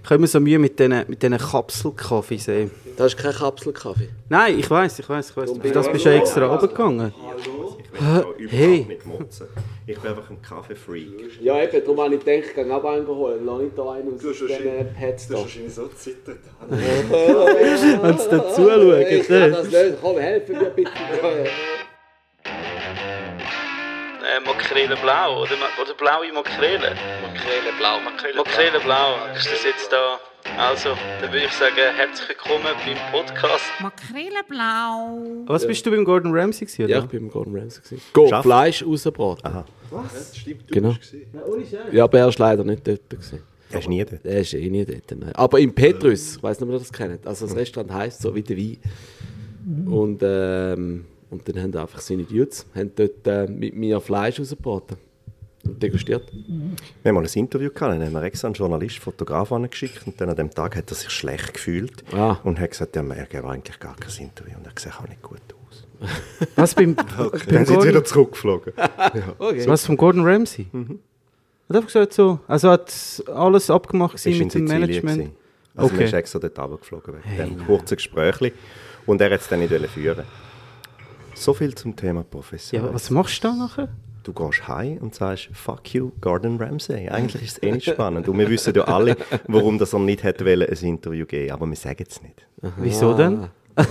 Ich habe immer so Mühe mit diesen Kapselkaffees. Das ist kein Kapselkaffee. Nein, ich weiss. Für das bist du ja extra runtergegangen. Hey. Nicht motzen. Ich bin einfach ein Kaffee-Freak. Ja, eben, darum habe ich gedacht, ich gehe auch einen holen. Lass nicht da einen aus diesen Pads da. Du hast wahrscheinlich so gezittert. Wenn sie da zuschauen. Ich kann das nicht. Komm, helfen mir bitte. Makrele blau oder blaue Makrele? Makrele blau. Makrele blau, ist das jetzt da? Also, dann würde ich sagen, herzlich willkommen beim Podcast. Makrele blau. Was bist du beim Gordon Ramsay gewesen, oder? Ja, ich bin beim Gordon Ramsay gewesen. Go, Schafft. Fleisch rausgebraten. Aha. Was? Stimmt, du Genau. bist gewesen. Ja, aber er war leider nicht dort gewesen. Er ist nie dort. Er ist eh nie dort. Nein. Aber im Petrus, ich weiss nicht, ob ihr das kennt. Also das Restaurant heisst so wie der Wein. Und dann haben einfach seine Dudes dort mit mir Fleisch rausgebraten. Und degustiert. Wir haben mal ein Interview gehabt, dann haben wir extra einen Journalist, Fotograf angeschickt und dann an dem Tag hat er sich schlecht gefühlt und hat gesagt, ja, er gebe eigentlich gar kein Interview und er sieht auch nicht gut aus. Was beim Dann sind sie wieder zurückgeflogen. Okay. Was vom Gordon Ramsay? Hat einfach gesagt so, also hat alles abgemacht Es war mit in dem Sizilien Management. gewesen. Also Okay. man ist extra dort runtergeflogen wegen dem kurzen Gespräch. Und er hat es dann nicht führen. So viel zum Thema Profession. Ja, aber was machst du da nachher? Du gehst heim und sagst, fuck you, Gordon Ramsay. Eigentlich ist es eh nicht spannend. Und wir wissen ja alle, warum das er nicht hätte wollen, ein Interview geben, aber wir sagen es nicht. Wieso denn?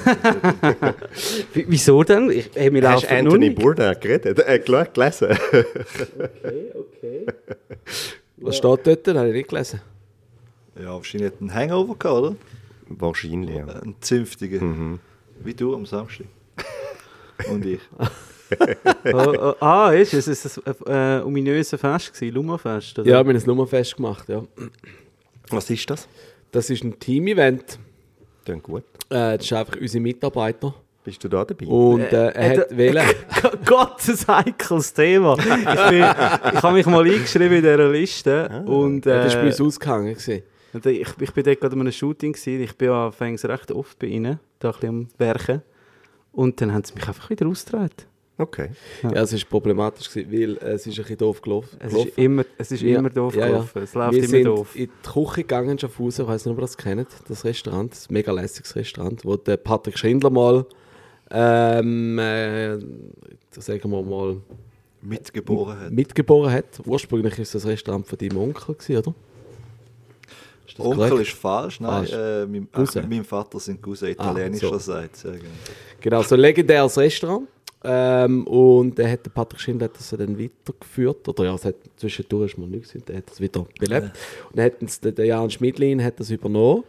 Wieso denn? Wir Hast laufen du Anthony nicht. Bourdain geredet? Gelesen? Okay. Was steht dort? Das habe ich nicht gelesen. Ja, wahrscheinlich hat einen Hangover gehabt, oder? Wahrscheinlich, ja. Einen zünftigen. Wie du am Samstag. Und ich. Ist es ein ominöses Fest gewesen, Lumafest? Oder? Ja, wir haben ein Nummerfest gemacht, ja. Was ist das? Das ist ein Team-Event. Klingt gut. Das ist einfach unsere Mitarbeiter. Bist du da dabei? Und er hat wählen. Gott, ein heikles Thema. Ich habe mich mal eingeschrieben in dieser Liste. Und, Das war bei uns ausgehangen. Gewesen. ich bin dort gerade an einem Shooting gewesen. Ich bin ja anfangs recht oft bei ihnen, da ein bisschen am Werken. Und dann haben sie mich einfach wieder ausgedreht. Okay. Ja, es war problematisch, gewesen, weil es ist ein bisschen doof gelaufen. Es ist immer doof gelaufen. Es läuft Wir immer sind doof. in die Küche gegangen, Schaffhausen, ich weiss nicht, ob ihr das kennt, das Restaurant, das mega lässiges Restaurant, wo der Patrick Schindler mal, sagen wir mal, mitgeboren hat. Ursprünglich war das ein Restaurant von deinem Onkel, oder? Ist das Onkel korrekt? ist falsch, nein. Mit meinem Vater sind Cousin italienischerseits. Ja, genau. Genau, so ein legendäres Restaurant. Und hat der Patrick Schindler hat das dann weitergeführt. Oder ja, es hat zwischendurch mal nichts gewesen, der hat das wieder belebt. Ja. Und dann hat uns der Jan Schmidlin hat das übernommen.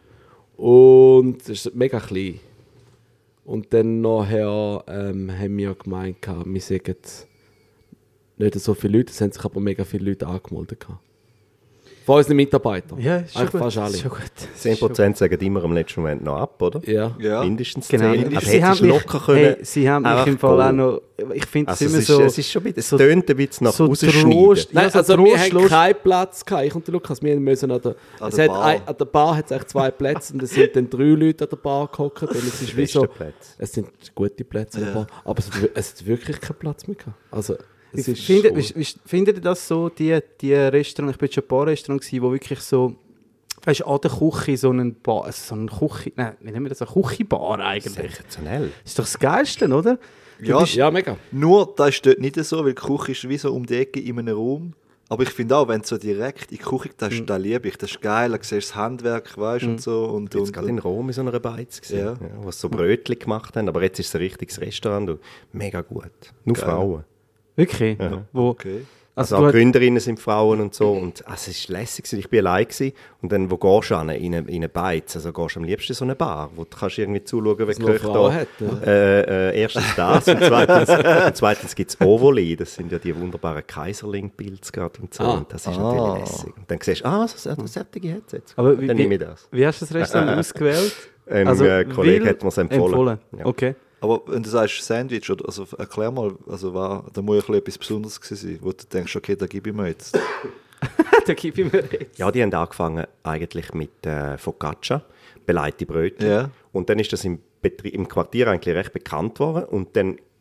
Und es ist mega klein. Und dann nachher haben wir gemeint, wir sagen nicht so viele Leute, es haben sich aber mega viele Leute angemeldet. Von unseren Mitarbeitern. Ja, ist schon eigentlich gut. fast alle. Ist schon gut. 10% sagen immer im letzten Moment noch ab, oder? Ja. Ja. Mindestens Genau. 10. Aber Sie jetzt haben ist mich, locker können. hey, sie haben mich im Fall auch noch. Ich finde es Also immer es, so. es ist schon ein bisschen, so- es tönt ein bisschen nach so rausschneiden. Trost- Nein, Ja, so also wir haben trostlos- keinen Platz gehabt. Ich und der Lukas, wir müssen an der Bar. An der Bar hat es eigentlich 2 Plätze und es sind dann 3 Leute an der Bar gehockt. Und es ist wie so, Plätze. es sind gute Plätze an der Bar, aber es hat wirklich keinen Platz mehr gehabt. Also, es ist Findet ihr das so, die Restaurants, ich bin schon ein paar Restaurants gewesen, wo wirklich so, weißt du, an der Küche so einen Bar, also so eine Küche, nein, wie nennen wir das, eine Küchenbar eigentlich. Sensationell. Das ist doch das Geilste, oder? Ja, mega. nur das ist dort nicht so, weil die Küche ist wie so um die Ecke in einem Raum. Aber ich finde auch, wenn du so direkt in die Küche gehst, das liebe ich. Das ist geil, da siehst du das Handwerk, weißt und so. Und, Jetzt gerade in Rom in so einer Beiz gesehen, Ja. wo sie so Brötchen gemacht haben. Aber jetzt ist es ein richtiges Restaurant und mega gut. Nur Geil. Frauen. Wirklich? Ja. Wo, Okay. Also du auch hast- Gründerinnen sind Frauen und so. Und also es war lässig. Ich war allein. Gewesen. Und dann, wo gehst du hin? In eine Beiz? Also gehst du am liebsten in so eine Bar, wo du kannst irgendwie zuschauen, wie die nur Köche Frauen da... hat, ja. Erstens das und zweitens gibt es Ovoli. Das sind ja die wunderbaren Kaiserling-Pilze gerade und so. Und das ist natürlich lässig. Und dann siehst du, so sättige hat es jetzt. Aber Dann nehme ich das. Wie hast du das Restaurant ausgewählt? Ein Kollege hat mir es empfohlen. Ja. Okay. Aber wenn du sagst Sandwich, oder, also erklär mal, also da muss ja etwas Besonderes gewesen sein, wo du denkst, okay, da gebe ich mir jetzt. Da gebe ich mir jetzt. Ja, die haben angefangen eigentlich mit Focaccia, belegte Brötchen. Ja. Und dann ist das im Quartier eigentlich recht bekannt worden. Und dann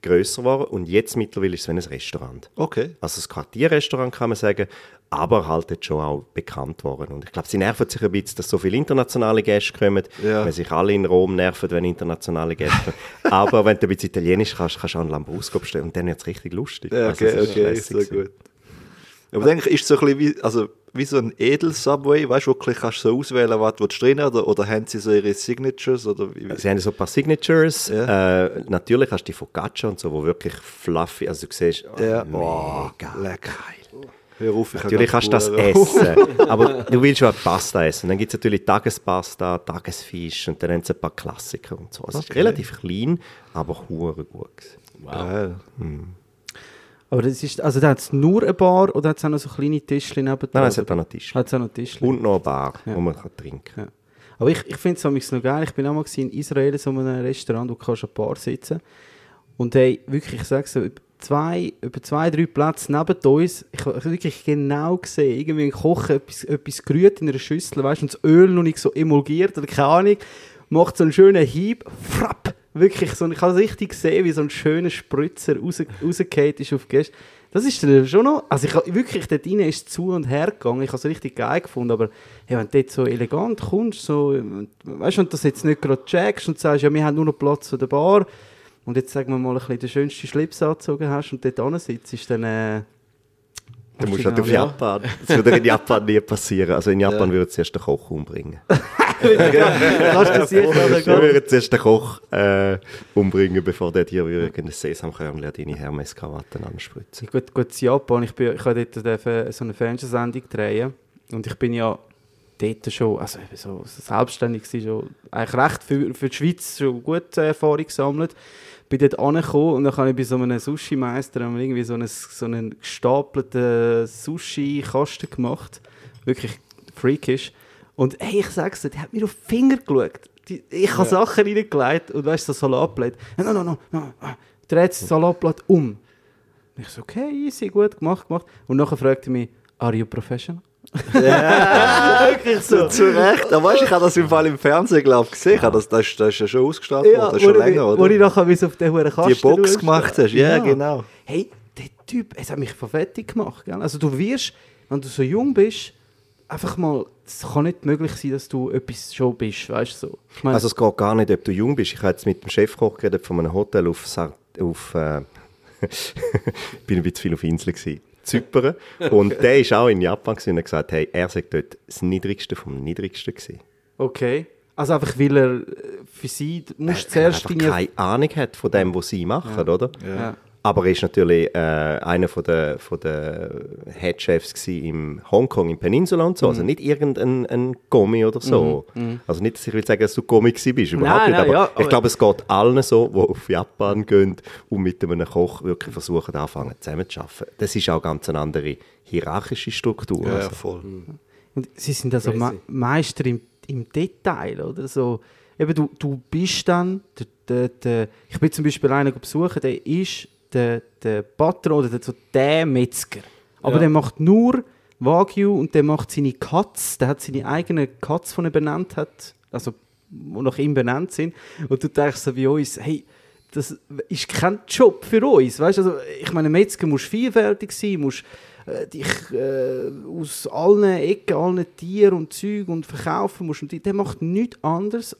grösser geworden und jetzt mittlerweile ist es wie ein Restaurant. Okay. Also ein Quartierrestaurant kann man sagen, aber halt jetzt schon auch bekannt worden. Und ich glaube, sie nerven sich ein bisschen, dass so viele internationale Gäste kommen, weil sich alle in Rom nerven, wenn internationale Gäste kommen. Aber wenn du ein bisschen Italienisch kannst du auch einen Lambrusco bestellen und dann wird es richtig lustig. Ja, okay, ist so gut. Aber denke ich, ist so ein bisschen wie so ein Edel-Subway, weißt du, wo du kannst so auswählen, was du drin hast, oder haben sie so ihre Signatures? Oder sie haben so ein paar Signatures. Ja. Natürlich hast du die Focaccia und so, wo wirklich fluffy, also du siehst, boah, lecker. Hör auf, natürlich kannst du das essen, aber du willst schon eine Pasta essen. Dann gibt es natürlich Tagespasta, Tagesfisch und dann haben sie ein paar Klassiker und so. Also es ist relativ klein, aber hure gut. Wow. Aber das ist, also da hat es nur eine Bar oder hat es auch noch so kleine Tischchen nebenan? Nein, es hat auch noch Tischchen. Hat es auch noch Tischchen? Und noch eine Bar, wo man trinken kann. Ja. Aber ich finde es noch geil. Ich bin auch mal in Israel in so einem Restaurant, wo du an der Bar sitzen kannst. Und hey, wirklich, ich sage so, über 2-3 Plätze neben uns, ich habe wirklich genau gesehen, irgendwie ein Koch etwas gerührt in einer Schüssel, weißt, und das Öl noch nicht so emulgiert oder keine Ahnung, macht so einen schönen Hieb, frapp, wirklich so, ich habe richtig gesehen, wie so ein schöner Spritzer rausgefallen ist auf die Gäste. Das ist dann schon noch, also ich habe wirklich, dort rein ist zu und her gegangen, ich habe es richtig geil gefunden, aber hey, wenn du dort so elegant kommst, so, weißt du, und das jetzt nicht gerade checkst und sagst, ja, wir haben nur noch Platz für die Bar, und jetzt sagen wir mal ein bisschen den schönsten Schlips angezogen hast und dort sitzt, dann du musst halt auf Japan. Das würde in Japan nie passieren. Also in Japan würde zuerst den Koch umbringen. Lass das sicher Ich würde zuerst den Koch umbringen, bevor der dir irgendein Sesamkörnchen an deine Hermes-Krawatten anspritzen. Gut, in Japan, ich habe dort so eine Fernsehsendung drehen und ich bin ja dort schon, also so selbstständig war, schon eigentlich recht für die Schweiz schon gute Erfahrung gesammelt. Bin dort angekommen und dann habe ich bei so einem Sushi-Meister irgendwie so einen gestapelten Sushi-Kasten gemacht. Wirklich freakish. Und hey, ich sag's dir, der hat mir auf die Finger geschaut. Ich habe Sachen reingelegt und weißt du, so Salatblatt. No. Dreht das Salatblatt um. Und ich so, okay, easy, gut, gemacht. Und nachher fragte er mich, are you professional? Ja, wirklich so. Zu Recht. Aber weißt, ich habe das im Fall im Fernsehen, glaube ich, gesehen. Das ist ja schon ausgestrahlt worden, das ist schon länger, oder? Wo ich nachher auf den hohen Kasten die Box gemacht hast, ja, genau. Hey, der Typ, es hat mich fertig gemacht. Gell? Also du wirst, wenn du so jung bist, einfach mal, es kann nicht möglich sein, dass du etwas schon bist, weißt du so. Ich meine, also es geht gar nicht, ob du jung bist. Ich habe jetzt mit dem Chefkoch geredet von einem Hotel auf bin ein bisschen viel auf Inseln gewesen. Zypern. Und der war auch in Japan und hat gesagt, hey, er sei dort das Niedrigste vom Niedrigsten gewesen. Okay. Also einfach, weil er für sie zuerst keine Ahnung hat von dem, was sie machen, oder? Ja. Aber er war natürlich einer von der Headchefs in Hongkong, im Peninsula und so. Also nicht irgendein Gummi oder so. Also nicht, dass ich will sagen, dass du Gummi gewesen bist, überhaupt nicht. Aber ich glaube, es geht allen so, die auf Japan gehen und mit einem Koch wirklich versuchen, anfangen zusammenzuarbeiten. Das ist auch ganz eine andere hierarchische Struktur. Ja, also. voll. Und sie sind also Meister im Detail, oder? So, eben du bist dann, ich bin zum Beispiel einen besuchen, der ist der Patron oder der Metzger. Aber der macht nur Wagyu und der macht seine Cuts. Der hat seine eigenen Cuts, die er benannt hat, also die nach ihm benannt sind. Und du denkst so wie uns, hey, das ist kein Job für uns. Weißt? Also, ich meine, Metzger muss vielfältig sein, muss dich aus allen Ecken, allen Tieren und Zeug und verkaufen musst. Und der macht nichts anderes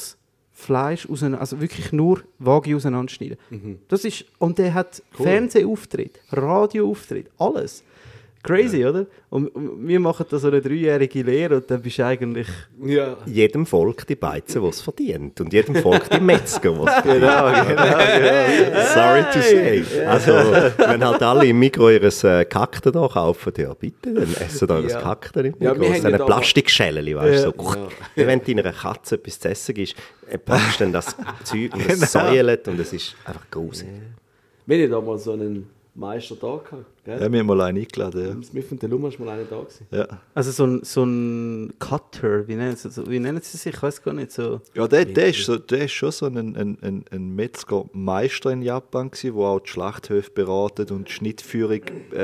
als Fleisch also wirklich nur Wagyu auseinanderschneiden. Das ist, und der hat Fernsehauftritt, Radioauftritt, alles. Crazy, oder? Und wir machen da so eine 3-jährige Lehre und dann bist du eigentlich... Ja. Jedem Volk die Beizen, die es verdient. Und jedem Volk die Metzger, die es verdient. Genau. Sorry to say. Also, wenn halt alle im Mikro ihres Kakten da kaufen, ja bitte, dann essen da das Kakten im Mikro. Ja, aus diesen Plastikschälchen, weißt du. So. Wenn du deiner Katze etwas zu essen gibst, packst du dann das Zeug und es säuelt und es ist einfach gruselig. Wir hatten damals so einen Meister da gehabt, gell? Ja, wir haben mal einen eingeladen, ja. Smith und der Lummer ist mal einer da gewesen. Ja. Also so ein Cutter, wie nennen sie sich? Ich weiß gar nicht. So. Ja, der ist schon so ein Metzgermeister in Japan gewesen, der auch die Schlachthöfe beratet und die Schnittführung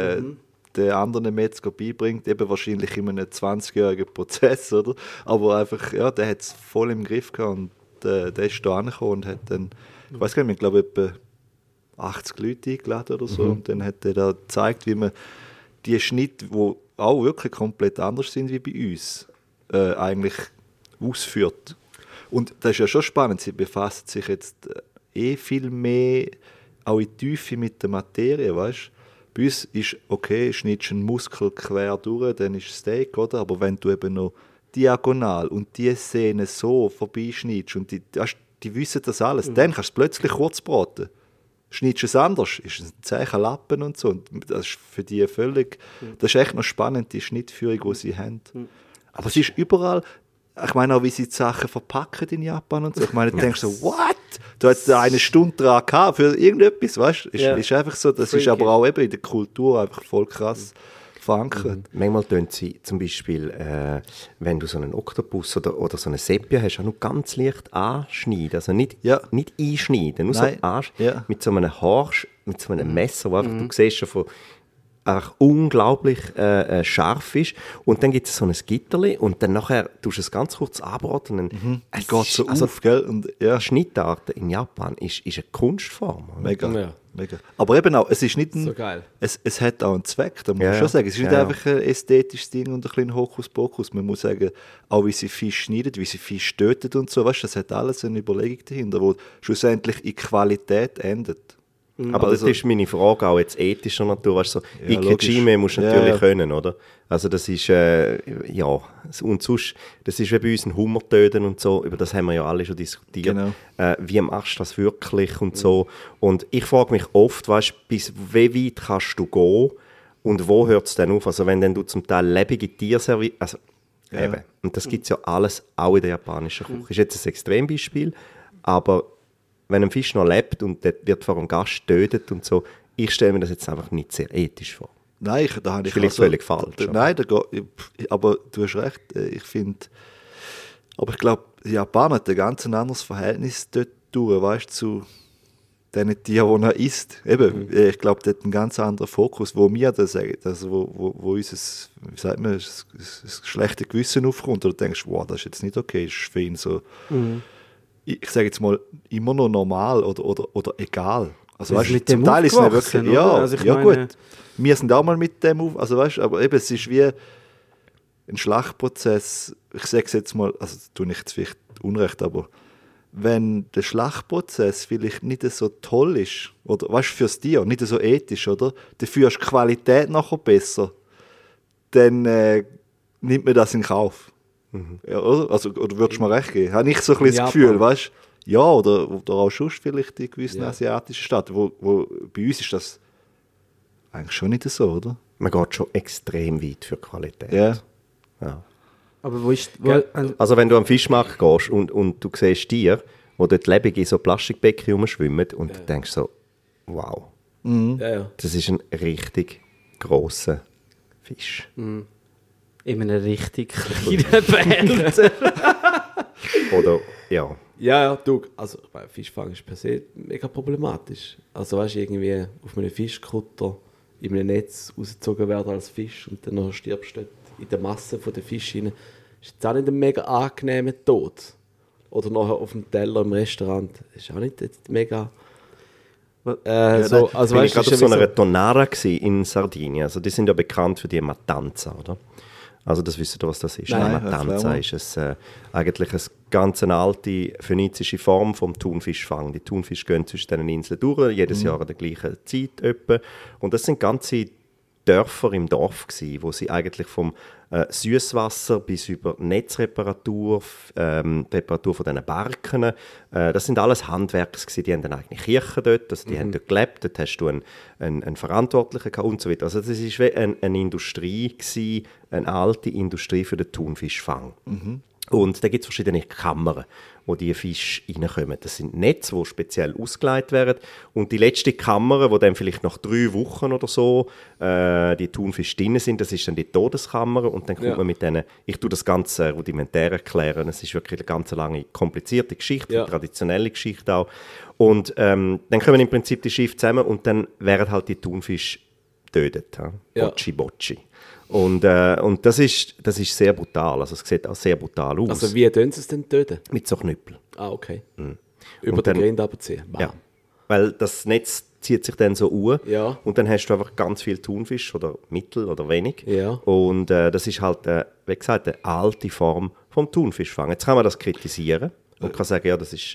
den anderen Metzger beibringt, eben wahrscheinlich in einem 20-jährigen Prozess, oder? Aber einfach, ja, der hat es voll im Griff gehabt und der ist da angekommen und hat dann, ich weiß gar nicht, ich glaube etwa 80 Leute eingeladen oder so. Und dann hat er da gezeigt, wie man die Schnitte, die auch wirklich komplett anders sind wie bei uns, eigentlich ausführt. Und das ist ja schon spannend, sie befassen sich jetzt viel mehr auch in die Tiefe mit der Materie, weißt? Bei uns ist, okay, schnittst einen Muskel quer durch, dann ist Steak, oder? Aber wenn du eben noch diagonal und die Szene so vorbeischneidest und die wissen das alles, dann kannst du es plötzlich kurz braten. Schneidest du es anders, ist es ein Zeichen Lappen und so. Und das ist für die völlig, das ist echt noch spannend, die Schnittführung, die sie haben. Aber es ist überall, ich meine auch, wie sie die Sachen verpacken in Japan und so. Ich meine, du denkst so, what? Du hast eine Stunde dran gehabt für irgendetwas, weißt du? Ist einfach so, das ist aber auch eben in der Kultur einfach voll krass verankert. Manchmal tun sie zum Beispiel, wenn du so einen Oktopus oder so eine Sepia hast, auch nur ganz leicht anschneiden. Also nicht einschneiden, nur so anschneiden. Mit so einem mit so einem Messer, wo einfach, du siehst schon von einfach unglaublich scharf ist. Und dann gibt es so ein Gitterli und dann nachher tust du es ganz kurz anbraten. Es geht so auf, gell? Und, Schnittarten in Japan ist eine Kunstform. Mega. Aber eben auch, es ist nicht so geil. Es hat auch einen Zweck, da muss man schon sagen. Es ist nicht einfach ein ästhetisches Ding und ein bisschen Hokuspokus. Man muss sagen, auch wie sie Fisch schneiden, wie sie Fisch töten und so, weißt, das hat alles eine Überlegung dahinter, die schlussendlich in Qualität endet. Aber also, das ist meine Frage auch jetzt ethischer Natur. Weißt, so, Ikejime musst du natürlich können, oder? Also das ist, und sonst, das ist wie bei uns ein Hummer töten und so, über das haben wir ja alle schon diskutiert. Genau. Wie machst du das wirklich und so. Und ich frage mich oft, weißt, bis wie weit kannst du gehen und wo hört es dann auf? Also wenn dann du zum Teil lebende Tiere servierst, also eben. Und das gibt es ja alles auch in der japanischen Küche. Das ist jetzt ein Extrembeispiel, aber wenn ein Fisch noch lebt und der wird vor einem Gast getötet und so, ich stelle mir das jetzt einfach nicht sehr ethisch vor. Nein, da habe ich vielleicht völlig falsch. Nein, aber du hast recht. Ich finde, aber ich glaube, die Japaner haben ein ganz anderes Verhältnis dort durch, weißt, zu den Tieren, die er isst. Eben, ich glaube, dort einen ganz anderen Fokus, wo wir das sagen, also wo unser, wie sagt man, das schlechte Gewissen aufkommt, oder du denkst, wow, das ist jetzt nicht okay, das ist für ihn so. Ich sage jetzt mal, immer noch normal oder egal. Also weißt, mit zum dem Teil ist es wirklich, also gut. Wir sind auch mal mit dem auf, also weißt, aber eben, es ist wie ein Schlachtprozess. Ich sage es jetzt mal, also das tue ich jetzt vielleicht unrecht, aber wenn der Schlachtprozess vielleicht nicht so toll ist, oder weißt, fürs Tier, nicht so ethisch, oder? Dafür ist die Qualität nachher besser, dann nimmt man das in Kauf. Ja, oder? Also, oder würdest du mir recht geben? Habe ich so ein bisschen das Gefühl, weißt du? Ja, oder auch sonst vielleicht in gewissen asiatischen Staaten, wo bei uns ist das eigentlich schon nicht so, oder? Man geht schon extrem weit für Qualität. Ja. Aber wo ist... Also wenn du am Fischmarkt gehst und du siehst Tiere, die dort lebend in so Plastikbecken rumschwimmen und du denkst so, wow, das ist ein richtig grosser Fisch. In einem richtig kleinen Behälter. Oder, ja. Ja, du, also Fischfang ist per se mega problematisch. Also weißt du, irgendwie auf einem Fischkutter in einem Netz rausgezogen werden als Fisch und dann noch stirbst du in der Masse von den Fisch rein. Ist jetzt auch nicht ein mega angenehmer Tod. Oder nachher auf dem Teller im Restaurant. Das ist auch nicht jetzt mega... also ich war gerade auf so einer Tonara in Sardinien. Also die sind ja bekannt für die Matanza, oder? Also das wisst ihr, was das ist. Nein, Matanza ist eigentlich eine ganz alte phönizische Form vom Thunfischfang. Die Thunfische gehen zwischen diesen Inseln durch, jedes Jahr an der gleichen Zeit etwa. Und das sind ganze Dörfer im Dorf gewesen, wo sie eigentlich vom Süßwasser bis über Netzreparatur, Reparatur von diesen Barken, das sind alles Handwerker gewesen, die haben eine eigene Kirche dort, also die haben dort gelebt, dort hast du einen Verantwortlichen gehabt und so weiter. Also das ist wie eine Industrie gewesen, eine alte Industrie für den Thunfischfang. Und da gibt es verschiedene Kammern, wo die Fische reinkommen. Das sind Netze, die speziell ausgelegt werden. Und die letzte Kammer, wo dann vielleicht nach 3 Wochen oder so die Thunfische drin sind, das ist dann die Todeskammer. Und dann kommt man mit denen, ich tue das Ganze rudimentär erklären, es ist wirklich eine ganz lange, komplizierte Geschichte, eine traditionelle Geschichte auch. Und dann kommen im Prinzip die Schiffe zusammen und dann werden halt die Thunfische getötet. Bocci, Bocci. Und das ist sehr brutal. Also es sieht auch sehr brutal aus. Also wie tun sie es denn töten? Mit so Knüppeln. Ah, okay. Über den Grind abziehen. Ja. Weil das Netz zieht sich dann so an. Ja. Und dann hast du einfach ganz viel Thunfisch oder mittel oder wenig. Ja. Und das ist halt, wie gesagt, eine alte Form vom Thunfischfang. Jetzt kann man das kritisieren und kann sagen, ja, das ist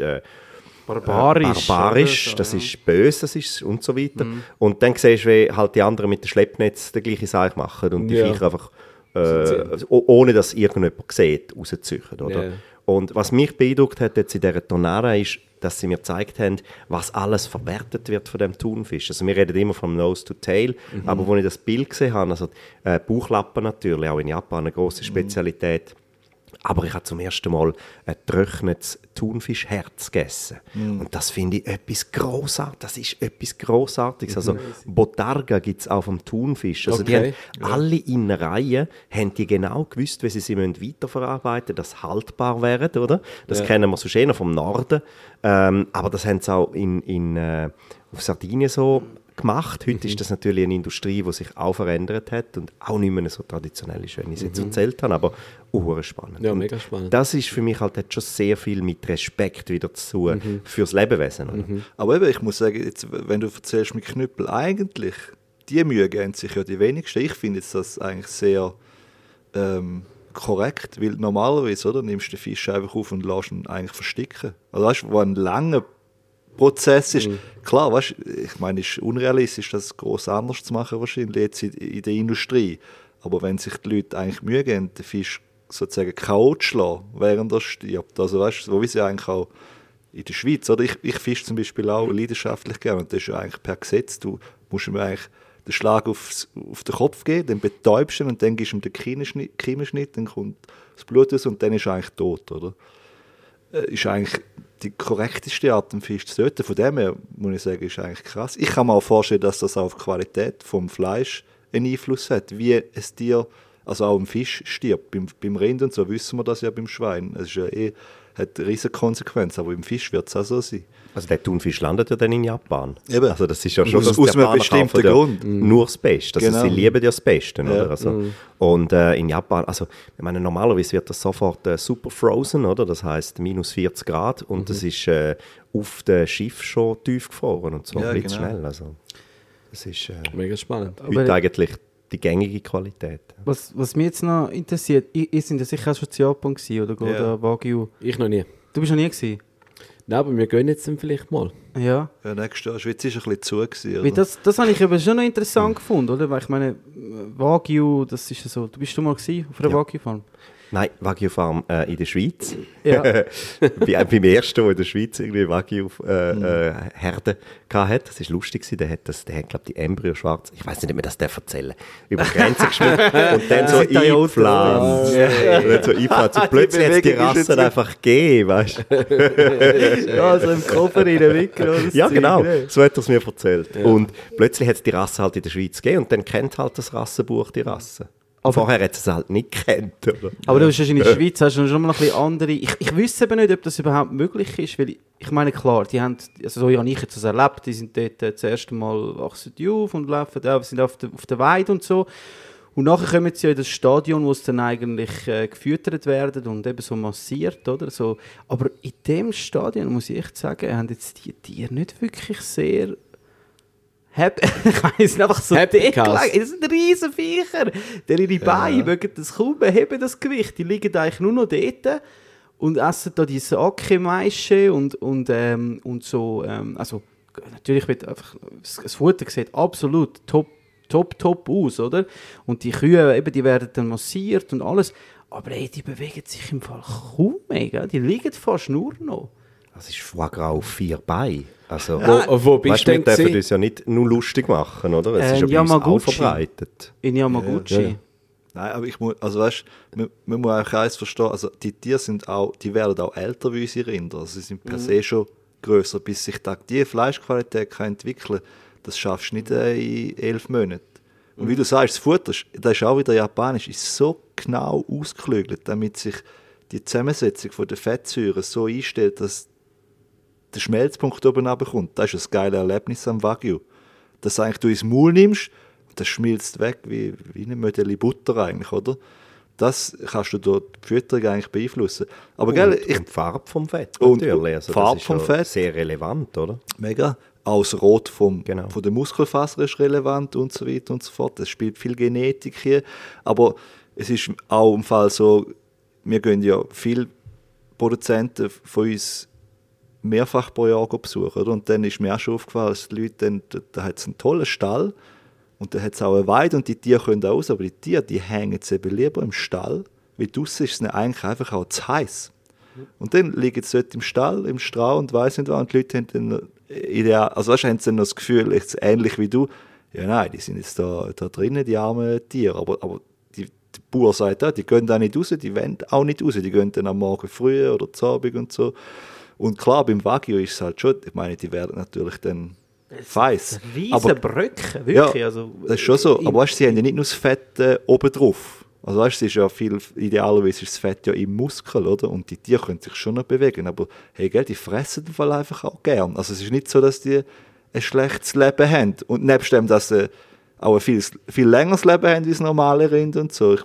barbarisch, so, das ist böse, das ist und so weiter. Und dann siehst du, wie halt die anderen mit dem Schleppnetz den gleichen Seich machen und die Viecher einfach, ohne dass irgendjemand sieht, rausziehen, oder? Yeah. Und was mich beeindruckt hat jetzt in dieser Tonara ist, dass sie mir gezeigt haben, was alles verwertet wird von dem Thunfisch. Also wir reden immer vom Nose to Tail, aber als ich das Bild gesehen habe, also Bauchlappen natürlich, auch in Japan eine grosse Spezialität. Aber ich habe zum ersten Mal ein getrocknetes Thunfischherz gegessen. Und das finde ich etwas Grossartiges. Das ist etwas Grossartiges. Also Botarga gibt es auch vom Thunfisch. Also die haben alle Innereien haben die genau gewusst, wie sie weiterverarbeiten, dass sie haltbar wären, oder? Das kennen wir sonst eher vom Norden. Aber das haben sie auch auf Sardinien so gemacht. Heute ist das natürlich eine Industrie, die sich auch verändert hat und auch nicht mehr so traditionell ist, wenn ich es jetzt erzählt habe, aber auch spannend. Ja, mega spannend. Das ist für mich halt, hat schon sehr viel mit Respekt wieder zu tun fürs Lebewesen. Oder? Aber eben, ich muss sagen, jetzt, wenn du erzählst mit Knüppel, eigentlich, die Mühe geben sich ja die wenigsten. Ich finde jetzt das eigentlich sehr korrekt, weil normalerweise, oder, nimmst du den Fisch einfach auf und lässt ihn eigentlich versticken. Also weißt du, wo ein langer Prozess ist. Klar, weißt, ich meine, es ist unrealistisch, das gross anders zu machen wahrscheinlich jetzt in der Industrie. Aber wenn sich die Leute eigentlich Mühe geben, den Fisch sozusagen K.O. zu schlagen, während er stirbt, also weißt, so wie sie eigentlich auch in der Schweiz, oder? Ich fische zum Beispiel auch leidenschaftlich gerne und das ist ja eigentlich per Gesetz, du musst ihm eigentlich den Schlag auf den Kopf geben, dann betäubst du ihn und dann gibst du ihm den Kiemenschnitt, dann kommt das Blut raus und dann ist er eigentlich tot, oder? Ist eigentlich die korrekteste Art, einen Fisch zu töten. Von dem her, muss ich sagen, ist eigentlich krass. Ich kann mir auch vorstellen, dass das auf die Qualität vom Fleisch einen Einfluss hat, wie es dir, also auch ein Fisch stirbt. Beim Rind und so wissen wir das ja beim Schwein. Es ist ja hat riesige Konsequenzen, aber beim Fisch wird es auch so sein. Also der Thunfisch landet ja dann in Japan. Eben. Also das ist ja schon aus einem bestimmten Grund. Nur das Beste. Also Genau. sie lieben ja das Beste. Oder? Also, und in Japan, also ich meine, normalerweise wird das sofort super frozen, oder? Das heisst minus 40 Grad und das ist auf dem Schiff schon tief gefroren und so schnell. Also, das ist Mega spannend. heute eigentlich die gängige Qualität. Was mich jetzt noch interessiert, ihr seid ja sicher auch schon zu Japan gewesen, oder Golda Wagyu? Ich noch nie. Du bist noch nie gewesen? Nein, aber wir gehen jetzt dann vielleicht mal. Ja. Ja, nächstes Jahr. Schweiz ist ein bisschen zu gewesen, Weil oder? das habe ich eben schon noch interessant gefunden, oder? Weil ich meine, Wagyu, das ist ja so, du bist mal gewesen auf einer Wagyu-Farm? Nein, Wagyu Farm in der Schweiz. Ja. Beim ersten, der in der Schweiz irgendwie Wagyu-Herde hatte. Das war lustig. Der hat, glaube ich, die Embryo schwarz, ich weiß nicht, ob man das verstellen darf, über die Grenze geschmuggelt und dann so eingepflanzt. Und plötzlich hat es die Rassen einfach gegeben, weißt du? Ja, so im Koffer in den Wickel. Ja, genau. So hat er es mir erzählt. Ja. Und plötzlich hat es die Rasse halt in der Schweiz gegeben und dann kennt halt das Rassenbuch die Rasse. Aber vorher hat es halt nicht gekannt. Oder? Aber du hast in der Schweiz hast du schon mal ein bisschen andere. Ich wüsste eben nicht, ob das überhaupt möglich ist, weil ich meine, klar, die haben, also so habe ich jetzt das erlebt, die sind dort das erste Mal wachsen die auf und laufen, sind auf der Weide und so. Und nachher kommen sie ja in das Stadion, wo sie dann eigentlich gefüttert werden und eben so massiert, oder so. Aber in dem Stadion, muss ich echt sagen, haben jetzt die Tiere nicht wirklich sehr... Die sind einfach so dick. Das sind riesen Viecher. Ihre Beine mögen das kaum heben, das Gewicht. Die liegen eigentlich nur noch dort und essen da die Sake-Maische und so. Also, natürlich wird einfach, das Futter sieht absolut top aus, oder? Und die Kühe, eben, die werden dann massiert und alles. Aber ey, die bewegen sich im Fall kaum mehr. Die liegen fast nur noch. Das ist Foie Gras auf 4 Beinen. Also, wo bist du denn? Wir dürfen uns ja nicht nur lustig machen, oder? Es ist ja bei uns auch verbreitet. In Yamaguchi. Ja. Nein, aber also weißt, man muss auch eins verstehen, also die Tiere die werden auch älter wie unsere Rinder. Also sie sind per se schon grösser, bis sich die Fleischqualität kann entwickeln kann. Das schaffst du nicht in 11 Monaten. Und wie du sagst, das Futter, das ist auch wieder japanisch, ist so genau ausgeklügelt, damit sich die Zusammensetzung der Fettsäuren so einstellt, dass der Schmelzpunkt oben runterkommt. Das ist das geile Erlebnis am Wagyu. Dass eigentlich du ins Maul nimmst, das schmilzt weg wie eine Mödeli Butter eigentlich, oder? Das kannst du durch die Fütterung eigentlich beeinflussen. Aber und die Farbe vom Fett natürlich. Also Farbe vom Fett. Sehr relevant, oder? Mega. auch das Rot von Genau. der Muskelfaser ist relevant und so weiter und so fort. Es spielt viel Genetik hier. Aber es ist auch im Fall so, wir gehen ja viele Produzenten von uns mehrfach pro Jahr besuchen. Oder? Und dann ist mir auch schon aufgefallen, dass die Leute dann, da hat es einen tollen Stall und da hat es auch eine Weide und die Tiere können auch raus, aber die Tiere, die hängen jetzt eben lieber im Stall, weil draussen ist es ihnen eigentlich einfach auch zu heiß. Und dann liegen sie dort im Stall, im Strauch und weiss nicht was, und die Leute haben dann also weißt, haben sie dann noch das Gefühl, jetzt ähnlich wie du, ja nein, die sind jetzt da drinnen, die armen Tiere, aber der Bauer sagt auch, die gehen da nicht raus, die wollen auch nicht raus, die gehen dann am Morgen früh oder zu Abend und so. Und klar, beim Wagyu ist es halt schon, ich meine, die werden natürlich dann weiss. Riesen Bröcke, wirklich. Ja, also, das ist schon so, aber weißt, sie haben ja nicht nur das Fett oben drauf. Also weißt, es ist ja viel, idealerweise ist das Fett ja im Muskel, oder? Und die Tiere können sich schon noch bewegen, aber hey, gell, die fressen den Fall einfach auch gern. Also es ist nicht so, dass die ein schlechtes Leben haben. Und nebst dem, dass sie auch ein viel längeres Leben haben, wie das normale Rind und so.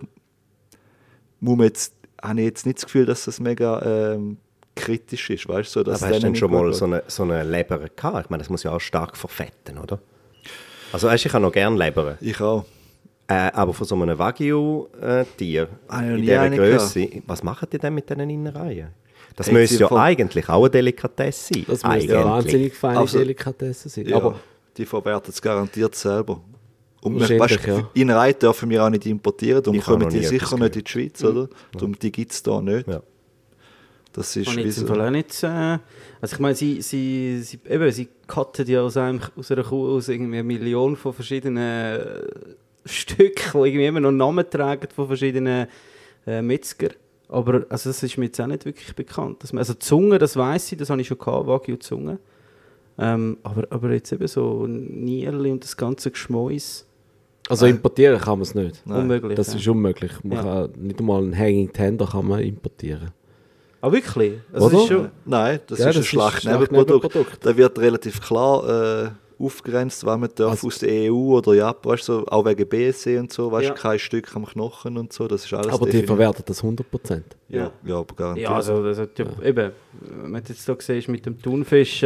Habe ich jetzt nicht das Gefühl, dass das mega kritisch ist, weißt du? So, aber hast du denn schon mal so eine Leber gehabt? Ich meine, das muss ja auch stark verfetten, oder? Also weißt, ich habe noch gerne Leber. Ich auch. Aber von so einem Wagyu-Tier in dieser Größe, was machen die denn mit diesen Innereien? Das müsste ja eigentlich auch eine Delikatesse sein. Das müsste eine wahnsinnig feine Delikatesse sein. Ja, aber die verwerten es garantiert selber. Und wahrscheinlich, ja. Innereien dürfen wir auch nicht importieren, darum kommen die sicher nicht in die Schweiz, oder? Darum, die gibt es da nicht. Ja. Das ist wie so. Auch nicht, also ich meine, sie cutten ja aus einer Kuh aus irgendwie 1 Million von verschiedenen Stücken, die irgendwie immer noch Namen tragen von verschiedenen Metzger. Aber also das ist mir jetzt auch nicht wirklich bekannt. Also Zunge, das weiss ich, das habe ich schon gehabt, Wagyu-Zunge. Aber jetzt eben so Nierli und das ganze Geschmäus. also importieren kann man es nicht. Nein. Unmöglich. Das ist unmöglich. Man kann nicht einmal einen Hanging Tender kann man importieren. Ah, wirklich? Also Oder? das ist schon, Nein, das Ja, ist ein das ist Schlachtnebenprodukt. Schlachtnebenprodukt. Da wird relativ klar aufgegrenzt, was man darf Also- aus der EU oder Japan, weißt du, so, auch wegen BSE und so, weißt du, Ja. kein Stück am Knochen und so, das ist alles Aber die definiert. verwerten das 100%. Ja, aber garantiert. ja, also das hat eben, wenn du jetzt da siehst mit dem Thunfisch,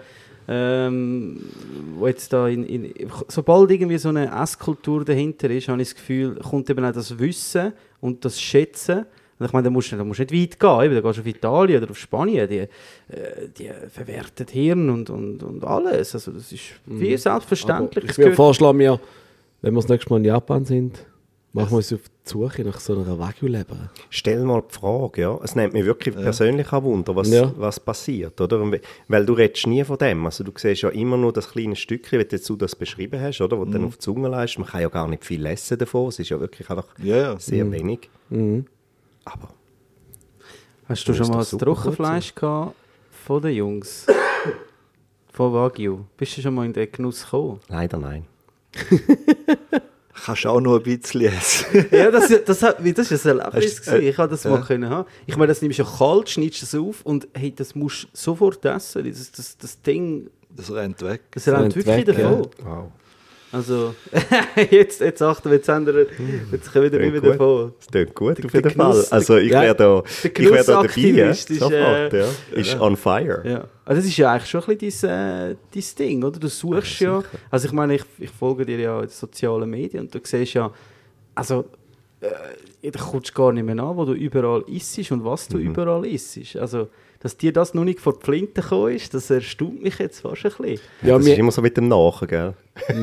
wo jetzt da sobald irgendwie so eine Esskultur dahinter ist, habe ich das Gefühl, kommt eben auch das Wissen und das Schätzen. Und ich meine, da musst du nicht weit gehen, eben, da gehst du auf Italien oder auf Spanien, die verwerten Hirn und alles. Also das ist wie selbstverständlich. Ich würde vorschlagen, wenn wir das nächste Mal in Japan sind, machen wir uns auf die Suche nach so einer Wagyu-Leber. Stell mal die Frage, ja. Es nimmt mich wirklich persönlich an Wunder, was passiert, oder? Weil du redest nie von dem. Also du siehst ja immer nur das kleine Stückchen, wie du das beschrieben hast, oder? Wo du dann auf die Zunge leist. Man kann ja gar nicht viel essen davon. Es ist ja wirklich einfach sehr wenig. Aber Hast du schon mal das super Trockenfleisch gehabt von den Jungs? Von Wagyu? Bist du schon mal in den Genuss gekommen? leider nein. Kannst du auch noch ein bisschen essen. Ja, das ist ein Erlebnis Hast- gewesen. Ich habe das mal können haben. Ich meine, das nimmst du ja kalt, schneidest es auf und hey, das musst du sofort essen. Das Ding, Das rennt weg. das rennt wirklich weg, davon. Wow. Also, jetzt achten wir, jetzt kommen wir wieder davon. Es klingt gut auf der jeden Fall. Genuss- Also ich wäre da dabei. Genussaktivist ist, Sofort, ja. Ist on fire. Ja. Also das ist ja eigentlich schon ein bisschen dein Ding, oder? Du suchst ja, also ich meine, ich folge dir ja in den sozialen Medien und du siehst ja, also da kommst du gar nicht mehr an, wo du überall isst und was du überall isst. Also, dass dir das noch nicht vor die Flinte gekommen ist, das erstaunt mich jetzt fast ein bisschen. Ja, Das ist immer so mit dem Nachen, gell?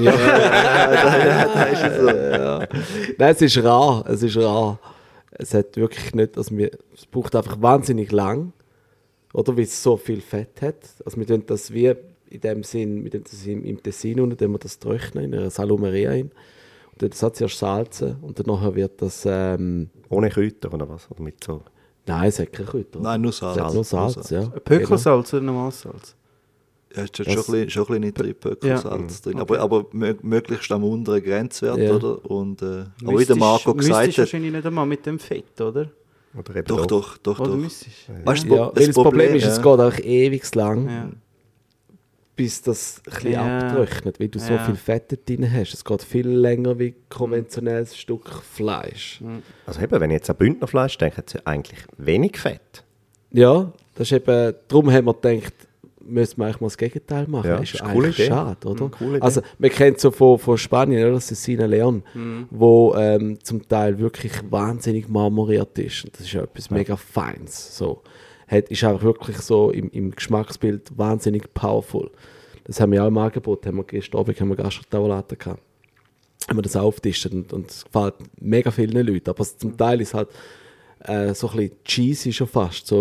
Nein, es ist rar. Es hat wirklich nicht, also es braucht einfach wahnsinnig lang, oder, weil es so viel Fett hat. Also wir tun das wie in dem Sinn, im Tessin unten, wir das trocknen, in einer Salumeria hin. Und dann hat es erst salzen und dann nachher wird das, Ohne Kräuter oder was? Oder mit so. nein, es hat keine Kräuter. Nein, nur Es Salz. hat nur Salz, ja. Pökelsalz oder Normalsalz? Ja, es ist schon ein bisschen Nitritökelsalz drin. Okay. Aber möglichst am unteren Grenzwert, Ja. oder? Und, aber wie der Marco gesagt Müsstest hat, wahrscheinlich nicht einmal mit dem Fett, oder? Oder eben doch. Oder müsstest Weißt du, Ja, weil das Problem ist, es geht auch ewig lang, Ja. bis das ein bisschen Ja. abtrocknet, weil du so Ja. viel Fett drin hast. Es geht viel länger wie konventionelles Stück Fleisch. Also eben, wenn ich jetzt an Bündnerfleisch denke, hat es ja eigentlich wenig Fett. Ja, das ist eben, darum haben wir gedacht, müsste man eigentlich mal das Gegenteil machen. Ja, Das ist eine coole eigentlich Idee. schade, oder? Coole Idee. Also, man kennt so von Spanien, oder? Das ist Cine Leon, wo zum Teil wirklich wahnsinnig marmoriert ist. Und das ist ja etwas mega Feines. So. Ist auch wirklich so im Geschmacksbild wahnsinnig powerful. Das haben wir auch im Angebot. Gestern Abend haben wir Gastro-Tavolata gehabt. Haben wir das aufgetischt und es gefällt mega vielen Leuten. Aber zum Teil ist halt so ein bisschen cheesy schon fast, so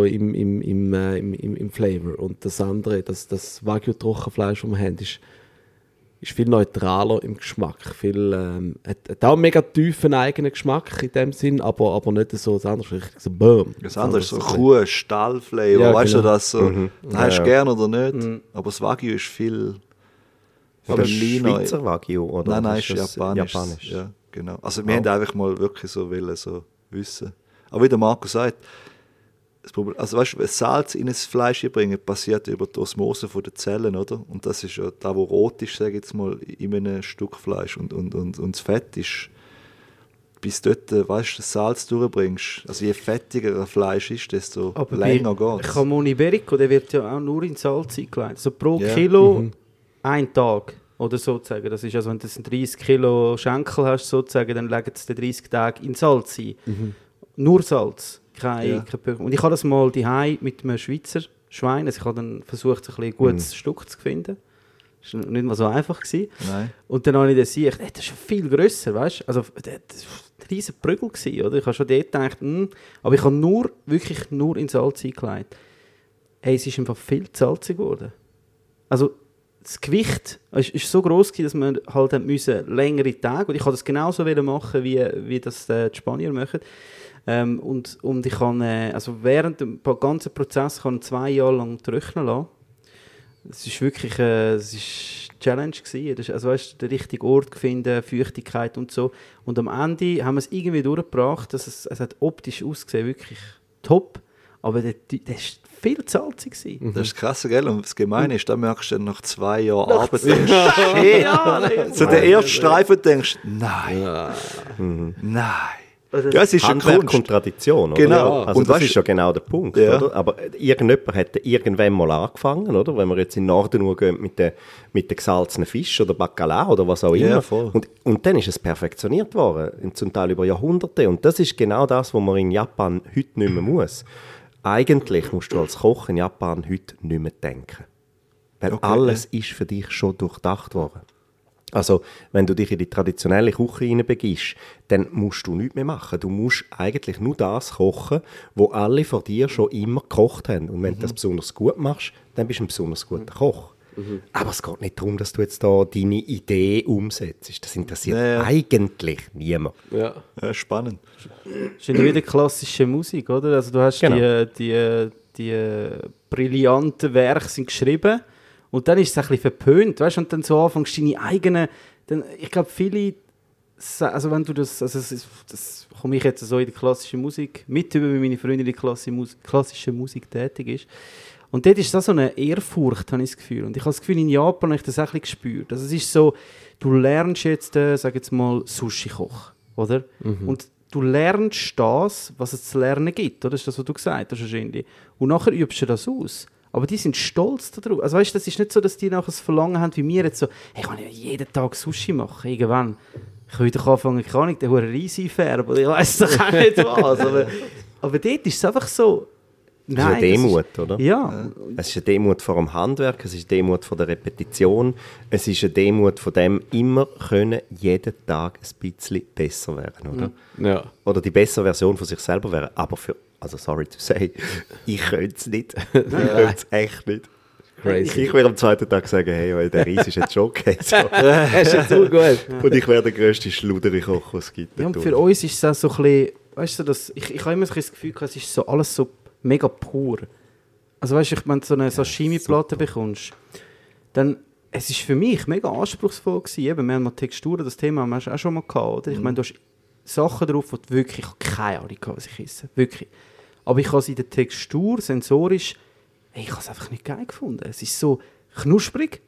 im Flavor. Und das andere, das Wagyu-Trockenfleisch, das wir haben, ist viel neutraler im Geschmack. Hat auch einen mega tiefen eigenen Geschmack in dem Sinn, aber nicht so das andere, richtig so boom. Das andere ist so Kuh, Stallflavor, Ja, weißt genau. du das so? Das hast du Ja. gern oder nicht, aber das Wagyu ist viel Aber leaner. Schweizer Wagyu, oder? Nein, ist ist das Japanisch. Ja, genau. Also wir haben einfach mal wirklich so wollen, so wissen. Aber wie der Marco sagt, das Problem, also weißt du, wenn Salz in ein Fleisch bringen, passiert über die Osmose der Zellen, oder? Und das ist ja da, wo rot ist, sage ich jetzt mal, in einem Stück Fleisch. Und das Fett ist, bis dort, weißt du, das Salz durchbringst. Also je fettiger ein Fleisch ist, desto länger geht es. Camon Iberico, der wird ja auch nur in Salz eingelegt. Also pro Ja. Kilo ein Tag. Oder sozusagen. Das ist also, wenn du 30 Kilo Schenkel hast, sozusagen, dann legen sie 30 Tage in Salz ein. Nur Salz. Kein Pöchel. Und ich habe das mal daheim mit einem Schweizer Schwein. Also ich habe dann versucht, ein gutes Stück zu finden. Das war nicht mal so einfach gewesen. Nein. Und dann habe ich das gesehen, das ist schon viel grösser, weißt du? Also, das war ein riesen Prügel gewesen, oder? Ich habe schon dort gedacht, aber ich habe wirklich nur in Salz eingelegt. Hey, es ist einfach viel zu salzig geworden. Also, das Gewicht ist so gross gewesen, dass man halt längere Tage, und ich wollte das genauso machen, wie das die Spanier machen. Und ich kann, also während dem ganzen Prozess kann 2 Jahre lang trocknen lassen. Es ist wirklich es ist eine Challenge gewesen. Das ist, also weißt, den richtigen Ort finden, Feuchtigkeit und so. Und am Ende haben wir es irgendwie durchgebracht, dass es hat optisch ausgesehen, wirklich top. Aber der war viel zu salzig gewesen. Das ist krass, gell? Und das Gemeine ist, da merkst du dann nach 2 Jahren Arbeit, shit. So der erste Streifen denkst, nein. Nein. Ja, es ist eine Handwerk Kunst. und Tradition, oder? Genau. Also Und das weißt ist ja genau der Punkt, Ja. oder? Aber irgendjemand hat irgendwann mal angefangen, oder? Wenn wir jetzt in den Norden gehen mit den gesalzenen Fisch oder Bacalao oder was auch immer. Ja, voll. Und dann ist es perfektioniert worden, zum Teil über Jahrhunderte. Und das ist genau das, was man in Japan heute nicht mehr muss. Eigentlich musst du als Koch in Japan heute nicht mehr denken. Weil alles ist für dich schon durchdacht worden. Also, wenn du dich in die traditionelle Küche hineinbegibst, dann musst du nichts mehr machen. Du musst eigentlich nur das kochen, wo alle vor dir schon immer gekocht haben. Und wenn du das besonders gut machst, dann bist du ein besonders guter Koch. Aber es geht nicht darum, dass du jetzt da deine Idee umsetzt. Das interessiert eigentlich niemand. Ja. Ja, spannend. Das ist wieder klassische Musik, oder? Also du hast Genau. die brillanten Werke sind geschrieben und dann ist es ein bisschen verpönt, weißt? Und dann so anfängst du deine eigenen, ich glaube viele, also wenn du das komme ich jetzt so in die klassische Musik mit über, wie meine Freundin in die klassische Musik tätig ist. Und dort ist das so eine Ehrfurcht, habe ich das Gefühl. Und ich habe das Gefühl, in Japan habe ich das auch ein bisschen gespürt. Also es ist so, du lernst jetzt, sag jetzt mal, Sushi-Koch, oder? Und du lernst das, was es zu lernen gibt, oder? Das ist das, was du gesagt hast wahrscheinlich. Und nachher übst du das aus. Aber die sind stolz darauf. Also weißt du, das ist nicht so, dass die nachher das Verlangen haben, wie wir jetzt so, hey, ich kann ja jeden Tag Sushi machen, irgendwann. Ich will doch anfangen, ich kann nicht den Riese färben, oder ich weiss doch auch nicht was. Aber dort ist es einfach so, Das ist eine Demut, oder? Ja. Es ist eine Demut vor dem Handwerk, es ist eine Demut vor der Repetition, es ist eine Demut von dem, immer können jeden Tag ein bisschen besser werden, oder? Ja. Oder die bessere Version von sich selber werden. Aber also sorry to say, ich könnte es nicht. Ich könnte es echt nicht. Crazy. Ich werde am zweiten Tag sagen, hey, der Reis ist jetzt schon okay. So. Hast du zu gut? Und ich wäre der grösste Schluderi-Koch, den es gibt. Ja, und für uns ist es auch so ein bisschen, weißt du, ich habe immer so das Gefühl, es ist so alles so mega pur. Also weißt du, wenn du so eine Sashimi-Platte bekommst, dann, es ist für mich mega anspruchsvoll gewesen. Eben, wir haben mal Texturen, das Thema haben wir auch schon mal gehabt, oder? Ich meine, du hast Sachen drauf, die du wirklich, ich habe keine Ahnung, was ich esse, wirklich. Aber ich habe es in der Textur, sensorisch, ich habe es einfach nicht geil gefunden. Es ist so knusprig,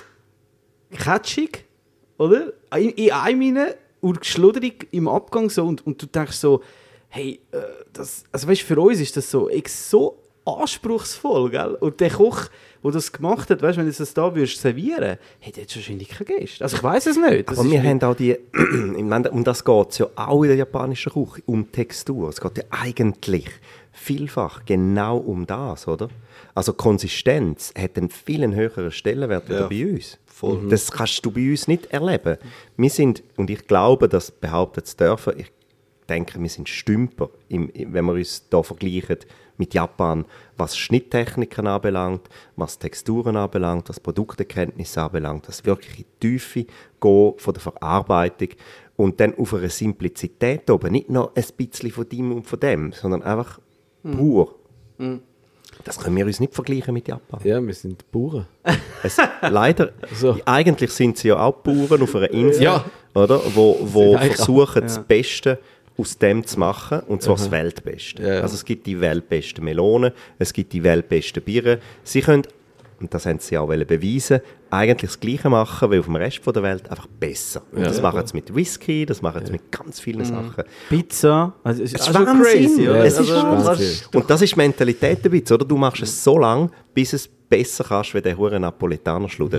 catchig, oder? In einem hinein und schludrig im Abgang so und du denkst so, hey, also weißt, für uns ist das so anspruchsvoll, gell? Und der Koch, der das gemacht hat, weißt, wenn du das da würdest servieren, hätte jetzt wahrscheinlich keinen Gäste. Also ich weiss es nicht. Aber wir haben auch die, ich meine, um das geht es ja auch in der japanischen Küche, um Textur. Es geht ja eigentlich vielfach genau um das, oder? Also Konsistenz hat einen viel höheren Stellenwert als bei uns. Voll. Das kannst du bei uns nicht erleben. Wir sind, und ich glaube, das behaupten zu dürfen, ich denke, wir sind Stümper, wenn wir uns hier vergleichen mit Japan, was Schnitttechniken anbelangt, was Texturen anbelangt, was Produkterkenntnisse anbelangt, was wirklich in die Tiefe geht von der Verarbeitung und dann auf eine Simplizität oben, nicht noch ein bisschen von dem und von dem, sondern einfach pur. Das können wir uns nicht vergleichen mit Japan. Ja, wir sind Bauern. Leider, eigentlich sind sie ja auch Bauern auf einer Insel, oder, wo versuchen, das Beste aus dem zu machen, und zwar das Weltbeste. Ja. Also es gibt die weltbesten Melonen, es gibt die weltbesten Bieren. Sie können, und das haben sie auch beweisen, eigentlich das Gleiche machen wie auf dem Rest der Welt, einfach besser. Und das machen sie mit Whisky, das machen sie mit ganz vielen Sachen. Pizza, also es ist Wahnsinn. Crazy, oder? Es ist Wahnsinn. Und das ist die Mentalität ein bisschen, oder? Du machst es so lange, bis es besser kannst, wie der hure Napolitaner-Schluder.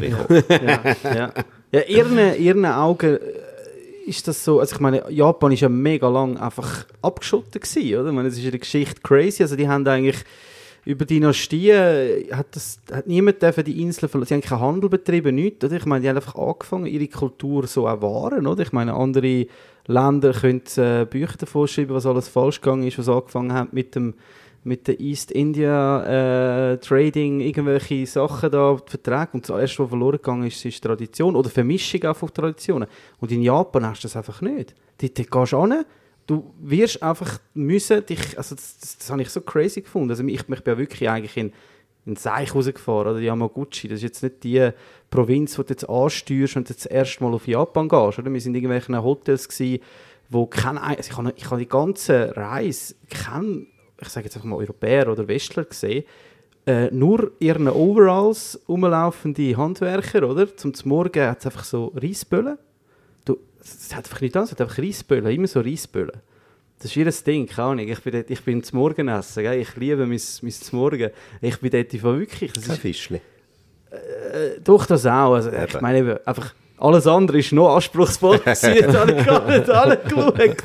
Ja, ihren Augen ist das so, also ich meine, Japan ist ja mega lang einfach abgeschottet gewesen, oder? Ich meine, es ist eine Geschichte crazy, also die haben eigentlich über Dynastien, hat niemand die Insel verlassen, sie haben keinen Handel betrieben, nichts, oder? Ich meine, die haben einfach angefangen, ihre Kultur so auch wahren, oder? Ich meine, andere Länder können Bücher davon schreiben, was alles falsch gegangen ist, was angefangen hat mit der East India Trading, irgendwelche Sachen da, Verträge. Und das erste, was verloren gegangen ist, ist Tradition oder Vermischung auch von Traditionen. Und in Japan hast du das einfach nicht. Dort gehst du hin, du wirst einfach müssen dich, also das habe ich so crazy gefunden. Also ich bin ja wirklich eigentlich in Seich rausgefahren, oder Yamaguchi. Das ist jetzt nicht die Provinz, die du jetzt ansteuerst und jetzt das erste Mal auf Japan gehst. Oder? Wir waren in irgendwelchen Hotels gewesen, wo also ich habe die ganze Reise, ich sage jetzt einfach mal Europäer oder Westler gesehen, nur ihren Overalls rumlaufende Handwerker, oder? Zum Morgen hat es einfach so Reisböllen. Es hat einfach nicht das, es hat einfach Reisböllen, immer so Reisböllen. Das ist ihr Ding, keine Ahnung. Ich bin zum Morgenessen, gell? Ich liebe mein zum Morgen. Ich bin dort wirklich... Kein Fischli. Doch, das auch. Also, ich meine, einfach... Alles andere ist noch anspruchsvoll gewesen, jetzt habe ich gar nicht angeschaut.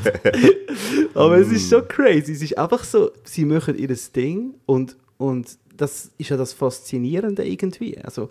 Aber es ist so crazy, es ist einfach so, sie machen ihr Ding und das ist ja das Faszinierende irgendwie. Also,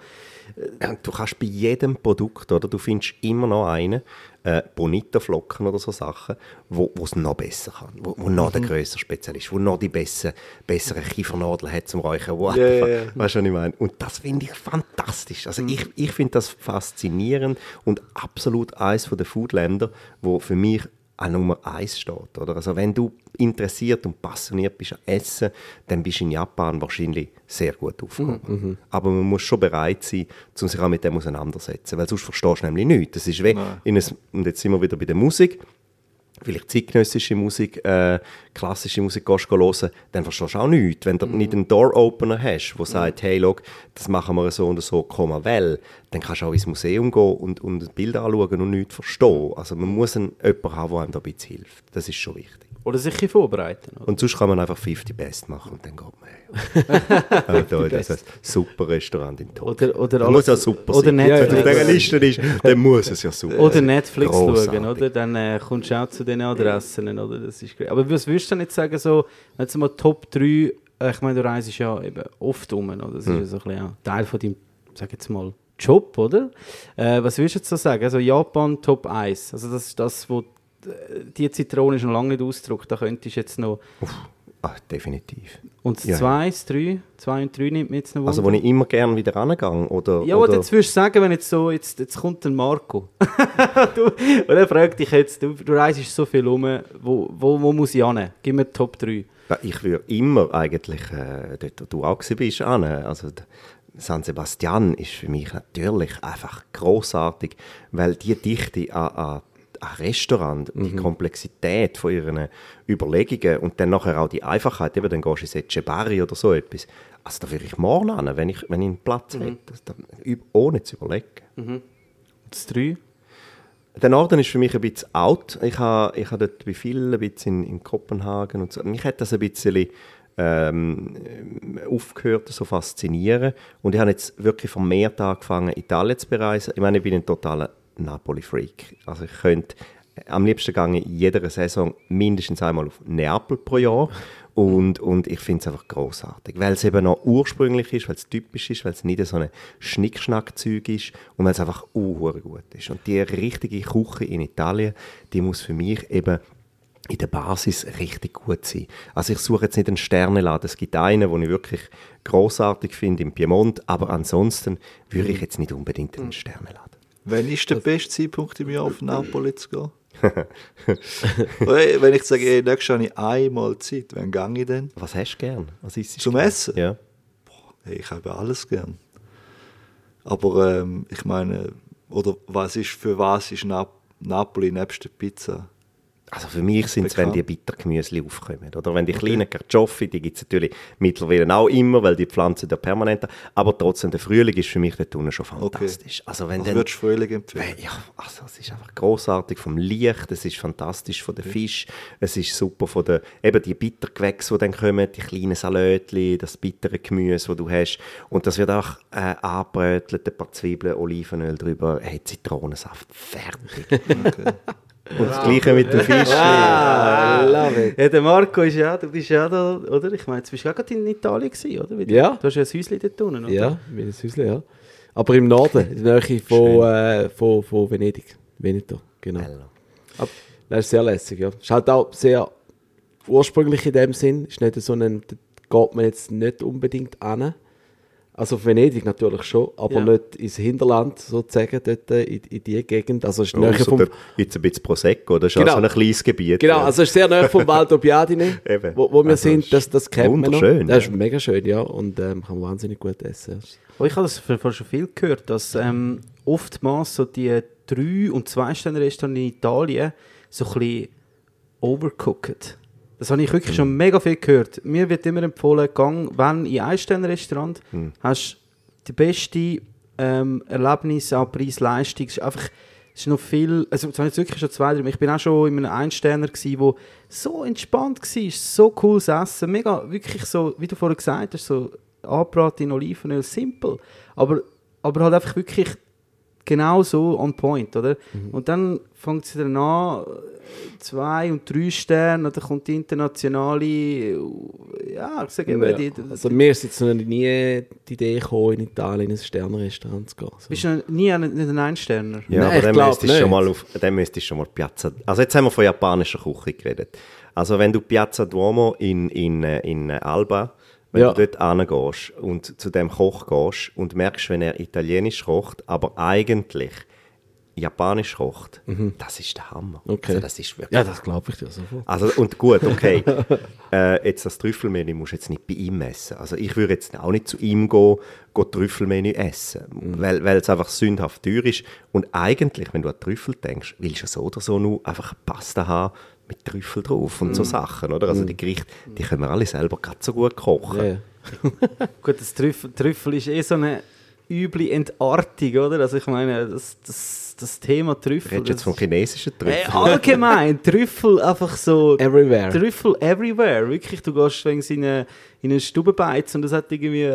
du kannst bei jedem Produkt, oder, du findest immer noch einen, Bonito-Flocken oder so Sachen, wo es noch besser kann, wo noch der grössere Spezialist, wo noch die bessere Kiefernadeln hat zum Räuchern. Weißt du, was ich meine? Und das finde ich fantastisch. Also ich finde das faszinierend und absolut eines der Foodländer, wo für mich an Nummer 1 steht. Oder? Also wenn du interessiert und passioniert bist an Essen, dann bist du in Japan wahrscheinlich sehr gut aufgehoben. Aber man muss schon bereit sein, um sich auch mit dem auseinandersetzen, weil sonst verstehst du nämlich nichts. Das ist wie und jetzt sind wir wieder bei der Musik, vielleicht zeitgenössische Musik, klassische Musik gehst hören, dann verstehst du auch nichts. Wenn du nicht einen Door-Opener hast, der sagt, hey, schau, das machen wir so und so, weil, dann kannst du auch ins Museum gehen und Bilder anschauen und nichts verstehen. Also man muss jemanden haben, der einem da ein bisschen hilft. Das ist schon wichtig. Oder sich ein vorbereiten. Oder? Und sonst kann man einfach 50 Best machen und dann geht man da das ist ein super Restaurant in Tokio. Oder muss ja super oder sein. Netflix. Wenn es auf dieser Liste ist, dann muss es ja super sein. Oder Netflix Grossartig. schauen, oder? Dann kommst du auch zu den Adressen, oder? Das ist great. Aber was würdest du denn jetzt sagen, so, jetzt mal Top 3, ich meine, du reist ja eben oft um, oder? Das ist ja so ein bisschen auch Teil von deinem, sag jetzt mal, Job, oder? Was würdest du jetzt so sagen? Also Japan Top 1, also das ist das, wo die Zitrone ist noch lange nicht ausgedruckt, da könntest du jetzt noch... definitiv. Und das 2, das 3, 2 und 3 nimmt mir jetzt noch Wunder. Also wo ich immer gerne wieder rangehe, oder? Ja, oder jetzt würdest du sagen, wenn jetzt so, jetzt kommt ein Marco. Und er fragt dich jetzt, du reist so viel rum, wo muss ich hin? Gib mir Top 3. Ja, ich würde immer eigentlich, dort wo du auch bist, hin. Also San Sebastian ist für mich natürlich einfach grossartig, weil die Dichte an Restaurant, die Komplexität von ihren Überlegungen und dann nachher auch die Einfachheit, eben dann gehst du in Etxebarri oder so etwas. Also da würde ich morgen hin, wenn ich einen Platz hätte, ohne zu überlegen. Das 3? Der Norden ist für mich ein bisschen out. Ich habe dort bei vielen ein bisschen in Kopenhagen und so. Mich hat das ein bisschen aufgehört so faszinieren. Und ich habe jetzt wirklich vermehrt angefangen, Italien zu bereisen. Ich meine, ich bin ein totaler Napoli-Freak. Also ich könnte am liebsten gehe ich in jeder Saison mindestens einmal auf Neapel pro Jahr. Und ich finde es einfach grossartig, weil es eben noch ursprünglich ist, weil es typisch ist, weil es nicht so ein Schnickschnack-Zeug ist und weil es einfach gut ist. Und die richtige Küche in Italien, die muss für mich eben in der Basis richtig gut sein. Also ich suche jetzt nicht einen Sternenladen. Es gibt einen, den ich wirklich grossartig finde, im Piemont, aber ansonsten würde ich jetzt nicht unbedingt einen Sternenladen. Wann ist der beste Zeitpunkt im Jahr, auf Napoli zu gehen? Wenn ich sage, nächstes Jahr habe ich einmal Zeit, wann gehe ich denn? Was hast du gern? Was isst Zum gern? Essen? Ja. Ich habe alles gern. Aber ich meine, oder was ist Napoli nebst der Pizza? Also für mich sind es, wenn die Bittergemüse aufkommen. Oder wenn die kleinen Carciofi, die gibt es natürlich mittlerweile auch immer, weil die pflanzen da permanent. Aber trotzdem, der Frühling ist für mich dort unten schon fantastisch. Okay. Also wenn würdest du Frühling empfehlen? Ja, also es ist einfach grossartig vom Licht, es ist fantastisch von den Fisch, es ist super von den, eben die Bittergewächse, die dann kommen, die kleinen Salätchen, das bittere Gemüse, das du hast. Und das wird auch angebrötelt, ein paar Zwiebeln, Olivenöl drüber, Zitronensaft, fertig. Okay. Und das Gleiche mit dem Fisch. Love it. Ja, der Marco ist ja, du bist ja da, oder? Ich meine, du bist ja gerade in Italien gewesen, oder? Ja. Du hast ja ein Häuschen dort unten, oder? Ja, ein Häuschen, ja. Aber im Norden, in der Nähe von Venedig. Veneto, genau. Das ist sehr lässig, ja. Ist halt auch sehr ursprünglich in dem Sinn. Ist nicht so da geht man jetzt nicht unbedingt hin. Also Venedig natürlich schon, aber nicht ins Hinterland sozusagen, dort in die Gegend. Also ist näher vom... Jetzt ein bisschen Prosecco, das ist genau. Also ein kleines Gebiet. Genau, also ist sehr näher vom Val d'Obiadene, wo wir also sind, das kennt man noch. Das ist mega schön, ja, und kann man wahnsinnig gut essen. Oh, ich habe das schon viel gehört, dass oftmals so die 3- und 2-Sterne-Restaurants in Italien so ein bisschen overcooked. Das habe ich wirklich schon mega viel gehört. Mir wird immer empfohlen, wenn in ein Sterne-Restaurant hast die beste Erlebnis an Preis-Leistung. Es ist noch viel, also das habe ich wirklich schon 2, 3. Ich bin auch schon in einem Einsterner gsi, wo so entspannt war, so cooles Essen, mega, wirklich so, wie du vorhin gesagt hast, so angebraten in Olivenöl, simpel, aber halt einfach wirklich genau so on point, oder? Und dann fängt es dann an, 2 und 3 Sterne, dann kommt die internationale, ja, ich sage immer... Also mir ist jetzt noch nie die Idee gekommen, in Italien in ein Sternenrestaurant zu gehen. So. Bist du nie nicht ein Einsterner? Ja, nein, aber dann müsstest du schon mal Piazza... Also jetzt haben wir von japanischer Küche geredet. Also wenn du Piazza Duomo in Alba, wenn du dort hingehst und zu dem Koch gehst und merkst, wenn er italienisch kocht, aber eigentlich japanisch kocht, das ist der Hammer. Okay. Also das ist wirklich... Ja, das glaube ich dir sofort. Also, und gut, okay. Jetzt das Trüffelmenü musst du jetzt nicht bei ihm essen. Also ich würde jetzt auch nicht zu ihm gehen Trüffelmenü essen, weil es einfach sündhaft teuer ist. Und eigentlich, wenn du an Trüffel denkst, willst du so oder so nur einfach Pasta haben mit Trüffel drauf und so Sachen, oder? Also die Gerichte, die können wir alle selber gerade so gut kochen. Yeah. Gut, das Trüffel ist so eine üble Entartung, oder? Also ich meine, das Thema Trüffel... Redest du jetzt vom chinesischen Trüffel? Allgemein, Trüffel einfach so... Everywhere. Trüffel everywhere, wirklich. Du gehst in eine Stubenbeiz und es hat irgendwie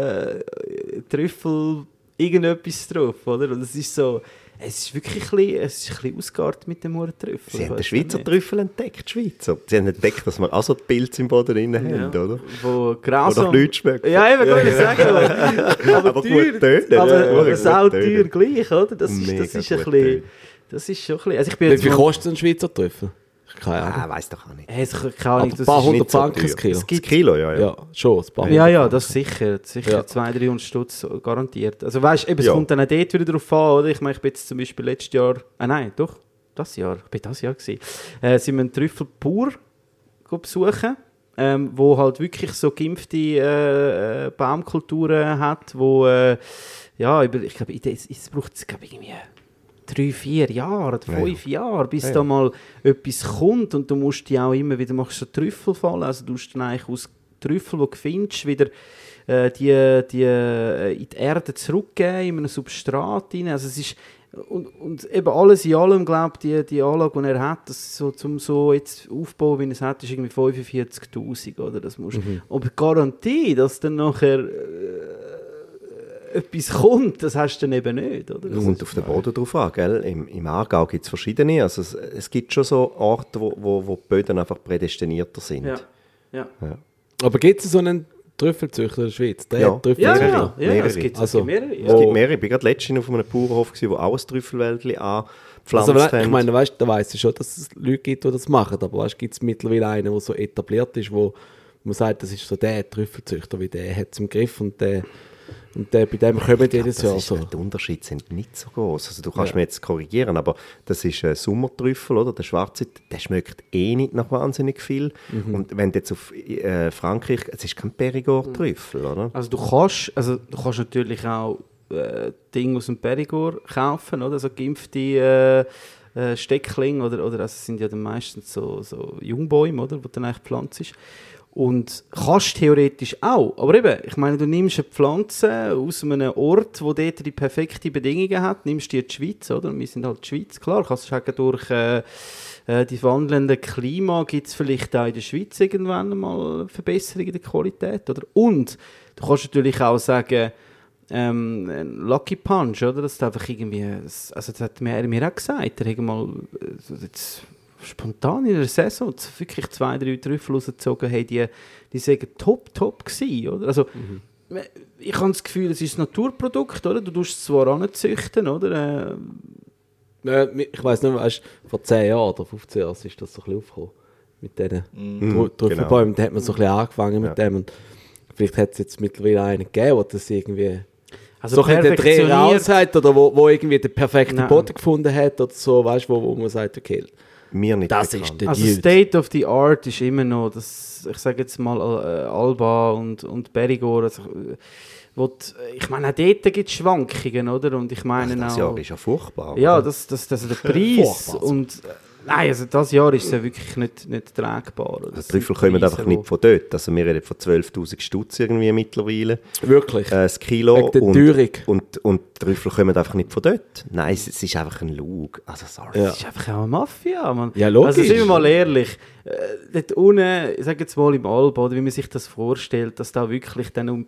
Trüffel irgendetwas drauf, oder? Und es ist so... Es ist wirklich ein bisschen ausgeartet mit dem Trüffel. Sie haben den Schweizer Trüffel entdeckt, Schweizer. Sie haben entdeckt, dass wir auch so die Pilze im Boden drin haben, oder? Wo grausam... Oder nichts schmeckt. Ja, eben, kann ich sagen. Aber teuer, gut tönen. Aber sau teuer gleich, oder? Das ist ein bisschen... Das ist schon ein bisschen... Also ich bin wie viel kostet ein Schweizer Trüffel? Keine Ahnung. Weiss doch auch nicht. Keine Ahnung. Ein paar hundert Franken das Kilo. Das Kilo, ja. Ja, schon. Ein paar Ja, das sicher. Sicher 200-300 Stutz garantiert. Also weißt du, es kommt dann auch dort wieder drauf an, oder? Ich meine, ich bin jetzt zum Beispiel letztes Jahr... das Jahr. Ich bin das Jahr gewesen. Sind wir einen Trüffel pur besuchen, wo halt wirklich so geimpfte Baumkulturen hat, wo ich glaube, es braucht irgendwie 3-4 Jahre oder 5 Jahre, bis da mal etwas kommt, und du musst die auch immer wieder so Trüffel fallen, also du musst dann eigentlich aus Trüffel, die du findest, wieder die in die Erde zurückgeben, in einem Substrat rein. Also es ist Und eben alles in allem, glaube ich, die Anlage, die er hat, das so, zum so jetzt aufbauen, wie er es hat, ist irgendwie 45'000, oder? Das musst, aber die Garantie, dass dann nachher etwas kommt, das hast du dann eben nicht, oder? Das und auf den Boden drauf an, gell? Im Aargau gibt es verschiedene, also es gibt schon so Orte, wo die Böden einfach prädestinierter sind. Ja. Aber gibt es so einen Trüffelzüchter in der Schweiz? Ja. Ja, Mehrere. es gibt Also, mehrere. Es gibt mehrere. Ich war gerade letztens auf einem Bauernhof, wo auch ein Trüffelwäldchen angepflanzt also, haben. ich meine, weißt, da weiss ich schon, dass es Leute gibt, die das machen, aber gibt es mittlerweile einen, der so etabliert ist, wo man sagt, das ist so der Trüffelzüchter, wie der hat es im Griff und bei dem kommen jedes Jahr so. Die Unterschiede sind nicht so groß. Also du kannst mich jetzt korrigieren, aber das ist ein Sommertrüffel, oder? Der schwarze, der schmeckt eh nicht nach wahnsinnig viel. Und wenn du jetzt auf Frankreich, es ist kein Périgord-Trüffel, oder? Also du kannst natürlich auch Dinge aus dem Périgord kaufen, oder? So geimpfte Stecklinge, oder also es sind ja dann meistens so Jungbäume, oder? Wo dann eigentlich gepflanzt ist. Und kannst theoretisch auch. Aber eben, ich meine, du nimmst eine Pflanze aus einem Ort, wo dort die perfekten Bedingungen hat, nimmst die in die Schweiz, oder? Und wir sind halt die Schweiz, klar. Kannst du sagen, durch die wandelnde Klima gibt es vielleicht auch in der Schweiz irgendwann mal Verbesserungen in der Qualität, oder? Und du kannst natürlich auch sagen, ein Lucky Punch, oder? Das ist einfach irgendwie, also das hat mir auch gesagt, er hat mal jetzt spontan in der Saison wirklich 2-3 Trüffel rausgezogen haben, die sagen top gewesen, oder? Also, ich habe das Gefühl, es ist ein Naturprodukt, oder? Du tust es zwar anzüchten, oder? Ich weiss nicht, weißt, vor 10 Jahren oder 15 Jahren ist das so ein bisschen aufgekommen mit diesen Trüffelbäumen. Da hat man so ein bisschen angefangen mit dem und vielleicht hat es jetzt mittlerweile einen gegeben, der das irgendwie Also so ein der Dreh raus hat oder wo irgendwie den perfekten Boden gefunden hat oder so, weißt, wo man sagt, okay, mir nicht das bekannt. ist der Also Dude. State of the Art ist immer noch, das, ich sage jetzt mal Alba und Périgord, also, ich meine, auch dort gibt es Schwankungen, oder? Und ich meine Das auch... Jahr ist ja furchtbar. Ja, oder? das der Preis und... Nein, also das Jahr ist es ja wirklich nicht tragbar. Die Trüffel kommen einfach nicht von dort. Also wir reden von 12'000 Stutz irgendwie mittlerweile. Wirklich? Das Kilo. Wegen der Teuerung. Und die Trüffel kommen einfach nicht von dort. Nein, es ist einfach ein Lug. Also sorry. Es ist einfach auch eine Mafia, Mann. Ja, logisch. Also sind wir mal ehrlich, dort unten, ich sage jetzt mal im Alba, oder wie man sich das vorstellt, dass da wirklich dann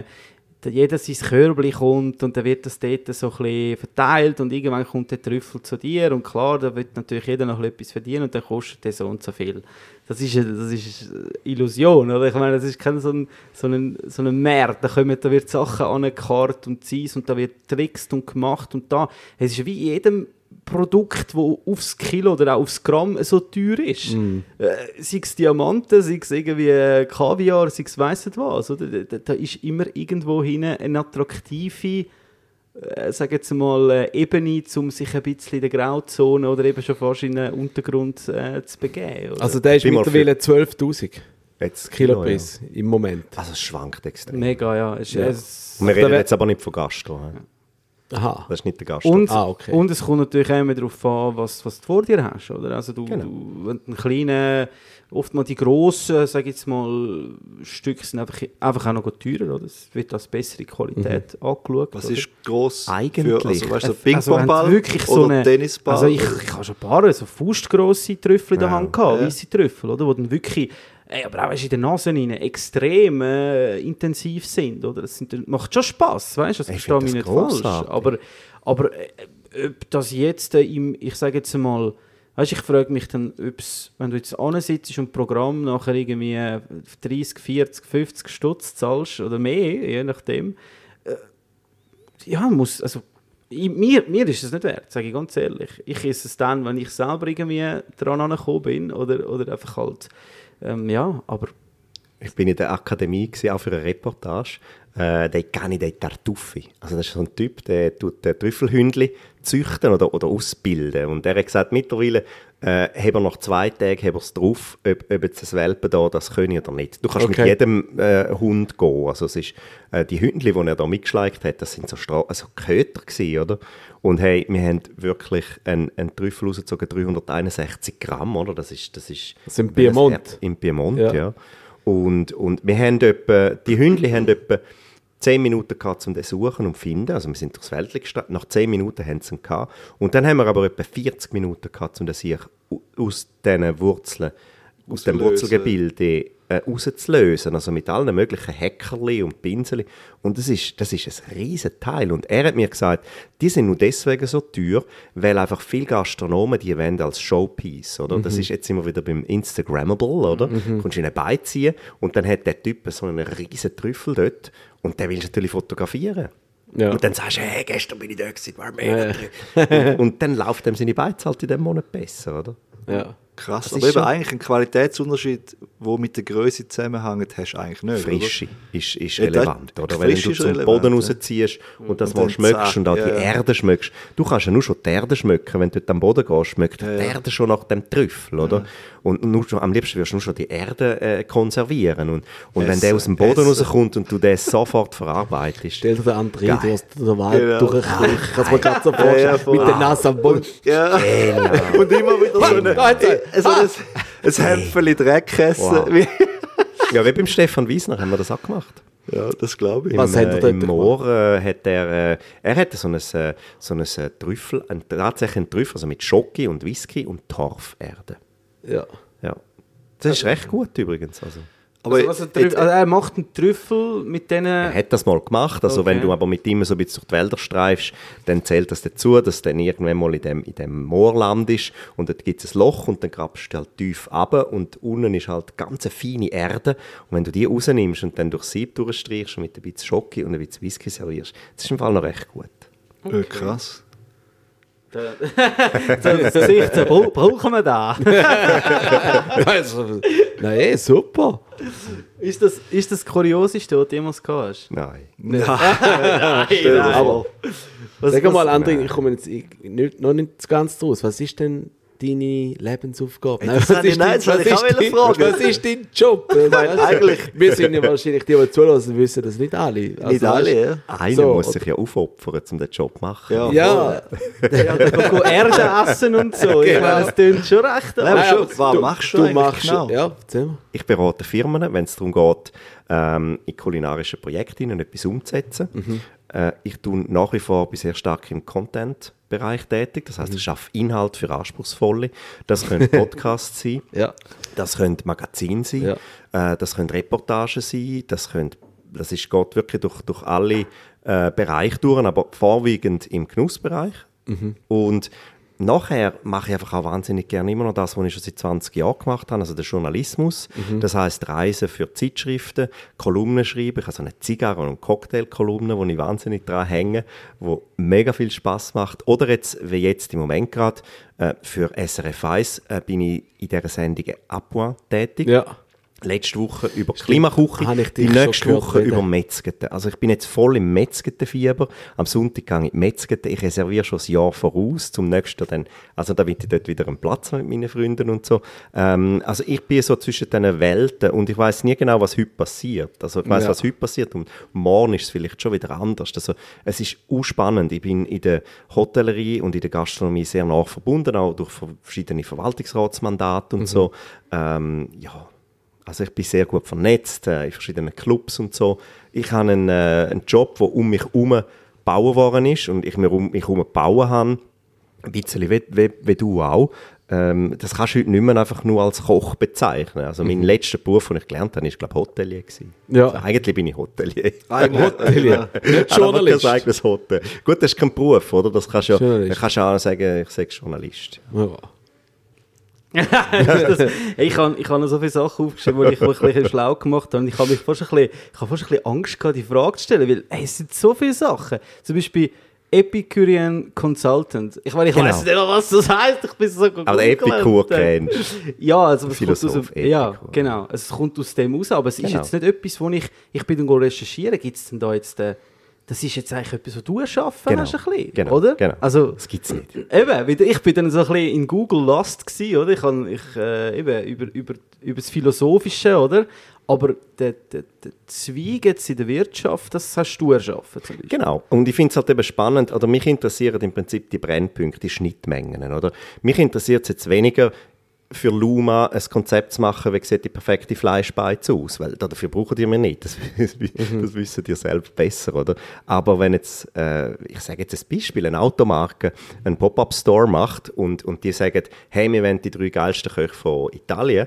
jeder sein Körbchen kommt und dann wird das dort so ein bisschen verteilt und irgendwann kommt der Trüffel zu dir und klar, da wird natürlich jeder noch etwas verdienen und dann kostet der so und so viel. Das ist Illusion, oder? Ich meine, das ist kein so ein Markt, da wird Sachen angekarrt und Zeis und da wird getrickst und gemacht und da. Es ist wie in jedem Produkt, das aufs Kilo oder auch aufs Gramm so teuer ist. Sei es Diamanten, sei es irgendwie Kaviar, sei es weiss nicht was. Oder? Da ist immer irgendwo hin eine attraktive sage jetzt mal, Ebene, um sich ein bisschen in der Grauzone oder eben schon fast in den Untergrund zu begeben. Oder? Also der ist mittlerweile 12'000 jetzt Kilopreis im Moment. Also es schwankt extrem. Mega, ja. Und wir reden jetzt aber nicht von Gastro. Aha. Das ist nicht der Gastro. Und, und es kommt natürlich auch immer darauf an, was du vor dir hast. Oder? Also wenn du einen kleinen, oft mal die grossen, sage ich jetzt mal, Stücke sind einfach auch noch teurer. Oder? Es wird als bessere Qualität angeschaut. Was oder? ist gross eigentlich? Für, also, weißt du, Also Ping-Pong-Ball wirklich so oder eine, Tennisball? Also ich habe schon ein paar so faustgrosse Trüffel in der Hand gehabt, weisse Trüffel, oder? Die dann wirklich, aber auch in der Nase rein, extrem intensiv sind. Oder? Das macht schon Spass, weißt du? Das verstehe mich nicht falsch. Aber ob das jetzt ich sage jetzt mal, weißt, ich frage mich dann, wenn du jetzt ansitzt und ein Programm nachher irgendwie 30, 40, 50 Stutz zahlst oder mehr, je nachdem, mir ist es nicht wert, sage ich ganz ehrlich. Ich esse es dann, wenn ich selber irgendwie dran angekommen bin oder einfach halt, aber... Ich bin in der Akademie gewesen, auch für eine Reportage. Der kann nicht den Tartuffi. Also das ist so ein Typ, der tut Trüffelhündli züchten oder ausbilden. Und er hat gesagt, mittlerweile haben wir nach 2 Tagen es drauf, ob jetzt das Welpen da das können oder nicht. Du kannst mit jedem Hund gehen. Also es ist, die Hündli, die er da mitgeschleicht hat, das sind so Köter gewesen, oder? Und hey, wir haben wirklich einen Trüffel rausgezogen, 361 Gramm, oder? Das ist im Piemont. Im Piemont, ja. Und wir haben die Hündli haben etwa 10 Minuten gehabt, um den zu suchen und zu finden. Also wir sind durchs Wäldchen gestanden. Nach 10 Minuten haben sie ihn gehabt. Und dann haben wir aber etwa 40 Minuten gehabt, um den sich aus diesen Wurzeln, aus dem Wurzelgebilde rauszulösen. Also mit allen möglichen Häckerli und Pinseln. Und das ist ein riesen Teil. Und er hat mir gesagt, die sind nur deswegen so teuer, weil einfach viele Gastronomen die wenden als Showpiece. Oder? Das ist jetzt immer wieder beim Instagrammable. Oder? Kommst du ihn beiziehen und dann hat der Typ so einen riesen Trüffel dort. Und den willst du natürlich fotografieren. Ja. Und dann sagst du, hey, gestern bin ich da gewesen, war mehr drin. Und dann läuft dem seine Beiz halt in diesem Monat besser, oder? Ja. Krass, aber eben eigentlich ein Qualitätsunterschied, der mit der Größe zusammenhängt, hast du eigentlich nicht. Frische ist relevant, oder? Wenn du zum Boden rausziehst und das mal schmeckst und auch die Erde schmeckst. Du kannst ja nur schon die Erde schmecken, wenn du dort am Boden gehst, schmeckt die Erde schon nach dem Trüffel, oder? Und nur schon, am liebsten wirst du nur schon die Erde konservieren. Und wenn der aus dem Boden rauskommt und du das sofort verarbeitest. Stell dir den André, du hast den Wald durchgekriegt. Kannst du mir gerade so vorstellen, mit der Nase am Boden. Ja. Und immer wieder so ein Hämpfchen Dreck essen. Wow. Ja, wie beim Stefan Wiesner haben wir das auch gemacht. Ja, das glaube ich. Was hat er im Moor hat er hat so ein Trüffel, tatsächlich ein Trüffel, also mit Schoki und Whisky und Torferde. Ja. Das ist recht gut übrigens. Aber er macht einen Trüffel mit denen... Er hat das mal gemacht, also wenn du aber mit ihm so ein bisschen durch die Wälder streifst, dann zählt das dazu, dass du dann irgendwann mal in dem Moor landest und dort gibt es ein Loch und dann grabst du halt tief runter und unten ist halt ganz eine feine Erde und wenn du die rausnimmst und dann durchs Sieb durchstreichst und mit ein bisschen Schoki und ein bisschen Whisky servierst, das ist im Fall noch recht gut. Okay. Krass. Das Gesicht, brauchen wir da? Nein, super. Ist das Kurioseste, was du jemals gehabt hast? Nein. Nein. Aber sag mal, André, ich komme jetzt noch nicht ganz draus. Was ist denn deine Lebensaufgabe? Was ist dein Job? Eigentlich, wir sind ja wahrscheinlich die zulassen, wissen das nicht alle. Also, nicht alle, ja. Einer muss sich ja aufopfern, um den Job zu machen. Ja. Dann Erde essen und so. Ich meine, das klingt schon recht. Was machst du eigentlich genau? Ja, erzähl mal. Ich berate Firmen, wenn es darum geht, in kulinarische Projekte etwas umzusetzen. Ich tue nach wie vor sehr stark im Content-Bereich tätig. Das heisst, ich schaffe Inhalt für Anspruchsvolle. Das können Podcasts sein, das können Magazine sein, das können Reportagen sein, geht wirklich durch alle Bereiche durch, aber vorwiegend im Genussbereich. Und nachher mache ich einfach auch wahnsinnig gerne immer noch das, was ich schon seit 20 Jahren gemacht habe, also den Journalismus. Das heisst Reisen für Zeitschriften, Kolumnen schreiben. Ich habe so eine Zigarre- und Cocktail-Kolumne, wo ich wahnsinnig dran hänge, die mega viel Spass macht. Oder jetzt, wie jetzt im Moment gerade, für SRF 1 bin ich in dieser Sendung Appoint tätig. Ja. Letzte Woche über Klimaküche, die nächste Woche über Metzgete. Also ich bin jetzt voll im Metzgete-Fieber. Am Sonntag gehe ich in die Metzgete. Ich reserviere schon ein Jahr voraus, zum nächsten dann, also da will ich dort wieder einen Platz mit meinen Freunden und so. Also ich bin so zwischen diesen Welten und ich weiß nie genau, was heute passiert. Also ich weiß, was heute passiert und morgen ist es vielleicht schon wieder anders. Also es ist spannend. Ich bin in der Hotellerie und in der Gastronomie sehr nah verbunden, auch durch verschiedene Verwaltungsratsmandate und so. Also ich bin sehr gut vernetzt in verschiedenen Clubs und so. Ich habe einen Job, der um mich herum gebaut worden ist und ich mich um mich herum gebaut habe. Ein bisschen wie du auch. Das kannst du heute nicht mehr einfach nur als Koch bezeichnen. Also mein letzter Beruf, den ich gelernt habe, war, glaube ich, Hotelier gewesen. Ja. Also eigentlich bin ich Hotelier. Hotelier, nicht Journalist. Kein eigenes Hotel. Gut, das ist kein Beruf, oder? Das kannst du ja auch sagen, ich sage Journalist. Ja. Ich habe noch so viele Sachen aufgeschrieben, die ich ein bisschen schlau gemacht habe. Und ich habe fast ein bisschen Angst gehabt, die Frage zu stellen, weil es sind so viele Sachen. Zum Beispiel Epicurean Consultant. Ich weiss nicht mehr, was das heisst. Ich bin so aber der Epikur kennst. Ja, also es kommt aus genau. Es kommt aus dem raus, aber es ist jetzt nicht etwas, wo ich bin dann recherchieren. Gibt es denn da jetzt das ist jetzt eigentlich etwas, was du erschaffen hast, ein bisschen, oder? Genau. Also, das gibt es nicht. Eben, ich bin dann so ein bisschen in Google Lost gewesen, oder? Über das Philosophische, oder? Aber der Zweig jetzt in der Wirtschaft, das hast du erschaffen. Genau. Und ich finde es halt eben spannend, oder mich interessieren im Prinzip die Brennpunkte, die Schnittmengen, oder? Mich interessiert es jetzt weniger, für Luma ein Konzept zu machen, wie sieht die perfekte Fleischbeiz aus, weil dafür brauchen die mir nicht, das wissen die selber besser, oder? Aber wenn jetzt, ich sage jetzt ein Beispiel, eine Automarke einen Pop-Up-Store macht und die sagen, hey, wir wollen die 3 geilsten Köche von Italien,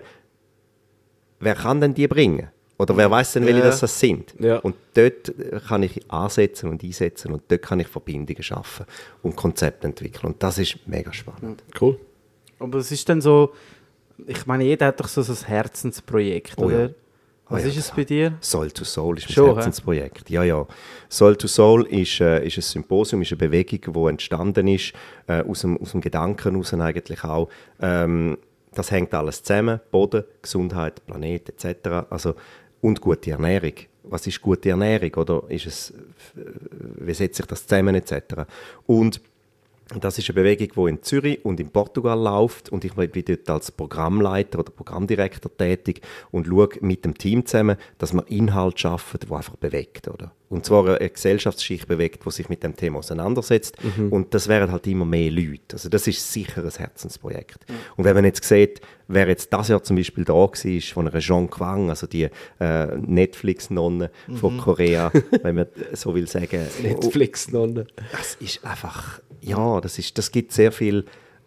wer kann denn die bringen? Oder wer weiß denn, welche das sind? Ja. Und dort kann ich ansetzen und einsetzen und dort kann ich Verbindungen schaffen und Konzepte entwickeln. Und das ist mega spannend. Cool. Aber es ist dann so, ich meine, jeder hat doch so ein Herzensprojekt, Oh ja. oder? Was ist es bei dir? Soul to Soul ist mein Schon, Herzensprojekt. Ja. Soul to Soul ist ein Symposium, ist eine Bewegung, die entstanden ist, aus dem Gedanken heraus eigentlich auch. Das hängt alles zusammen, Boden, Gesundheit, Planet etc. Also, und gute Ernährung. Was ist gute Ernährung? Oder ist es, wie setzt sich das zusammen etc.? Und das ist eine Bewegung, die in Zürich und in Portugal läuft und ich bin dort als Programmleiter oder Programmdirektor tätig und schaue mit dem Team zusammen, dass wir Inhalt schaffen, der einfach bewegt, oder? Und zwar eine Gesellschaftsschicht bewegt, die sich mit dem Thema auseinandersetzt und das wären halt immer mehr Leute. Also das ist sicher ein Herzensprojekt. Und wenn man jetzt sieht, wer jetzt das Jahr zum Beispiel da war, von einer Jean Kwang, also die Netflix-Nonne von Korea, wenn man so will sagen. Netflix-Nonne. Das ist einfach, ja, das gibt sehr viel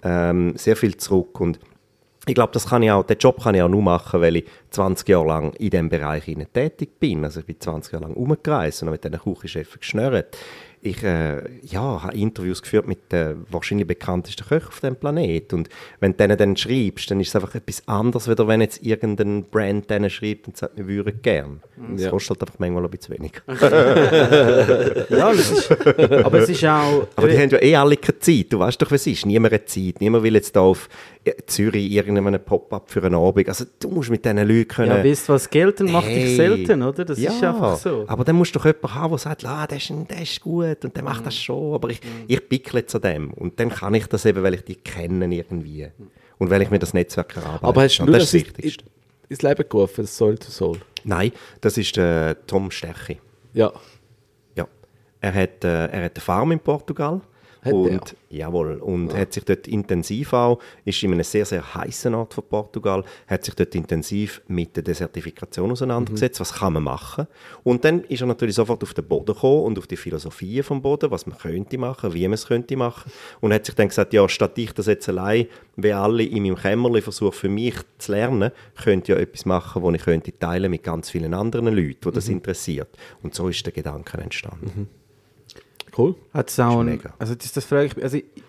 zurück und ich glaube, den Job kann ich auch nur machen, weil ich 20 Jahre lang in diesem Bereich tätig bin. Also ich bin 20 Jahre lang rumgereist und habe mit diesen Küchenchefs geschnurrt. Ich habe Interviews geführt mit den wahrscheinlich bekanntesten Köchen auf diesem Planeten. Und wenn du denen dann schreibst, dann ist es einfach etwas anderes, als wenn jetzt irgendein Brand denen schreibt und sagt, wir würden gerne. Das kostet halt einfach manchmal ein bisschen weniger. Ja, aber es ist auch... Aber die haben ja alle keine Zeit. Du weißt doch, was es ist. Niemand hat Zeit. Niemand will jetzt da auf Zürich irgendeinen Pop-up für einen Abend. Also du musst mit diesen Leuten können... Ja, wisst was gelten macht dich selten, oder? Das ist einfach so. Aber dann musst du doch jemanden haben, der sagt, der ist gut und der macht das schon, aber ich pickle jetzt an dem. Und dann kann ich das eben, weil ich die kenne irgendwie. Und weil ich mir das Netzwerk erarbeite. Aber hast du das ist das Wichtigste. ins Leben gerufen, das Soul to Soul? Nein, das ist der Tom Sterchi. Ja. Ja. Er hat eine Farm in Portugal. Jawohl, und hat sich dort intensiv auch, ist in einem sehr, sehr heißen Ort von Portugal, hat sich dort intensiv mit der Desertifikation auseinandergesetzt, was kann man machen. Und dann ist er natürlich sofort auf den Boden gekommen und auf die Philosophie vom Boden, was man könnte machen, wie man es könnte machen. Und hat sich dann gesagt, ja, statt ich das jetzt allein, wie alle in meinem Kämmerlein versuche für mich zu lernen, könnte ich ja etwas machen, das ich könnte teilen mit ganz vielen anderen Leuten, die das interessiert. Und so ist der Gedanke entstanden. Cool. Hat's auch das frage ich mich,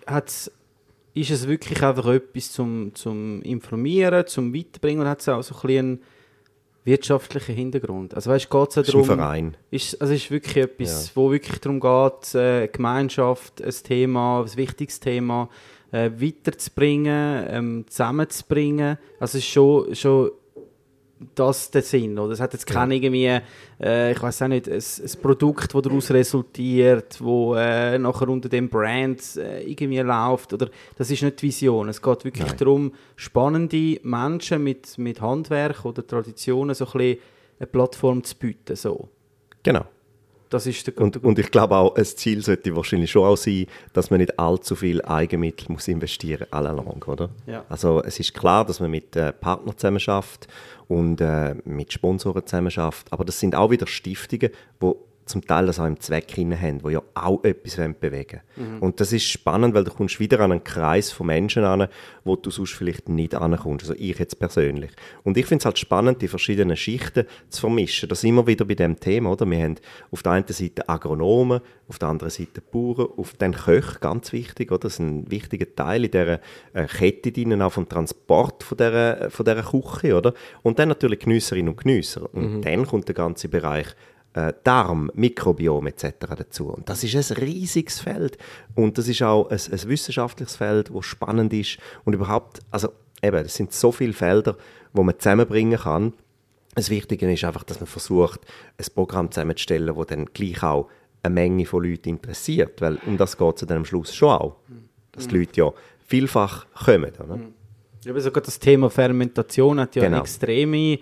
ist es wirklich einfach etwas zum Informieren, zum Weiterbringen und hat es auch so ein bisschen einen wirtschaftlichen Hintergrund? Also weißt, geht es ja darum... Ist ein Verein. Ist wirklich etwas, wo wirklich darum geht, Gemeinschaft, ein Thema, ein wichtiges Thema weiterzubringen, zusammenzubringen. Also es ist schon das der Sinn, oder? Es hat jetzt keine irgendwie, ich weiß auch nicht, ein Produkt, das daraus resultiert, wo nachher unter dem Brand irgendwie läuft, oder? Das ist nicht die Vision. Es geht wirklich darum, spannende Menschen mit Handwerk oder Traditionen so ein bisschen eine Plattform zu bieten, so. Genau. Das ist der und ich glaube auch, ein Ziel sollte wahrscheinlich schon auch sein, dass man nicht allzu viel Eigenmittel muss investieren muss, allalong, oder? Ja. Also es ist klar, dass man mit Partnern zusammenarbeitet und mit Sponsoren zusammenarbeitet, aber das sind auch wieder Stiftungen, die zum Teil das auch im Zweck hinein haben, die ja auch etwas bewegen wollen. Und das ist spannend, weil du kommst wieder an einen Kreis von Menschen an, wo du sonst vielleicht nicht ankommst, also ich jetzt persönlich. Und ich finde es halt spannend, die verschiedenen Schichten zu vermischen. Das sind wir wieder bei dem Thema, oder? Wir haben auf der einen Seite Agronomen, auf der anderen Seite Bauern, auf den Köche, ganz wichtig, oder? Das ist ein wichtiger Teil in dieser Kette drin, auch vom Transport von dieser Küche, oder? Und dann natürlich Geniesserinnen und Geniesser. Und dann kommt der ganze Bereich Darm, Mikrobiom etc. dazu. Und das ist ein riesiges Feld. Und das ist auch ein wissenschaftliches Feld, das spannend ist. Und überhaupt, also eben, es sind so viele Felder, die man zusammenbringen kann. Das Wichtige ist einfach, dass man versucht, ein Programm zusammenzustellen, das dann gleich auch eine Menge von Leuten interessiert. Weil um das geht es dann am Schluss schon auch. Dass die Leute ja vielfach kommen. Oder? Ja, aber sogar das Thema Fermentation hat ja eine extreme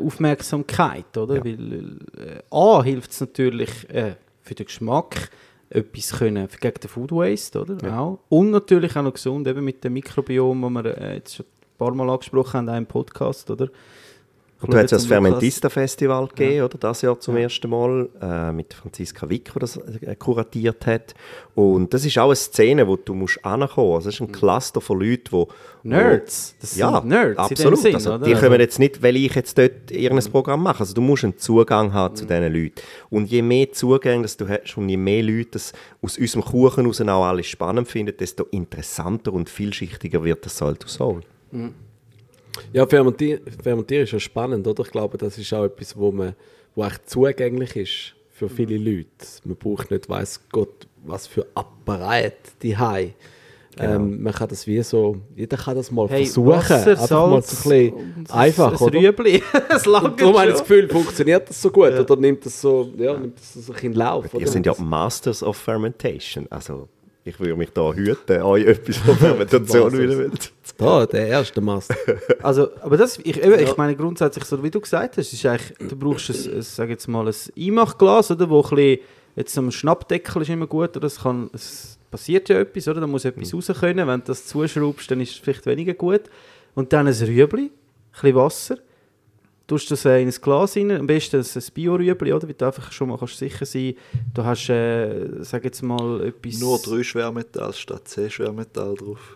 Aufmerksamkeit, oder? Ja. Weil A hilft es natürlich für den Geschmack, etwas können gegen den Food Waste, oder? Ja. Auch. Und natürlich auch noch gesund, eben mit dem Mikrobiom, das wir jetzt schon ein paar Mal angesprochen haben, auch im Podcast, oder? Und du hast ja das Fermentista-Festival gegeben, oder? Das Jahr zum ersten Mal, mit Franziska Wick, die das kuratiert hat. Und das ist auch eine Szene, wo du musst hinkommen. Also das ist ein Cluster von Leuten, die... Nerds. Das sind Nerds absolut. In dem Sinn, also, oder? die kommen jetzt nicht, weil ich jetzt dort irgendein Programm mache. Also du musst einen Zugang haben zu diesen Leuten. Und je mehr Zugänge das du hast und je mehr Leute das aus unserem Kuchen heraus auch alles spannend finden, desto interessanter und vielschichtiger wird das Soul to Soul. Mhm. Ja, Fermentieren ist ja spannend, oder? Ich glaube, das ist auch etwas, wo echt zugänglich ist für viele Leute. Man braucht nicht, weiss Gott, was für Apparat die haben. Genau. Man kann das wie so, jeder kann das mal versuchen. Wasser, einfach Salz, mal so ein bisschen einfach, ein Rüebli. Und darum habe ich das Gefühl, funktioniert das so gut? Ja. Oder nimmt das so in Lauf? Wir sind ja Masters of Fermentation, also... Ich würde mich da hüten, euch etwas von Fermentation wieder. Da, der erste Master. Also, aber ich meine grundsätzlich, so wie du gesagt hast, ist eigentlich, du brauchst ein Einmachglas, oder, wo ein bisschen, jetzt am Schnappdeckel ist immer gut, oder, es passiert ja etwas, oder, da muss etwas raus können, wenn du das zuschraubst, dann ist es vielleicht weniger gut. Und dann ein Rüebli, ein bisschen Wasser, tust das in ein Glas rein, am besten ein Bio-Rüebli, oder? Weil du einfach schon mal kannst sicher sein, du hast, sag jetzt mal, etwas... Nur 3 Schwermetall statt 10 Schwermetall drauf.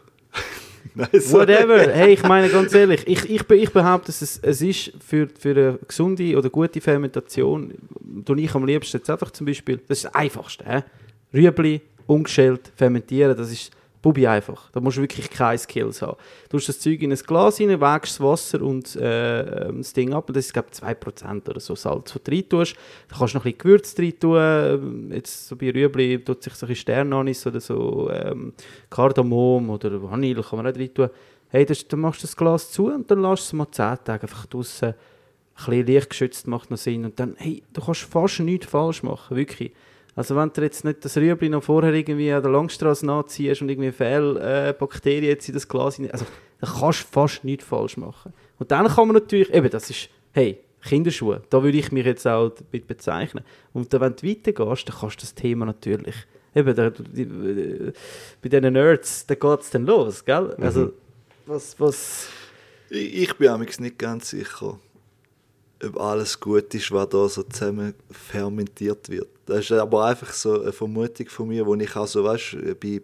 Whatever. Hey, ich meine ganz ehrlich, ich behaupte, es ist für eine gesunde oder gute Fermentation, tue ich am liebsten jetzt einfach zum Beispiel, das ist das Einfachste, Rüebli, ungeschält, fermentieren, das ist Bubi einfach. Da musst du wirklich keine Skills haben. Du tust das Zeug in ein Glas rein, wägst das Wasser und das Ding ab. Und das ist, glaube ich, 2% oder so Salz, das du rein tust. Da kannst du noch ein bisschen Gewürz rein tun. Jetzt so bei Rüebli tut sich so ein bisschen Sternanis oder so Kardamom oder Vanille kann man auch rein tun. Hey, dann machst du das Glas zu und dann lässt du es mal 10 Tage einfach draussen. Ein bisschen lichtgeschützt macht noch Sinn. Und dann, hey, du kannst fast nichts falsch machen, wirklich. Also wenn du jetzt nicht das Rüebli noch vorher irgendwie an der Langstrasse nachziehst und irgendwie Fehlbakterien jetzt in das Glas hinein, also dann kannst du fast nichts falsch machen. Und dann kann man natürlich, eben das ist, hey, Kinderschuhe, da würde ich mich jetzt auch damit bezeichnen. Und dann, wenn du weitergehst, dann kannst du das Thema natürlich, eben bei diesen Nerds, da geht es dann los, gell? Also, was... Ich bin mir nicht ganz sicher, ob alles gut ist, was da so zusammen fermentiert wird. Das ist aber einfach so eine Vermutung von mir, die ich auch so, weißt,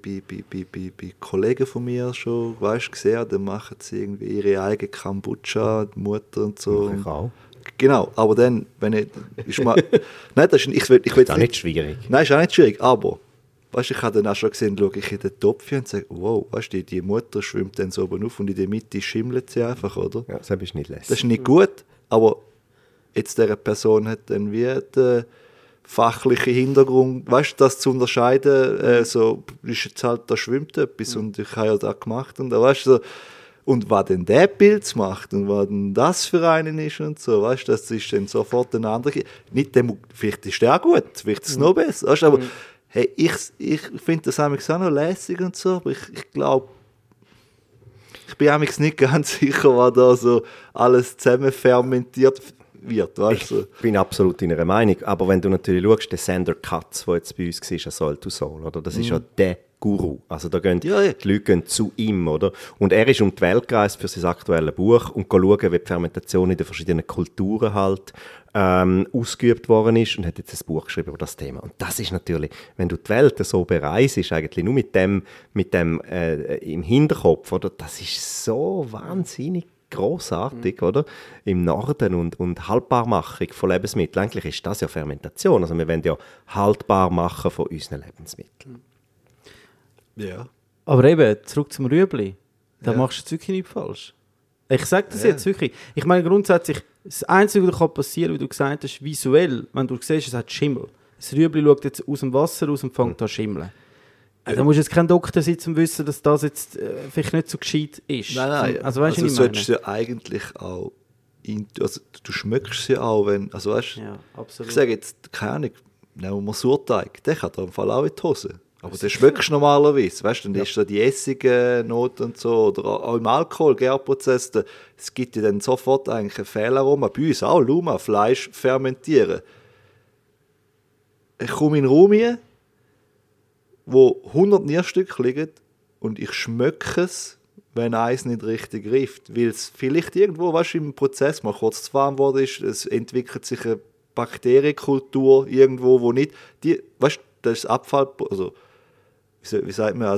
bei Kollegen von mir schon, weißt, gesehen habe, dann machen sie irgendwie ihre eigene Kombucha, die Mutter und so. Ich auch. Genau, aber dann, wenn ich, ist mal, nein, das ist, ich will auch nicht schwierig. Nein, ist auch nicht schwierig, aber, weißt, ich habe dann auch schon gesehen, schaue ich in den Topf und sage, wow, weißt du, die Mutter schwimmt dann so oben auf und in der Mitte schimmelt sie einfach, oder? Ja, das ist nicht lässig. Das ist nicht gut, aber jetzt diese Person hat dann wie den fachlichen Hintergrund, weißt du, das zu unterscheiden, so ist jetzt halt, da schwimmt etwas und ich habe ja das gemacht und da, weißt du, so, und was denn der Pilz macht und was denn das für einen ist und so, weißt du, das ist dann sofort ein anderer, nicht dem, vielleicht ist der auch gut, vielleicht ist es noch besser, weißt du, aber hey, ich finde das auch noch lässig und so, aber ich glaube, ich bin auch nicht ganz sicher, was da so alles zusammen fermentiert wird, weißt du? Ich bin absolut deiner Meinung, aber wenn du natürlich schaust, der Sander Katz, der jetzt bei uns war, ein Soul to Soul, oder? Das ist ja der Guru, also da gehen die Leute gehen zu ihm, oder? Und er ist um die Welt gereist für sein aktuelles Buch und schauen, wie die Fermentation in den verschiedenen Kulturen halt ausgeübt worden ist und hat jetzt ein Buch geschrieben über das Thema. Und das ist natürlich, wenn du die Welt so bereist, ist eigentlich nur mit dem im Hinterkopf, oder? Das ist so wahnsinnig grossartig, oder? Im Norden und Haltbarmachung von Lebensmitteln. Eigentlich ist das ja Fermentation. Also wir wollen ja haltbar machen von unseren Lebensmitteln. Ja. Aber eben, zurück zum Rüebli. Da machst du wirklich nichts falsch. Ich sage das jetzt wirklich. Ich meine grundsätzlich, das Einzige, was passieren kann, wie du gesagt hast, visuell, wenn du siehst, es hat Schimmel. Das Rüebli schaut jetzt aus dem Wasser raus und fängt an zu schimmeln. Da musst du jetzt kein Doktor sein, um zu wissen, dass das jetzt vielleicht nicht so gescheit ist. Nein. Also weißt du, also solltest du ja eigentlich auch, also du schmeckst sie auch, wenn, also weißt du, ich sage jetzt, keine Ahnung, nehmen wir Sauerteig, der kann da im Fall auch in die Hose. Aber den schmeckst du normalerweise, weißt du, dann ist da die Essignote und so, oder auch im Alkohol, Gärprozess, es gibt ja dann sofort eigentlich einen Fehlaroma, bei uns auch, Luma, Fleisch fermentieren. Ich komme in den Raum rein, wo 100 Nierstücke liegen und ich schmecke es, wenn eins nicht richtig riecht. Weil es vielleicht irgendwo, weißt du, im Prozess mal kurz zu warm geworden ist, es entwickelt sich eine Bakterienkultur irgendwo, wo nicht, weißt du, das ist Abfall, also wie sagt man,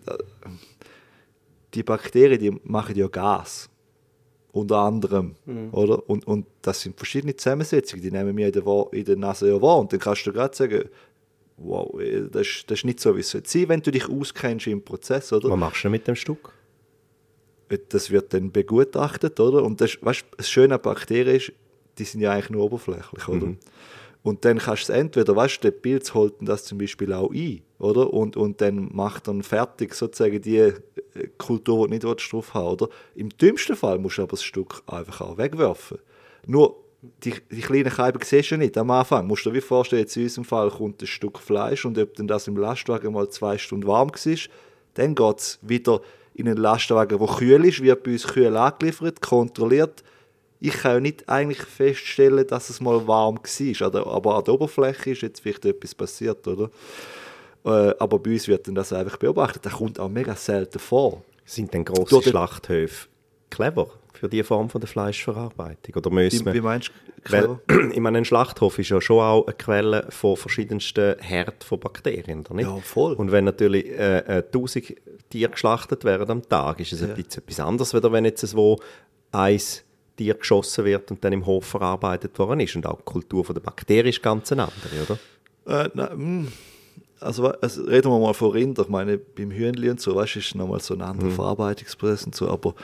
die Bakterien, die machen ja Gas. Unter anderem, oder? Und das sind verschiedene Zusammensetzungen, die nehmen wir in der Nase ja wahr. Und dann kannst du gerade sagen, wow, das ist nicht so, wie es sein sollte, wenn du dich auskennst im Prozess, oder? Was machst du mit dem Stück? Das wird dann begutachtet, oder? Und das Schöne an Bakterien ist, die sind ja eigentlich nur oberflächlich, oder? Und dann kannst du es entweder, weißt du, der Pilz holt das zum Beispiel auch ein, oder? Und dann macht dann fertig sozusagen die Kultur, die du nicht drauf haben, oder? Im dümmsten Fall musst du aber das Stück einfach auch wegwerfen. Nur, die kleinen Scheiben siehst du nicht am Anfang. Musst du dir wie vorstellen, jetzt in unserem Fall kommt ein Stück Fleisch und ob dann das im Lastwagen mal 2 Stunden warm war, dann geht es wieder in einen Lastwagen, der kühl ist, wird bei uns kühl angeliefert, kontrolliert. Ich kann ja nicht eigentlich feststellen, dass es mal warm war, aber an der Oberfläche ist jetzt vielleicht etwas passiert, oder? Aber bei uns wird dann das einfach beobachtet. Das kommt auch mega selten vor. Sind denn grosse Schlachthöfe clever für diese Form von der Fleischverarbeitung? Oder wie meinst du clever? Weil, ich meine, ein Schlachthof ist ja schon auch eine Quelle von verschiedensten Herden von Bakterien, oder nicht? Ja, voll. Und wenn natürlich 1000 Tiere geschlachtet werden am Tag, ist es etwas anderes, als wenn jetzt wo ein Tier geschossen wird und dann im Hof verarbeitet worden ist. Und auch die Kultur der Bakterien ist ganz eine andere, oder? Also reden wir mal von Rinder. Ich meine, beim Hühnli und so, weißt du, ist nochmal so ein anderer Verarbeitungsprozess und so. Aber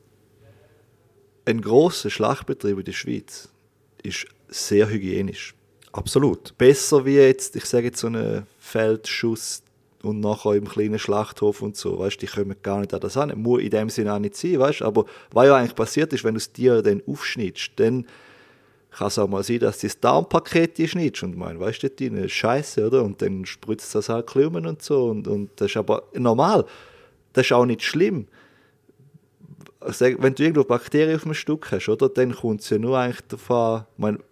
ein grosser Schlachtbetrieb in der Schweiz ist sehr hygienisch. Absolut. Besser wie jetzt, ich sage jetzt so einen Feldschuss und nachher im kleinen Schlachthof und so, weißt, die kommen gar nicht an das an. Muss in dem Sinne auch nicht sein, weißt, aber was ja eigentlich passiert ist, wenn du das Tier dann aufschnittst, dann kann es auch mal sein, dass du das Darmpaket schnittst und meinst, weißt du, das ist Scheiße, oder? Und dann spritzt das halt Klümen und so und das ist aber normal. Das ist auch nicht schlimm. Wenn du irgendwo Bakterien auf einem Stück hast, oder, dann kommt es ja nur eigentlich davon an,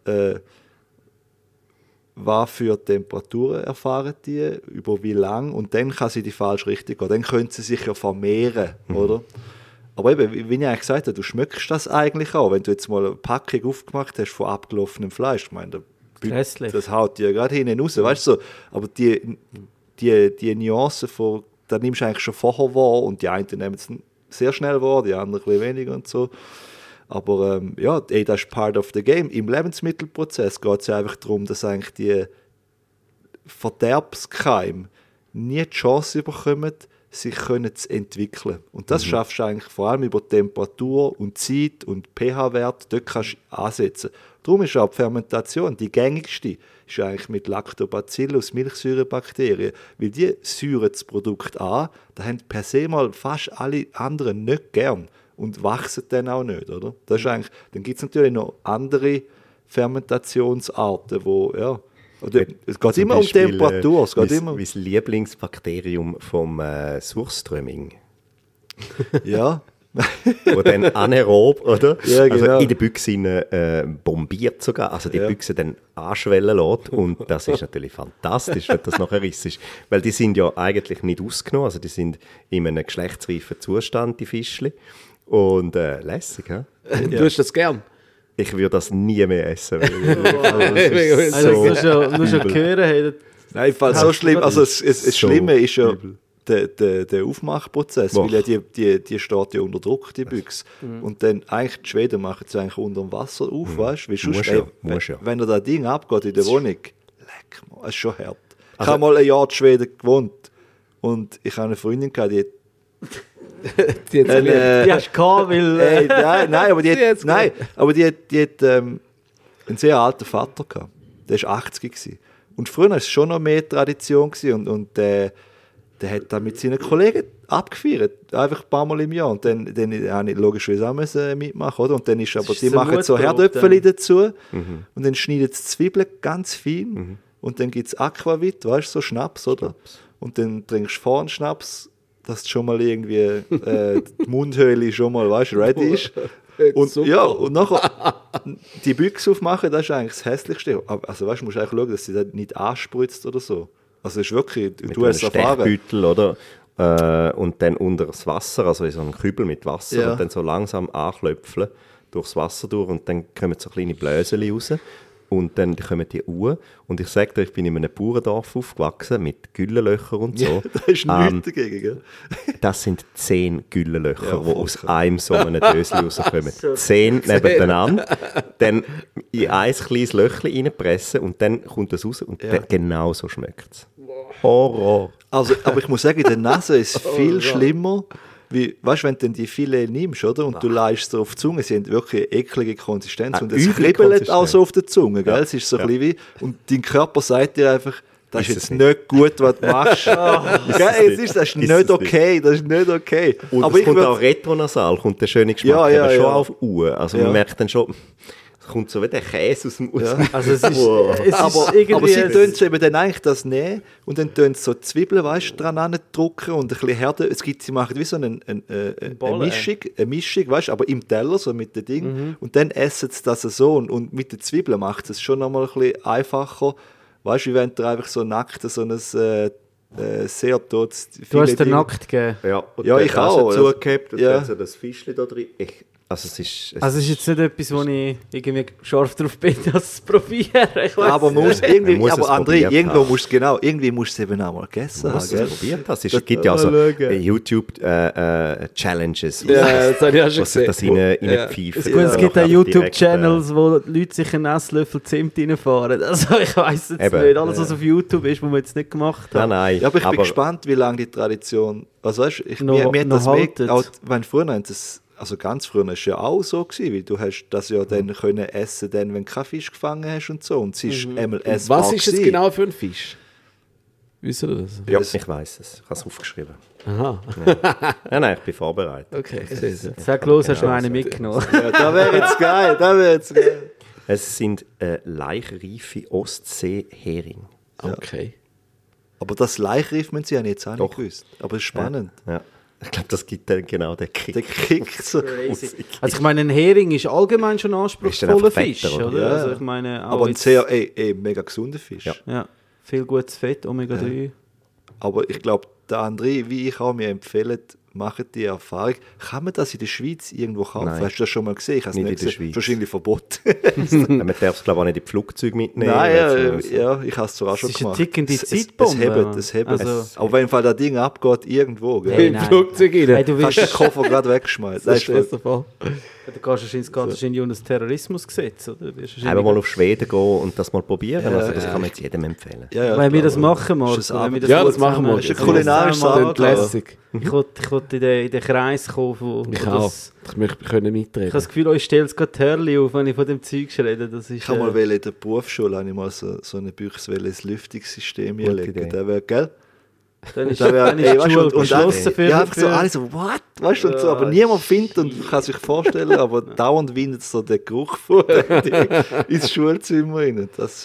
was für Temperaturen erfahren die, über wie lang, und dann kann sie in die falsche Richtung gehen. Dann können sie sich ja vermehren, oder? Aber eben, wie ich eigentlich gesagt habe, du schmeckst das eigentlich auch. Wenn du jetzt mal eine Packung aufgemacht hast von abgelaufenem Fleisch, ich meine, das haut dir gerade hinten raus, weißt du so. Aber die Nuancen von, da nimmst du eigentlich schon vorher wahr, und die einen nehmen es sehr schnell wahr, die anderen ein bisschen weniger und so. Aber ja, das ist part of the game. Im Lebensmittelprozess geht es ja einfach darum, dass eigentlich die Verderbskeime nie die Chance bekommen, sich zu entwickeln. Und das schaffst du eigentlich vor allem über Temperatur und Zeit und pH-Wert, dort kannst du ansetzen. Darum ist auch die Fermentation die gängigste, ist eigentlich mit Lactobacillus, Milchsäurebakterien, weil die säuren das Produkt an, da haben per se mal fast alle anderen nicht gern und wachsen dann auch nicht, oder? Das ist eigentlich, dann gibt es natürlich noch andere Fermentationsarten, wo, ja, oder, es geht immer Beispiel, um Temperatur. Es geht immer. Wie das Lieblingsbakterium vom Surströmming. Ja. Wo dann anaerob, oder? Ja, genau. Also in der Büchse bombiert sogar, also die Büchse dann anschwellen lässt, und das ist natürlich fantastisch, wenn das nachher ist. Weil die sind ja eigentlich nicht ausgenommen, also die sind in einem geschlechtsreifen Zustand, die Fischli. Und lässig, ja? Du hast das gern? Ich würde das nie mehr essen. Nur schon hören. Nein, so schlimm. Also das Schlimme ist ja der Aufmachprozess, weil ja die steht ja unter Druck, die Büchse. Und dann eigentlich die Schweden machen sie eigentlich unter dem Wasser auf, weißt du? Wenn das Ding abgeht in der Wohnung, leck mal, das ist schon hart. Ich habe mal ein Jahr in Schweden gewohnt und ich habe eine Freundin gehabt, die hast du gehabt, weil... aber die hat einen sehr alten Vater gehabt. Der war 80 gewesen. Und früher war es schon noch mehr Tradition gewesen, und der hat dann mit seinen Kollegen abgefeiert. Einfach ein paar Mal im Jahr. Und dann habe ich logischerweise auch mitmachen, oder? Und dann ist aber, die machen so Herdöpfel dazu, und dann schneiden sie Zwiebeln ganz fein, und dann gibt es Aquavit, weißt du, so Schnaps, oder? Und dann trinkst du vorne Schnaps, dass schon mal irgendwie die Mundhöhle schon mal, weißt, ready ist. Und, ja, und nachher die Büchse aufmachen, das ist eigentlich das Hässlichste. Also weißt, du musst eigentlich schauen, dass sie das nicht anspritzt oder so. Also es ist wirklich, mit du hast einem erfahren. Stechbeutel, oder? Und dann unter das Wasser, also in so einem Kübel mit Wasser, Ja. und dann so langsam anklöpfeln durchs Wasser durch und dann kommen so kleine Bläschen raus und dann kommen die Uhr. Und ich sage dir, ich bin in einem Bauerndorf aufgewachsen mit Güllenlöchern und so. Ja, da ist nichts dagegen, gell? Das sind 10 Güllenlöcher, Ja, die voll aus krass. einem so einem Döschen rauskommen. 10 nebeneinander, dann in ein kleines Löchchen reinpressen und dann kommt das raus und dann genau so schmeckt es. Horror. Also, aber ich muss sagen, in der Nase ist es viel schlimmer, wie, weißt du, wenn du dann die Filet nimmst, oder? Und du leist so auf die Zunge, sie haben wirklich eine eklige Konsistenz und es üble kribbelt auch Konsistenz. so auf der Zunge, gell? Es ist so ein bisschen wie, und dein Körper sagt dir einfach, das ist Ist jetzt es nicht gut, was du machst. Gell? Das ist nicht okay, das ist nicht okay. Und aber es kommt auch retronasal, kommt der schöne Geschmack Ja, ja, eben schon ja. auf Uhr. Also Ja. man merkt dann schon, es kommt so wie der Käse aus dem Also es ist, Wow. es aber ist irgendwie... aber sie tun so eben dann eigentlich das nehmen und dann tun sie so Zwiebeln, weißt, dran drücken und ein bisschen härter. Sie machen wie so eine Bolle. Mischung, weißt, aber im Teller, so mit dem Ding. Und dann essen sie das so. Und mit den Zwiebeln macht es schon nochmal ein bisschen einfacher. Weißt du, wie wenn du einfach so nackt so ein sehr totes Du hast den Filet- nackt gegeben. Ja, und Ja, dann ich hast du auch. zugehabt und Ja. dann so das Fischchen da drin. Also es ist... Also es ist jetzt nicht etwas, wo ich irgendwie scharf drauf bin, das zu probieren. Ich weiss Aber man muss nicht. irgendwie, Man muss aber es André, probiert irgendwo haben. musst du genau, irgendwie musst du es eben auch mal gegessen haben, was gell? probiert hast. Es gibt ja also YouTube-Challenges, Ja, das habe ich auch schon was sich das gesehen. reinpfeifen. Gut, es gibt auch Direkt, YouTube-Channels, wo die Leute sich einen Esslöffel Zimt reinfahren. Also ich weiss jetzt Eben. nicht, alles was auf YouTube ist, was wir jetzt nicht gemacht haben. Nein, Ja, aber ich bin gespannt, wie lange die Tradition. Also weißt, Noch mir hat das haltet. auch, wenn früher haben das, also ganz früher war es ja auch so gewesen, weil du hast das ja dann können essen, dann, wenn du keinen Fisch gefangen hast und so. Und es ist einmal essbar Was ist jetzt gewesen. genau für ein Fisch? Wisst ihr das? Ja, ich weiss es. Ich habe es aufgeschrieben. Aha, Nein, ich bin vorbereitet. okay. Ich sehe es. Sag los, hast du einen mitgenommen? Ja, das wäre jetzt geil, das wäre jetzt geil. Es sind laichreife Ostsee-Hering. Okay. Aber das Leichriff müssen sie ja jetzt auch nicht Doch. gewusst. Aber es ist spannend. Ja. Ich glaube, das gibt dann genau den Kick. Der kickt so. Also ich meine, ein Hering ist allgemein schon ein Ist dann anspruchsvoller einfach Fisch, fetter, oder? oder? Ja. Also ich meine, auch Aber ein jetzt- sehr, mega gesunder Fisch. Ja. ja, viel gutes Fett, Omega-3. Aber ich glaube, der André, wie ich auch mir empfehle, macht die Erfahrung. Kann man das in der Schweiz irgendwo kaufen? Nein. Hast du das schon mal gesehen? Ich habe es Nicht nicht in der gesehen. Schweiz. Wahrscheinlich verboten. Man darf es, glaube ich, auch nicht in die Flugzeuge mitnehmen. Nein, weil's ja, ich habe es zwar auch schon ist eine gemacht. tickende Es Zeitbombe, hebt, es hebt. also- Aber wenn das Ding abgeht, irgendwo, gell? Im Flugzeug rein. Hey, du Hast du den willst, Koffer gerade weggeschmeißen. Das ist der Fall. du gehst wahrscheinlich unter das Terrorismusgesetz, oder? Du wirst Eben wahrscheinlich- mal auf Schweden gehen und das mal probieren. Ja, Also das ja. kann man jetzt jedem empfehlen. Ja, ja, Wenn wir ich das glaube, machen, Marco, ist das wenn wir Ja, gut das machen wir. zusammen- Das ist ein wenn wir kulinarisches zusammen Abend. angehen. Lässig. Ich wollte in den Kreis kommen, wo Ich wo auch. das... Ich möchte können Ich habe mitreden. das Gefühl, euch stellt es gerade die Hörli auf, wenn ich von dem Zeug rede. Das ist, Ich habe mal in der Berufsschule habe ich mal so eine Büchswelle, ein Lüftungssystem Gute einlegen. Idee. Der wäre, gell? dann ist, Da wär, dann ist die Schule geschlossen für... ja, einfach so alle so, what? Weißt du, und so, aber niemand findet und kann sich vorstellen, aber dauernd windet so der Geruch von ins Schulzimmer rein. Das,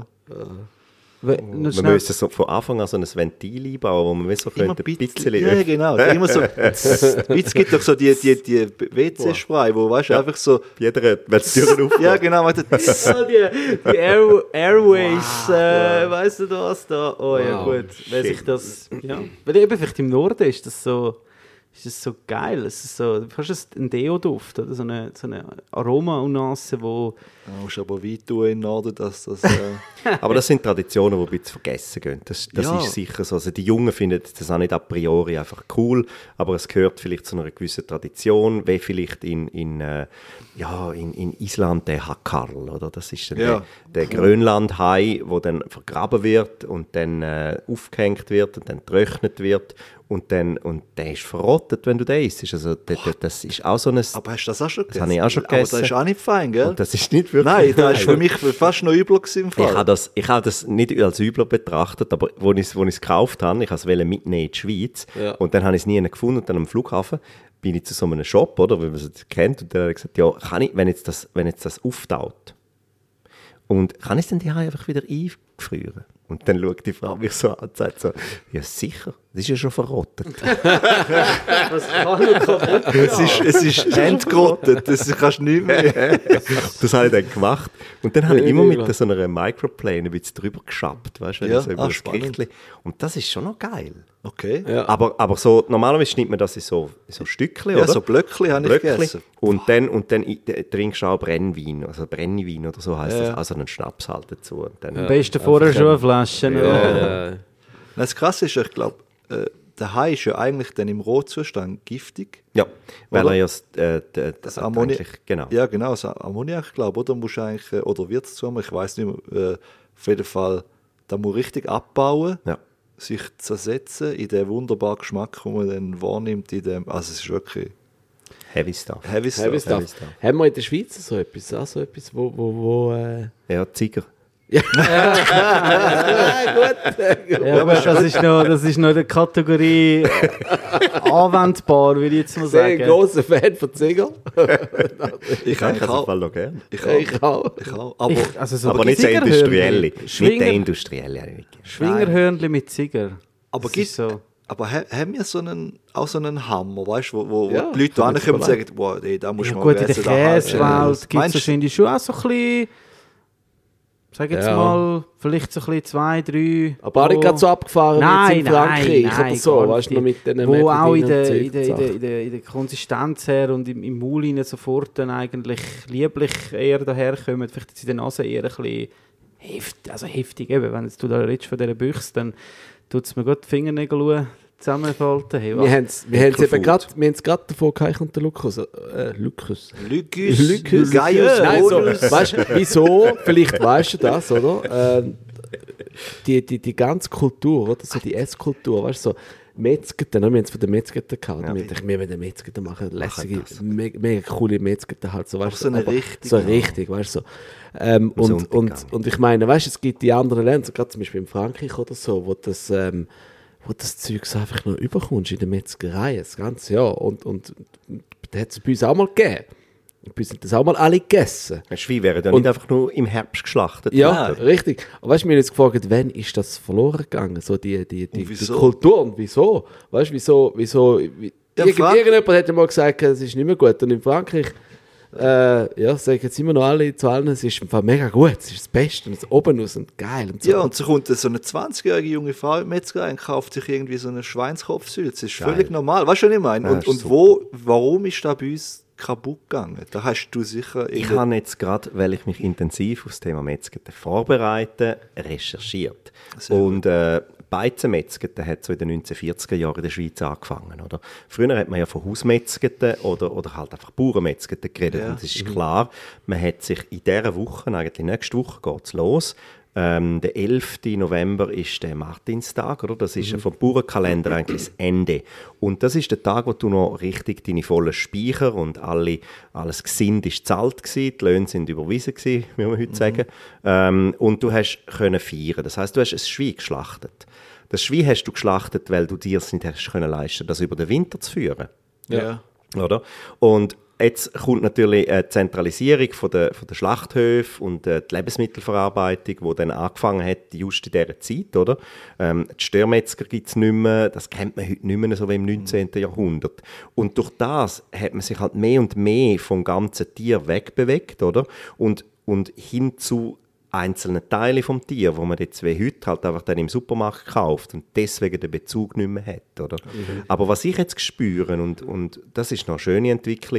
Noch Man schnell- müsste so von Anfang an so ein Ventil einbauen, wo man so immer könnte ein ein bisschen bisschen. Ja, genau. Immer so. Es gibt doch so die WC-Spray, wo, weißt du, einfach so. jeder, wenn die Türen auf. Ja, genau. macht das- Ah, die Airways, weißt du was da? Oh ja, Wow, gut. Wenn sich das, ja. Weil eben vielleicht im Norden ist das so geil. Es ist so fast ein Deo-Duft, oder? So eine Aroma-Unasse, wo... Da musst du aber weit tun im Norden, dass das. Aber das sind Traditionen, die ein bisschen vergessen gehen. Das Ja. ist sicher so. Also die Jungen finden das auch nicht a priori einfach cool, aber es gehört vielleicht zu einer gewissen Tradition, wie vielleicht in Island der Hakarl, oder? Das ist dann Ja. der Grönlandhai, der dann vergraben wird und dann aufgehängt wird und dann getrocknet wird und der ist verrottet, wenn du den isst. Also das ist auch so ein... Aber hast du das auch schon gegessen? habe ich auch schon Aber das gegessen. ist auch nicht fein, gell? Und das ist nicht wirklich... Nein, das ist für mich fast noch übler gewesen im Fall. Ich habe das nicht als übler betrachtet, aber als ich es gekauft habe, ich wollte es mitnehmen in die Schweiz Ja. und dann habe ich es nie gefunden und dann am Flughafen bin ich zu so einem Shop, oder, wie man es kennt, und dann habe ich gesagt, ja, kann ich, wenn jetzt das auftaut, und kann ich es dann die einfach wieder einfrieren? Und dann schaut die Frau mich so an und sagt so, ja sicher, das ist ja schon verrottet. Was kann nur kaputt Es ist entgrottet, das kannst du nicht mehr. Das habe ich dann gemacht. Und dann habe ich immer mit so einer Microplane ein bisschen drüber geschappt, weißt du, Ja, so über das spannend. Gerichtli. Und das ist schon noch geil. Okay. Ja. Aber so, normalerweise schneidet man das in so Stückchen, Ja, oder? so Blöckchen habe ich gegessen. Und dann trinkst du auch Brennwein, also Brenniwein oder so heisst das, also einen Schnaps halt dazu. Und dann, Am besten vorher schon eine Flasche. Das Krasse ist, ich glaube, der Hai ist ja eigentlich dann im Rohzustand giftig. Ja, weil Oder? er ja Das Ammoniak, eigentlich- genau. Ja, genau, das Ammoniak, glaube ich, oder musst du eigentlich, oder wird es zu haben, ich weiß nicht mehr, auf jeden Fall, da muss richtig abbauen, Ja. sich zersetzen in den wunderbaren Geschmack, den man dann wahrnimmt in dem, also es ist wirklich Heavy Stuff. heavy stuff. Heavy Stuff. Haben wir in der Schweiz so etwas? Auch so etwas, wo Ja, Ziger. gut. Ja, aber das ist noch in der Kategorie anwendbar, würde ich jetzt mal Sehr sagen. großer Fan von Ziger. Ich Kann ich eigentlich auf auch. Fall noch gerne. Ich auch. Ich auch. Aber Also so Aber nicht der Zigerhörnli. Industrielle. Nicht der Schwinger, Industrielle. habe ich nicht gerne. Schwingerhörnli mit Ziger. Aber Das gibt ist so. Aber haben wir auch so einen Hammer, weißt du, wo Ja, die Leute kann man ankommen und überlegen. sagen, wow, ey, da muss Ja, man gut, in der essen, da heißt- Käsewelt gibt es Meinst du? wahrscheinlich schon auch so ein bisschen, sag jetzt Ja. mal, vielleicht so ein bisschen 2, 3. Aber auch nicht gerade so abgefahren wie jetzt in Frankreich oder so, gar weißt du, noch mit nicht. den Wo auch Medellin in der Konsistenz her und im Maul rein sofort dann eigentlich lieblich eher daherkommen, vielleicht jetzt in der Nase eher ein bisschen heftig, eben, wenn jetzt du da redest von dieser Büchse, dann tut es mir gut die Fingernägel zusammenfalten. Hey, Wir haben es eben gerade davon gehabt, und der Lukas. Lycus, Lycus. Gaius, Nein, so, Bonus. weißt du, wieso? Vielleicht weißt du das, oder? Die ganze Kultur, oder? So die Esskultur, weißt du, so Metzgeten, wir haben es von den Metzgeten gehabt. Ja. Wir wollen den Metzgeten machen, lässige, mega coole Metzgeten halt. So, weißt so eine aber richtige, so ja. richtig, weißt du. Sonntag Und ich meine, weißt du, es gibt die anderen Länder, so gerade zum Beispiel in Frankreich oder so, wo das Zeug einfach noch überkommst in der Metzgerei, das ganze Jahr. Und da hat es bei uns auch mal gegeben. Und bei uns sind das auch mal alle gegessen. Ein Schwein wäre ja Und- nicht einfach nur im Herbst geschlachtet. Ja, worden. richtig. Und weißt du, wir haben uns gefragt, wann ist das verloren gegangen? So die wieso? Kultur und wieso? Weißt du, wieso? Ja, Frank- Irgendjemand hat ja mal gesagt, es ist nicht mehr gut. Und in Frankreich, sagen jetzt immer noch alle zu allen, es ist im Fall mega gut, es ist das Beste und es oben aus und geil. Und so. Ja, und so kommt so eine 20-jährige junge Frau in die Metzgerei und kauft sich irgendwie so einen Schweinskopfsülze. Das ist völlig normal. Weißt du, was ich meine? Ja, Und, ist und warum ist das bei uns kaputt gegangen? Da hast du sicher... Ich habe jetzt gerade, weil ich mich intensiv auf das Thema Metzgeten vorbereite, recherchiert. Und Beizenmetzgeten hat so in den 1940er Jahren in der Schweiz angefangen. Oder? Früher hat man ja von Hausmetzgeten oder halt einfach Bauernmetzgeten geredet. Ja. Und es ist klar, man hat sich in dieser Woche, eigentlich nächste Woche geht es los, der 11. November ist der Martinstag, oder? Das ist ja vom Bauernkalender eigentlich das Ende. Und das ist der Tag, wo du noch richtig deine vollen Speicher und alles Gesind ist gezahlt gewesen, die Löhne sind überwiesen gewesen, wie wir heute sagen. Und du hast können feiern. Das heisst, du hast ein Schwein geschlachtet. Das Schwein hast du geschlachtet, weil du dir es nicht hast können leisten, das über den Winter zu führen. Ja. Oder? Und jetzt kommt natürlich die Zentralisierung von der Schlachthöfe und die Lebensmittelverarbeitung, die dann angefangen hat, just in dieser Zeit. Oder? Die Störmetzger gibt es nicht mehr, das kennt man heute nicht mehr so wie im 19. Jahrhundert. Und durch das hat man sich halt mehr und mehr vom ganzen Tier wegbewegt, oder? Und hin zu einzelne Teile vom Tier, wo man jetzt wie heute halt einfach dann im Supermarkt kauft und deswegen den Bezug nicht mehr hat, oder? Aber was ich jetzt spüre, und das ist noch eine schöne Entwicklung,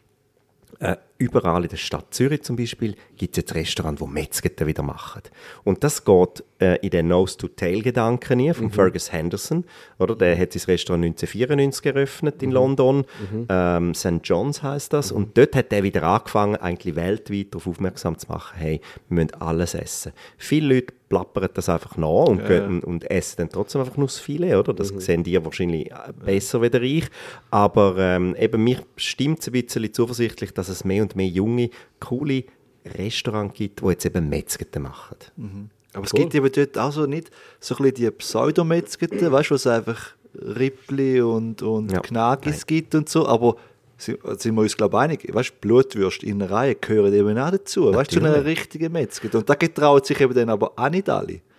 überall in der Stadt Zürich zum Beispiel gibt es jetzt Restaurants, die Metzgeten wieder machen. Und das geht in den Nose-to-Tail-Gedanken hier von Fergus Henderson. Oder? Der hat sein Restaurant 1994 eröffnet in London. St. John's heisst das. Und dort hat er wieder angefangen, eigentlich weltweit darauf aufmerksam zu machen, hey, wir müssen alles essen. Viele Leute plappern das einfach nach und essen dann trotzdem einfach nur das Filet, oder? Das sehen die wahrscheinlich besser wie ich. Aber eben mich stimmt es ein bisschen zuversichtlich, dass es mehr und mehr junge, coole Restaurants gibt, die jetzt eben Metzgeten machen. Aber es gibt eben dort auch so nicht so ein bisschen die Pseudometzgeten, weißt du, wo es einfach Rippli und Ja. Knagis gibt und so, aber sind wir uns, glaube ich, einig, weißt du, Blutwürste in Reihe gehören eben auch dazu, weißt du, zu einer richtigen Metzgete. Und da getrauen sich eben dann aber auch nicht alle.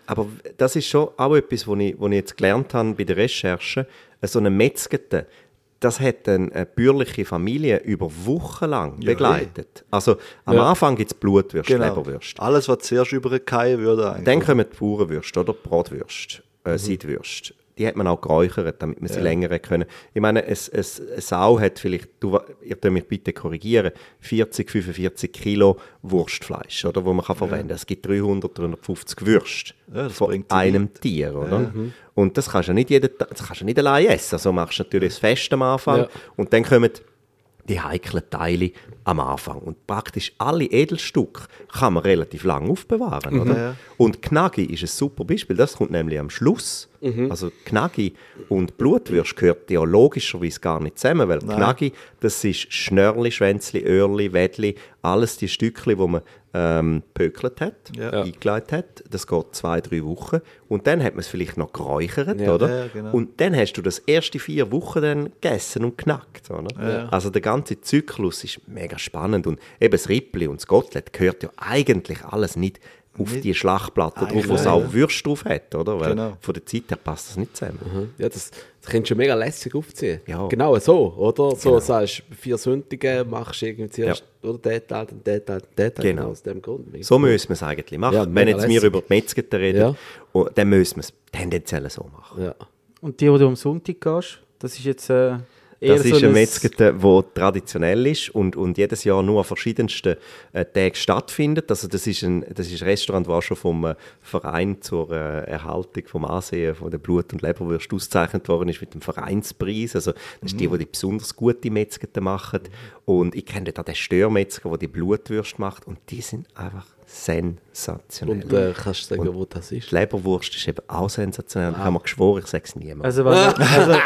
Aber das ist schon auch etwas, was ich jetzt gelernt habe bei der Recherche. So eine Metzgete, das hat eine bäuerliche Familie über Wochen lang begleitet. Also am Anfang gibt es Blutwürste, Leberwürste. Alles, was zuerst übergehen würde eigentlich. Dann kommen die Bauernwürste oder die Bratwürste, Seidwürste. Die hat man auch geräuchert, damit man sie länger können. Ich meine, eine Sau hat vielleicht, ihr könnt mich bitte korrigieren, 40, 45 Kilo Wurstfleisch, oder, wo man kann verwenden kann. Es gibt 300, 350 Würste von einem Tier. Oder? Und das kannst du nicht allein essen. Also machst du natürlich das Fest am Anfang und dann kommen die heiklen Teile am Anfang. Und praktisch alle Edelstücke kann man relativ lang aufbewahren. Oder? Ja. Und Knaggi ist ein super Beispiel. Das kommt nämlich am Schluss. Also Knaggi und Blutwürste gehört ja logischerweise gar nicht zusammen, weil Knaggi, das ist Schnörli, Schwänzli, Öhrli, Wädli, alles die Stückchen, die man pökelt hat, eingelegt hat. Das geht 2-3 Wochen. Und dann hat man es vielleicht noch geräuchert, oder? Ja, genau. Und dann hast du das erste 4 Wochen dann gegessen und knackt. Oder? Ja. Also der ganze Zyklus ist mega spannend. Und eben das Rippli und das Gottlet gehört ja eigentlich alles nicht auf die Schlachtplatte drauf, wo es auch Würste drauf hat, oder? Weil von der Zeit her passt das nicht zusammen. Ja, das kannst du schon mega lässig aufziehen. Ja. Genau so, oder? So sagst du, 4 Sündige machst du irgendwie zuerst, oder den Teil, und den Teil, und den Teil. Genau. Aus dem Grund. So müssen wir es eigentlich machen. Ja, wenn jetzt wir über die Metzgete reden, dann müssen wir es tendenziell so machen. Ja. Und die du am Sonntag gehst, das ist jetzt... Das ist eine Metzgete, die traditionell ist und jedes Jahr nur an verschiedensten Tagen stattfindet. Also das ist ein Restaurant, das auch schon vom Verein zur Erhaltung vom Ansehen von der Blut- und Leberwürste ausgezeichnet worden ist mit dem Vereinspreis. Also das ist die besonders gute Metzgete machen. Und ich kenne da den Störmetzger, der die Blutwürste macht. Und die sind einfach sensationell. Und kannst du sagen, wo das ist? Die Leberwurst ist eben auch sensationell. Ich habe mir geschworen, ich sage es niemandem. Also Marco,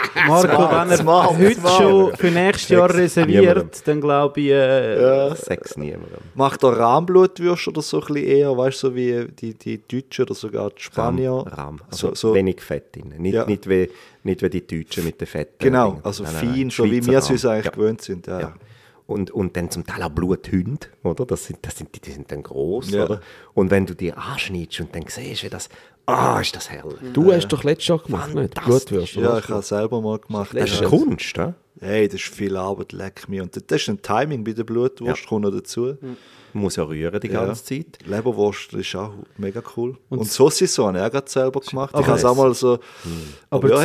wenn er heute schon für nächstes Jahr reserviert, dann glaube ich... sage es niemandem. Macht er Rahmblutwürste oder so ein bisschen eher, weißt du, so wie die Deutschen oder sogar die Spanier? Rahm. Also so wenig Fett drin. Nicht wie die Deutschen mit den Fetten. Genau, also fein, so wie wir es eigentlich gewöhnt sind. Ja. Und dann zum Teil auch Bluthunde, oder? Die sind dann gross, oder? Und wenn du die anschneidest und dann siehst, wie das... ist das herrlich. Du hast doch letztes Jahr gemacht, nicht? Blutwürste. Ja, ich habe es selber mal gemacht. Das ist Kunst, ja? Hey, das ist viel Arbeit, leck mir. Und das ist ein Timing bei der Blutwurst, kommt noch dazu. Man muss ja rühren die ganze Zeit. Leberwurst ist auch mega cool. Und Saucisson habe ich auch gerade selber gemacht. Ich habe es auch mal so... Aber wir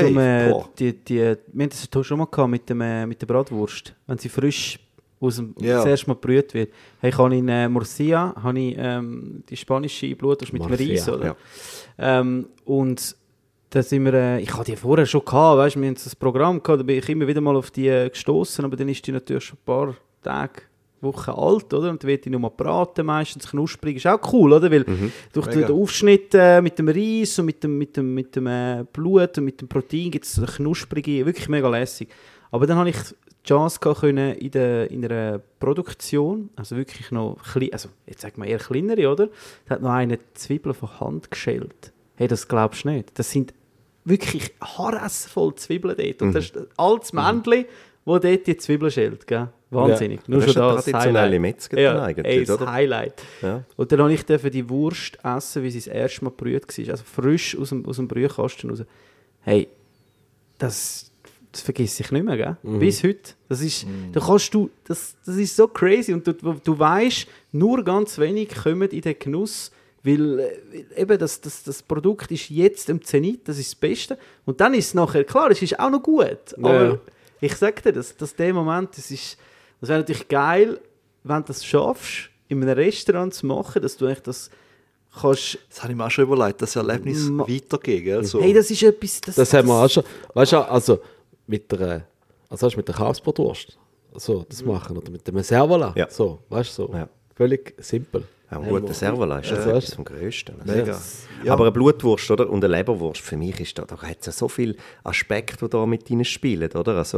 haben das schon mal gehabt mit der Bratwurst. Wenn sie frisch das erste Mal gebrüht wird. Hey, ich habe in Murcia die spanische Blutwurst mit dem Reis, oder? Ja. Und da sind wir, ich hatte die vorher schon gehabt, weißt, wir haben das Programm gehabt, da bin ich immer wieder mal auf die gestoßen, aber dann ist die natürlich schon ein paar Tage, Wochen alt, oder? Und da wird die noch mal braten, meistens knusprig, ist auch cool, oder? Weil durch den Aufschnitt mit dem Reis und mit dem Blut und mit dem Protein gibt es eine knusprige, wirklich mega lässig. Aber dann habe ich die Chance können in einer Produktion, also wirklich noch klein, also jetzt sagen wir eher kleinere, oder? Da hat noch eine Zwiebel von Hand geschält. Hey, das glaubst du nicht. Das sind wirklich haaressvoll Zwiebeln dort. Und das ist ein altes Männchen, das dort die Zwiebeln schält. Gell? Wahnsinnig. Ja. Nur schon das traditionelle Metzger eigentlich, das Highlight. Ja. Und dann durfte ich die Wurst essen, wie sie das erste Mal gebrüht war. Also frisch aus dem Brühkasten raus. Hey, das vergisst sich nicht mehr, gell? Bis heute. Das ist, das ist so crazy. Und du weißt, nur ganz wenig kommen in den Genuss, weil eben das Produkt ist jetzt im Zenit, das ist das Beste. Und dann ist es nachher, klar, es ist auch noch gut. Aber ich sage dir, dass der Moment, das wäre natürlich geil, wenn du das schaffst, in einem Restaurant zu machen, dass du eigentlich das kannst... Das habe ich mir auch schon überlegt, das Erlebnis weitergehen. So. Hey, das ist etwas... Das haben wir auch schon... Weißt du, also mit der Kalbsbratwurst so, das machen, oder mit dem Servola, so, weißt du, so. Ja. Völlig simpel. Ja, ein guter Servola ist etwas vom Größten. Mega. Ja. Aber eine Blutwurst, oder? Und eine Leberwurst, für mich ist da hat es ja so viele Aspekte, die da mit ihnen spielen, oder? Also,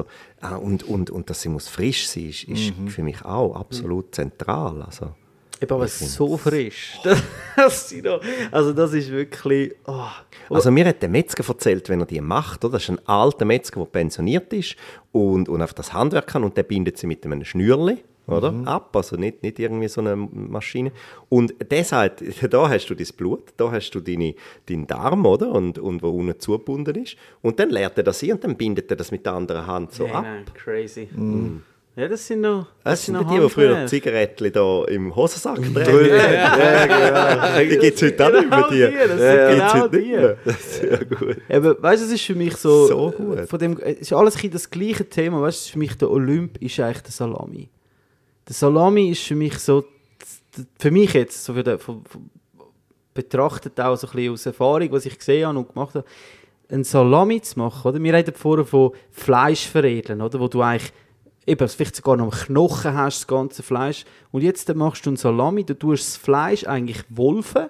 und dass sie muss frisch sein, ist für mich auch absolut zentral. Also, aber so frisch. Also das ist wirklich... Oh. Also mir hat der Metzger erzählt, wenn er die macht, oder? Das ist ein alter Metzger, der pensioniert ist und einfach das Handwerk kann und der bindet sie mit einem Schnürli. oder? Ab, also nicht irgendwie so eine Maschine. Und der sagt, da hast du dein Blut, da hast du deinen Darm, oder? Und wo unten zugebunden ist. Und dann leert er das ein und dann bindet er das mit der anderen Hand so ab. Nein, crazy. Ja, das sind noch. Das sind die früher Zigaretten da im Hosensack drehen. Ja, Die gibt es heute auch nicht mehr. Genau die. Das ist sehr gut. Aber weißt du, es ist für mich so gut. Von dem, es ist alles ein bisschen das gleiche Thema. Weißt du, für mich der Olymp ist eigentlich der Salami. Der Salami ist für mich so, für mich jetzt, so betrachtet auch so ein bisschen aus Erfahrung, was ich gesehen habe und gemacht habe, ein Salami zu machen, oder? Wir reden vorher von Fleischveredeln, oder? Wo du eigentlich eben vielleicht sogar noch am Knochen hast, das ganze Fleisch. Und jetzt machst du ein Salami, du tust das Fleisch eigentlich wolfen,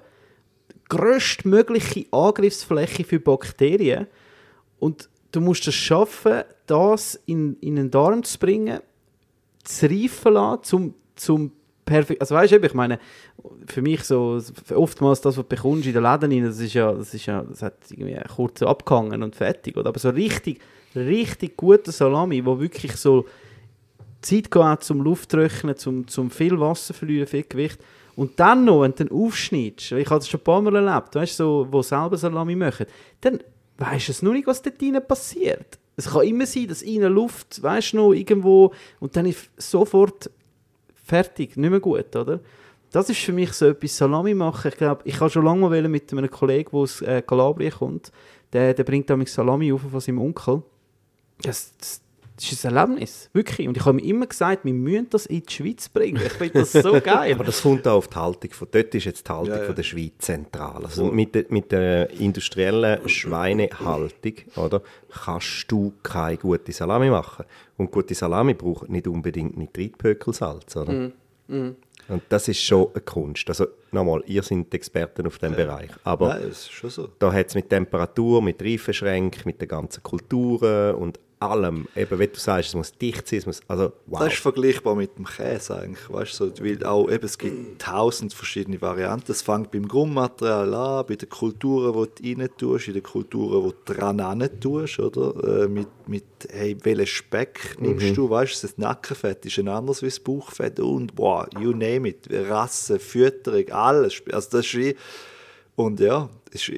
grösstmögliche Angriffsfläche für Bakterien. Und du musst es schaffen, das in einen Darm zu bringen, zu reifen lassen, zum perfekt. Also weißt du, ich meine, für mich so oftmals das, was du bekommst in den Läden, das hat irgendwie kurz abgehangen und fertig. Oder? Aber so richtig guter Salami, wo wirklich so Zeit geht zum Lufttrocknen, zum viel Wasser verlieren, viel Gewicht. Und dann noch, wenn du dann aufschneidest, ich habe das schon ein paar Mal erlebt, weißt du, so, wo selber Salami machen, dann weisst du es noch nicht, was dort drinnen passiert. Es kann immer sein, dass in der Luft, weißt du noch, irgendwo, und dann ist sofort fertig, nicht mehr gut, oder? Das ist für mich so etwas, Salami machen. Ich glaube, ich habe schon lange mal mit einem Kollegen, der aus Kalabrien kommt, der bringt damals Salami auf von seinem Onkel. Das ist ein Erlebnis, wirklich. Und ich habe mir immer gesagt, wir müssen das in die Schweiz bringen. Ich finde das so geil. Aber das kommt auch auf die Haltung von, dort ist jetzt die Haltung von der Schweiz zentral. Also mit der industriellen Schweinehaltung, oder, kannst du keine gute Salami machen. Und gute Salami braucht nicht unbedingt Nitritpökelsalz, oder? Und das ist schon eine Kunst. Also nochmal, ihr seid Experten auf diesem Bereich. Aber Nein, das ist schon so. da hat es mit Temperatur, mit Reifenschränken, mit den ganzen Kulturen und allem, eben wie du sagst, es muss dicht sein, also wow. Das ist vergleichbar mit dem Käse eigentlich, weißt du, so, weil auch eben, es gibt 1000 verschiedene Varianten. Es fängt beim Grundmaterial an, bei den Kulturen, die du rein tust, in den Kulturen, die du dran hin tust, oder? Mit hey, welchen Speck nimmst du, weißt du, das Nackenfett ist ein anderes wie das Bauchfett und wow, you name it, Rasse, Fütterung, alles, also das ist wie, und ja, ist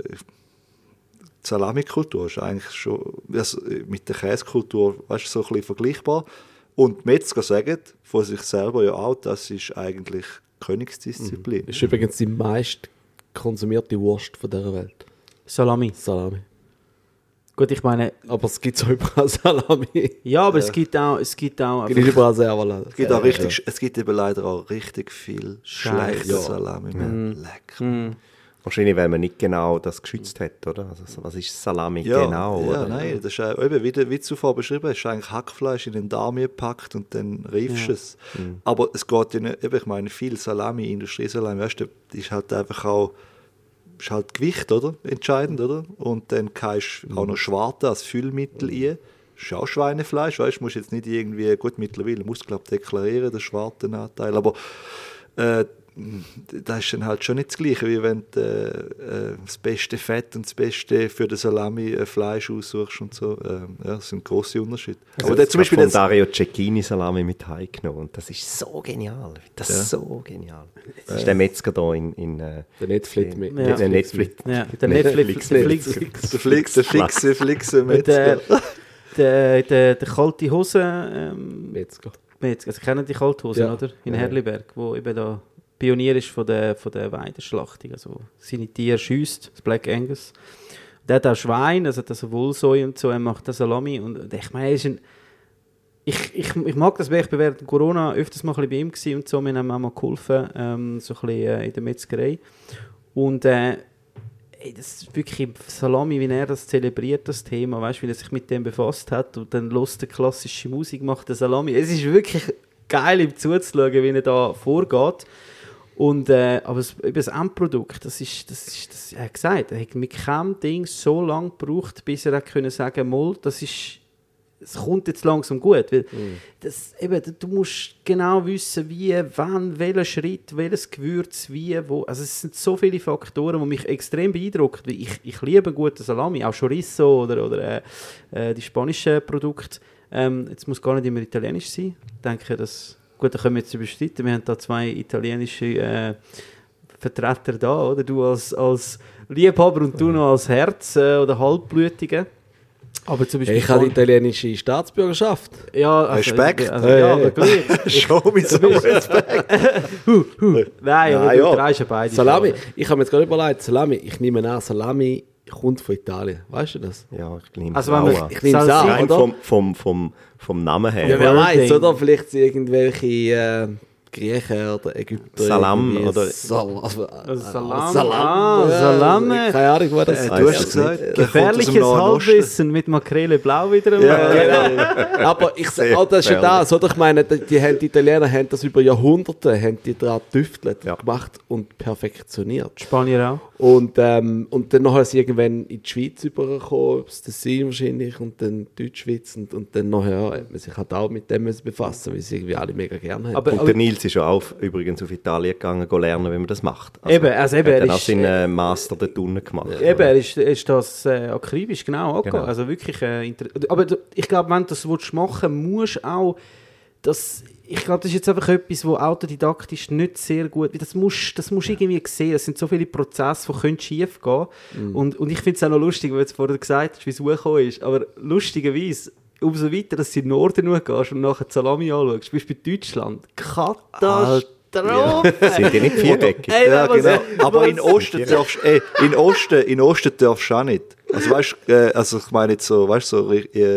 die Salamikultur ist eigentlich schon also mit der Käsekultur, weißt du, so ein bisschen vergleichbar. Und die Metzger sagen von sich selber ja auch, das ist eigentlich Königsdisziplin. Das ist übrigens die meist konsumierte Wurst von dieser Welt. Salami. Gut, ich meine... Aber es gibt auch überall Salami. Ja, aber es gibt auch... Es gibt nicht überall Servala. Es gibt eben leider auch richtig viel schlechte Salami. Lecker. Wahrscheinlich, weil man nicht genau das geschützt hat, oder? Also, was ist Salami genau? Ja, oder? nein, das ist eben, wie du zuvor beschrieben hast, ist eigentlich Hackfleisch in den Darm gepackt und dann reifst du es. Aber es geht ja nicht, eben, ich meine, viel Salami, Industriesalami, weißt du, ist halt einfach auch, ist halt Gewicht, oder? Entscheidend, oder? Und dann kannst du auch noch Schwarte als Füllmittel ein. Das ist auch Schweinefleisch, weißt du, musst jetzt nicht irgendwie, gut, mittlerweile musst du, glaube ich, deklarieren, den Schwartenanteil, aber das ist dann halt schon nicht das Gleiche, wie wenn du das beste Fett und das beste für den Salami Fleisch aussuchst und so. Ja, das sind grosse Unterschiede. Also aber zum Beispiel von Dario Cecchini Salami mit heimgenommen und das ist so genial. Das ist so genial. Das ist der Metzger da in der Netflix mit. Der Netflix. Ja, der Netflix. Der fixe Metzger. Der kalte Hose... Metzger. Also kennen die Kalthosen, oder? In Herliberg, wo eben da Pionier ist von der Weideschlachtung. Also seine Tiere schiesst, das Black Angus. Der hat auch Schwein, also hat also Wollsäu und so, er macht das Salami. Und ich meine, ich mag das, weil ich während Corona öfters mal ein bisschen bei ihm war und so, wir haben auch mal geholfen, so ein bisschen in der Metzgerei. Und das ist wirklich Salami, wie er das zelebriert, das Thema, weißt du, wie er sich mit dem befasst hat und dann hört klassische Musik, macht der Salami. Es ist wirklich geil, ihm zuzuschauen, wie er da vorgeht. Und, aber das Endprodukt, das er hat gesagt, er hat mit keinem Ding so lange gebraucht, bis er können sagen konnte, es kommt jetzt langsam gut. Weil du musst genau wissen, wie, wann, welcher Schritt, welches Gewürz, wie, wo. Also es sind so viele Faktoren, die mich extrem beeindrucken. Ich liebe gute Salami, auch Chorizo oder die spanischen Produkte. Jetzt muss gar nicht immer italienisch sein. Ich denke, das Gut, da können wir jetzt überstreiten. Wir haben da 2 italienische Vertreter da, oder? Du als Liebhaber und du noch als Herz- oder Halbblütige. Aber zum Beispiel Ich habe die italienische Staatsbürgerschaft. ja, Respekt. Ja, aber gleich. Show me some respect. Nein, aber Ja, du ja. drehst ja beide. Salami, Fragen. ich habe mir jetzt gerade überlegt, Salami, ich nehme an, Salami kommt von Italien. Weißt du das? Ja, ich nehme Also es wenn auch wir- an. Ich nehme es Salami- an, Rein oder? vom Namen her. Ja, wer Wording. weiß, oder? Vielleicht sind irgendwelche Griechen oder Ägypter. Salam irgendwie oder- Salam. Salam. Salame. Keine Ahnung, wo das Du hast es gesagt. Gefährliches Halbwissen mit Makrele Blau wieder einmal. Ja, genau. Aber ich sage, oh, das ist ja das, oder? Ich meine, die Italiener haben das über Jahrhunderte, haben die daran getüftelt, gemacht und perfektioniert. Spanier auch. Und dann nachher sie irgendwann in die Schweiz übergekommen, das Tessin wahrscheinlich, und dann Deutschschweiz und dann nachher hat man sich halt auch mit dem müssen befassen, weil sie irgendwie alle mega gerne haben. Aber, Und der Nils ist ja auch übrigens auf Italien gegangen, lernen, wie man das macht. Eben, er er hat dann auch ist, seinen Master dort unten gemacht. eben, er ist das akribisch genau angegangen. Genau. Also wirklich aber ich glaube, wenn du das machen willst, musst du auch ich glaube, das ist jetzt einfach etwas, wo autodidaktisch nicht sehr gut, das musst du irgendwie sehen. Es sind so viele Prozesse, die schief gehen können. Und ich finde es auch noch lustig, weil du jetzt vorher gesagt hast, wie es hochgekommen ist. Aber lustigerweise, umso weiter, dass du in den Norden gehst und nachher die Salami anschaust, zum Beispiel Deutschland, Katastrophe! Sind die nicht viereckig? Ey, Ja, was- genau. Aber in was- Osten darfst in Osten darfst du auch nicht. Also weißt, also ich meine jetzt so, weißt so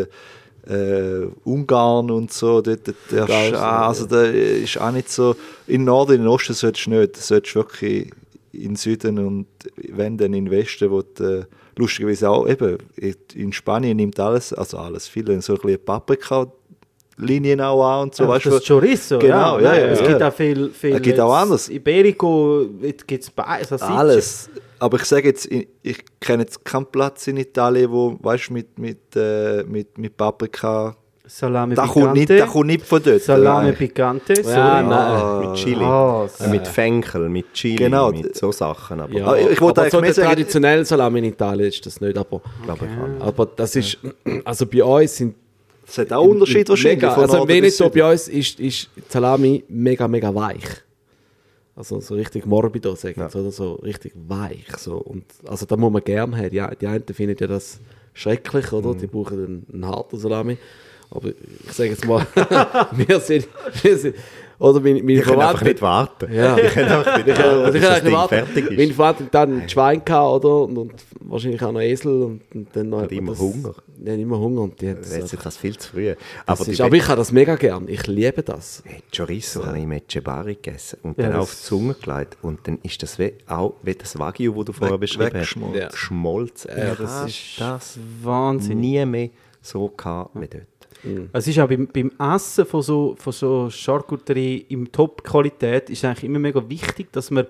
Ungarn und so, dort darfst du, also da ist auch nicht so. In Norden, in Osten solltest du nicht. Du solltest wirklich in Süden und wenn dann in Westen, wo du, lustigerweise auch eben in Spanien nimmt alles, viele so ein bisschen Paprika-Linien auch an und so. Ja, weißt das Chorizo, Genau, ja, nein, ja, es ja. gibt auch viel Es gibt auch anders. Iberico, gibt es beides. Alles. Aber ich sage jetzt, ich kenne jetzt keinen Platz in Italien, wo, weißt du, mit Paprika. Salame Das kommt nicht von dort. Salame Nein. Picante, sorry. Ja, nein. Mit Chili. Ah, Mit Fenkel, mit Chili, Genau. mit so Sachen. Aber Ja, Ich wollte aber so eigentlich mehr der sagen- traditionelle Salami in Italien ist das nicht, aber das ist, also bei uns sind Es hat auch Unterschied wahrscheinlich. mega, von also Norden wenn bis nicht so Süden. bei uns ist die Salami mega, mega weich. Also so richtig morbido, sagen sie, oder so richtig weich. So. Und, also da muss man gerne haben. Die einen finden ja das schrecklich, oder? Die brauchen einen harten Salami. Aber ich sage jetzt mal, wir sind oder meine ich kann einfach Verwandten... nicht warten. Ja. Ich kann einfach nicht Also warten, ich bis kann das nicht Ding warten. fertig Meine ist. Verwandten dann ein Schwein gehabt, oder? Und wahrscheinlich auch noch Esel und dann noch... Und immer das- Hunger. Ja, immer Hunger. Und die haben das, Jetzt ist das viel zu früh. das Aber, ist, aber ich habe das mega gern. Ich liebe das. Chorizo habe ich mit Cebari gegessen und Ja, dann das- auf die Zunge gelegt. Und dann ist das auch wie das Wagyu, das du vorher beschrieben hast, weggeschmolzen. Ja. geschmolzen. Ja, das Ich ist habe das Wahnsinn. nie mehr so gehabt wie dort. Es ist auch beim Essen von so Charcuterie in Top-Qualität ist eigentlich immer mega wichtig, dass man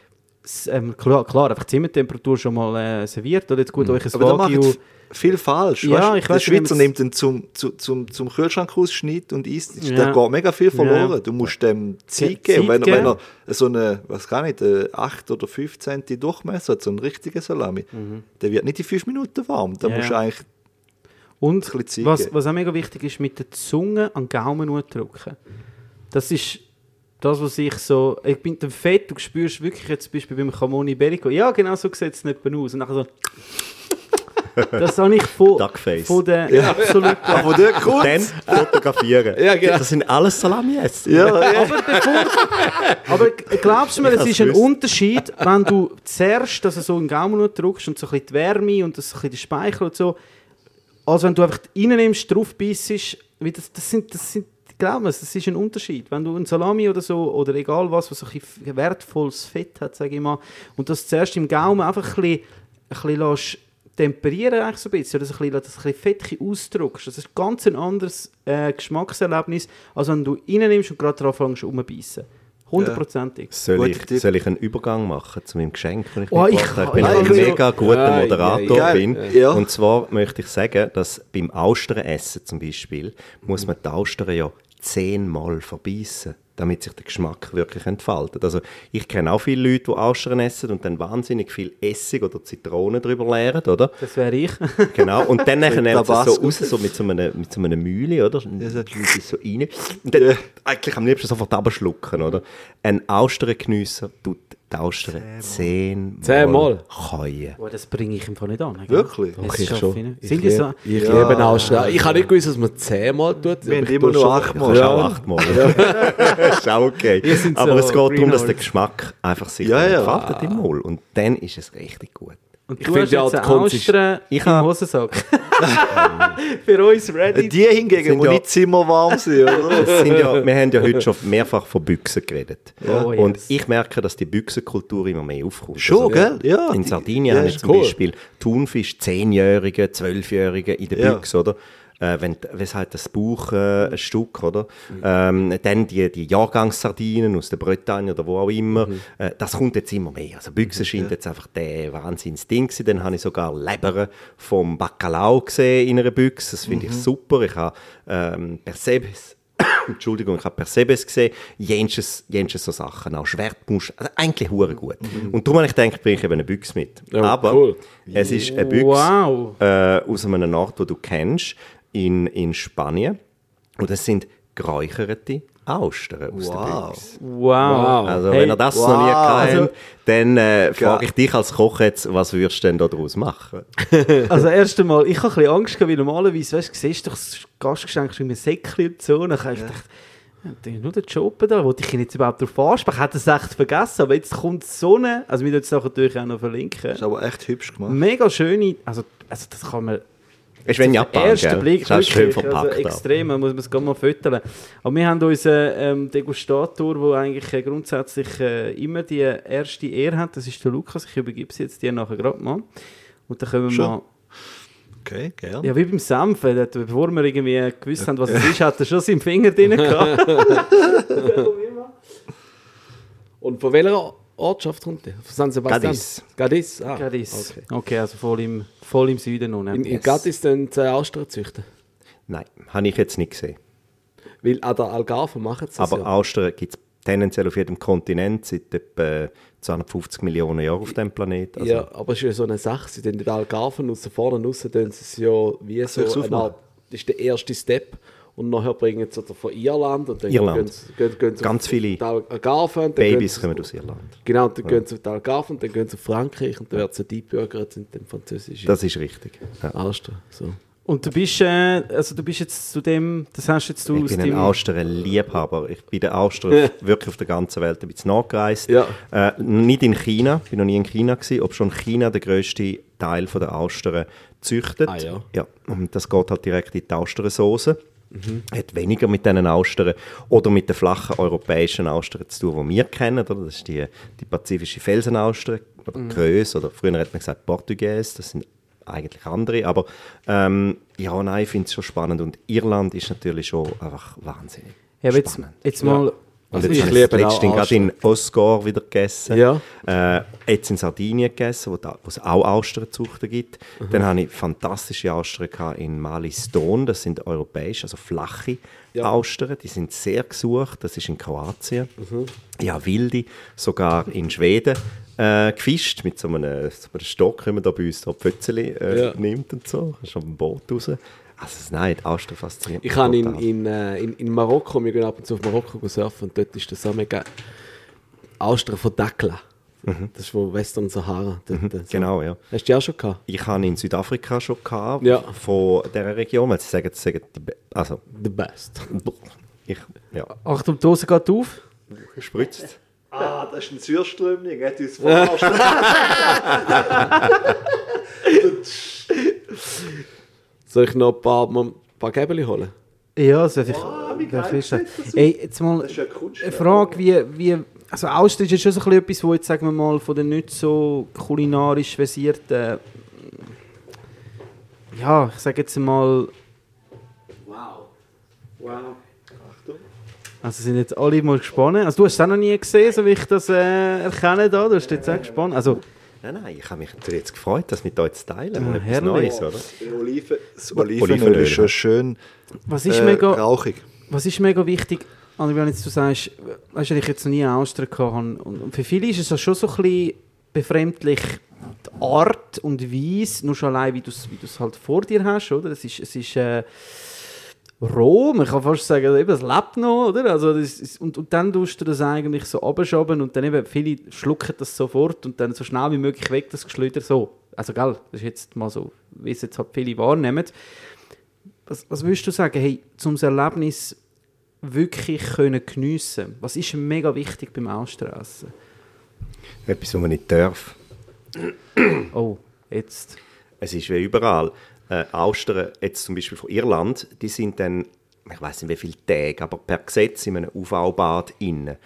klar, einfach Zimmertemperatur schon mal serviert oder jetzt gut euch ein Aber da Wagyu. machen viel falsch. Ja, weißt? ich Der weiss, Schweizer wenn nimmt den zum Kühlschrank aus, schneidet und isst. Ja. Da geht mega viel verloren. Ja. Du musst dem Zeit Zeit geben. Wenn geben. er so eine, was kann ich, 8 oder 5 cm Durchmesser hat, so einen richtigen Salami, der wird nicht in 5 Minuten warm. Da Ja. musst du eigentlich Und ein bisschen Zeit was geben. auch mega wichtig ist, mit der Zunge an den Gaumen drücken. Das ist das, was ich so... Ich bin dem Fett, du spürst wirklich jetzt zum Beispiel beim Camoni Iberico, ja genau so sieht es nicht aus. Und nachher so... Das habe ich Duckface. von der... Absolut. Aber der kommt. Dann fotografieren. Ja, genau. Das sind alles Salami-Essen. Aber glaubst du mir, Ich es hab's ist ein gewusst. Unterschied, wenn du zuerst also so einen Gaumen drückst und so ein bisschen die Wärme und das ein bisschen den Speichel und so, als wenn du einfach reinnimmst, drauf bissest, das sind glaub mir, das ist ein Unterschied. Wenn du ein Salami oder so, oder egal was so ein bisschen wertvolles Fett hat, sage ich mal, und das zuerst im Gaumen einfach ein bisschen lässt temperieren eigentlich so ein bisschen, oder das ein bisschen Fett ausdrückst. Das ist ganz ein anderes Geschmackserlebnis, als wenn du reinnimmst und gerade darauf fängst rumzubeissen. 100%ig. Soll Gute Tipp. ich einen Übergang machen zu meinem Geschenk, das ich Oh, mitgebracht habe? Ich bin ich- ein ich- mega guter Moderator. ja, bin. ja. Und zwar möchte ich sagen, dass beim Austerenessen zum Beispiel muss man die Austern ja 10-mal verbeissen. damit sich der Geschmack wirklich entfaltet. Also ich kenne auch viele Leute, die Austern essen und dann wahnsinnig viel Essig oder Zitronen drüber leeren, oder? Das wäre ich. Genau, und dann nehmen sie es so raus, so mit so einem Mühle, oder? Und dann so rein. Und dann eigentlich am liebsten sofort abschlucken, oder? Ein Austerngenießer tut die Austern 10-mal keuen. Oh, das bringe ich im Fall nicht an. Wirklich? Das Ich schaffe schon. ich nicht. Ich Sind die so? liebe Austern. Ich habe nicht gewusst, dass man 10-mal tut. Wir haben immer nur 8-mal. Ja, auch 8-mal. Ist auch okay. sind Aber so es geht darum, dass Greenhorns. der Geschmack einfach sich Ja, ja. entfaltet im Mund. Und dann ist es richtig gut. Und Ich du finde hast ja, jetzt die eine Kunst ist- Austern Ich im hab- Hosensack. Für uns ready. Die hingegen, Sind die ja- nicht zimmerwarm sind, oder? Wir haben ja heute schon mehrfach von Büchsen geredet. Oh, yes. Und ich merke, dass die Büchsenkultur immer mehr aufkommt. Schon, gell? Ja. In Sardinien habe ich zum cool. Beispiel Thunfisch, 10-Jährige, 12-Jährige in der Ja. Büchse, oder? Was halt das Buch ein Stück, oder? Dann die Jahrgangssardinen aus der Bretagne oder wo auch immer. Das kommt jetzt immer mehr. Also Büchse scheint jetzt einfach der Wahnsinnsding gewesen. Dann habe ich sogar Leber vom Bacalao gesehen in einer Büchse. Das finde ich super. Ich habe Persebes. Entschuldigung, ich habe Persebes gesehen, jenches so Sachen, auch Schwertmusch, also eigentlich hure gut. Und darum habe ich gedacht, bringe ich eben eine Büchse mit. Ja, Aber cool. es ist eine Büchse Wow. aus einem Ort, den du kennst, in Spanien. Und es sind geräucherte Austern aus der Wow. Büchse. Wow. Also Hey, wenn ihr das wow. noch nie kennt, Also- dann frage ich dich als Koch jetzt, was würdest du denn daraus machen? Also erst einmal, ich habe ein bisschen Angst gehabt, weil normalerweise, weißt du, siehst du doch das Gastgeschenk schon mit Säckchen und so. Und dann habe ich gedacht, ja, nur der Job da, wollte ich ihn jetzt überhaupt darauf ansprechen? Ich hätte es echt vergessen, aber jetzt kommt so eine, also wir werden es nachher natürlich auch noch verlinken. Das ist aber echt hübsch gemacht. Mega schöne, also das kann man... Ist wenn Japan, ersten gell? Blick Das ist schön wirklich, verpackt. also extrem, man muss es gerade mal füttern. Aber wir haben unseren Degustator, der eigentlich grundsätzlich immer die erste Ehre hat, das ist der Lukas, ich übergebe es jetzt dir nachher gerade mal. Und dann können wir Schon? mal... Okay, gerne. Ja, wie beim Senfen, bevor wir irgendwie gewusst haben, was es ist, hat er schon seinen Finger drin gehabt. Und von welcher Ortschaft kommt der? Von San Sebastian? Cadiz. Cadiz? Ah, Cadiz. okay. Okay, also voll im Süden noch. Ne? In Cadiz dann Austern züchten? Nein, habe ich jetzt nicht gesehen. Weil an der Algarve machen sie das Aber ja. Austern gibt es tendenziell auf jedem Kontinent seit etwa 250 Millionen Jahren auf diesem Planeten. Also, Ja, aber es ist ja so eine Sache, sie tun die Algarven raus, vorne raus, tun sie es ja wie so Soll ich's eine aufmachen? Art, das ist der erste Step. Und nachher bringen sie von Irland und dann Irland. gehen sie Ganz auf viele die Algarve. Und dann Babys gehen kommen sie- aus Irland. Genau, dann gehen sie auf die Algarve und dann gehen sie auf Frankreich und dann werden sie eingebürgert in dem französischen Das ist richtig. Ja. Austern. So. Und du bist jetzt zu dem, das hast jetzt du Ich aus bin ein dem... Austern-Liebhaber. Ich bin der Austern wirklich auf der ganzen Welt ein bisschen nachgereist. Ja. Nicht in China, ich war noch nie in China gewesen, ob schon China der grösste Teil von der Austern züchtet. Ah, ja. Ja, und das geht halt direkt in die Austernsoße. Hat weniger mit diesen Austern oder mit den flachen europäischen Austern zu tun, die wir kennen. Oder? Das ist die pazifische Felsenauster oder Größe oder früher hat man gesagt Portugies. Das sind eigentlich andere. Aber ja, nein, ich finde es schon spannend. Und Irland ist natürlich schon einfach wahnsinnig Ja, aber spannend. jetzt mal... Und ich jetzt habe liebe ich das letzte auch gerade in Oscar wieder gegessen. Ja. Jetzt in Sardinien gegessen, wo es auch Austernzuchten gibt. Dann habe ich fantastische Austern gehabt in Maliston. Das sind europäische, also flache Austern. Die sind sehr gesucht. Das ist in Kroatien. Ja, wilde, sogar in Schweden gefischt mit so einem Stock, wie man da bei uns so Pfützeli nimmt und so. Das ist auf dem Boot raus. Also nein, die Austern fasziniert mich Ich habe total. in Marokko, wir gehen ab und zu auf Marokko surfen und dort ist das auch mega Austern von Dakla. Das ist von Western Sahara. Dort, so. Genau, ja. Hast du die auch schon gehabt? Ich habe in Südafrika schon gehabt, Ja. von dieser Region, weil sie sagen also The best. ja, Achtung, die Dose geht auf. gespritzt. Ah, das ist ein Süßströmling, er hat uns verarscht. Soll ich noch ein paar Gäbeli holen? Ja, das wäre wie geil vielleicht... sieht das Ey, jetzt mal Das ist ja Kunst. eine Frage, wie... Also Austern ist ja schon so ein bisschen etwas, wo jetzt, sagen wir mal, von den nicht so kulinarisch versierten... Ja, ich sage jetzt mal... Also sind jetzt alle mal gespannt. Also du hast es auch noch nie gesehen, so wie ich das erkenne da. Du hast jetzt auch gespannt. Also, Nein, ich habe mich natürlich jetzt gefreut, das mit euch zu teilen. Ja, Etwas herrlich. Neues, oder? Das Olivenöl ist schon schön was ist, mega, rauchig. was ist mega wichtig? André, wenn jetzt du sagst, weißt du, ich jetzt noch nie eine Austern gehabt habe, und für viele ist es schon so ein bisschen befremdlich, die Art und Weise, nur schon allein, wie du es halt vor dir hast, oder? Es ist roh, man kann fast sagen, eben, es lebt noch, oder? Also und dann tust du das eigentlich so runterschoben und dann eben, viele schlucken das sofort und dann so schnell wie möglich weg, das Geschleuder so. Also, gell, das ist jetzt mal so, wie es jetzt halt viele wahrnehmen. Was würdest du sagen, hey, um das Erlebnis wirklich geniessen können? Was ist mega wichtig beim Austressen? Etwas, was man nicht darf. Oh, jetzt. Es ist wie überall. Austern, jetzt zum Beispiel von Irland, die sind dann, ich weiss nicht wie viele Tage, aber per Gesetz in einem UV-Bad innen,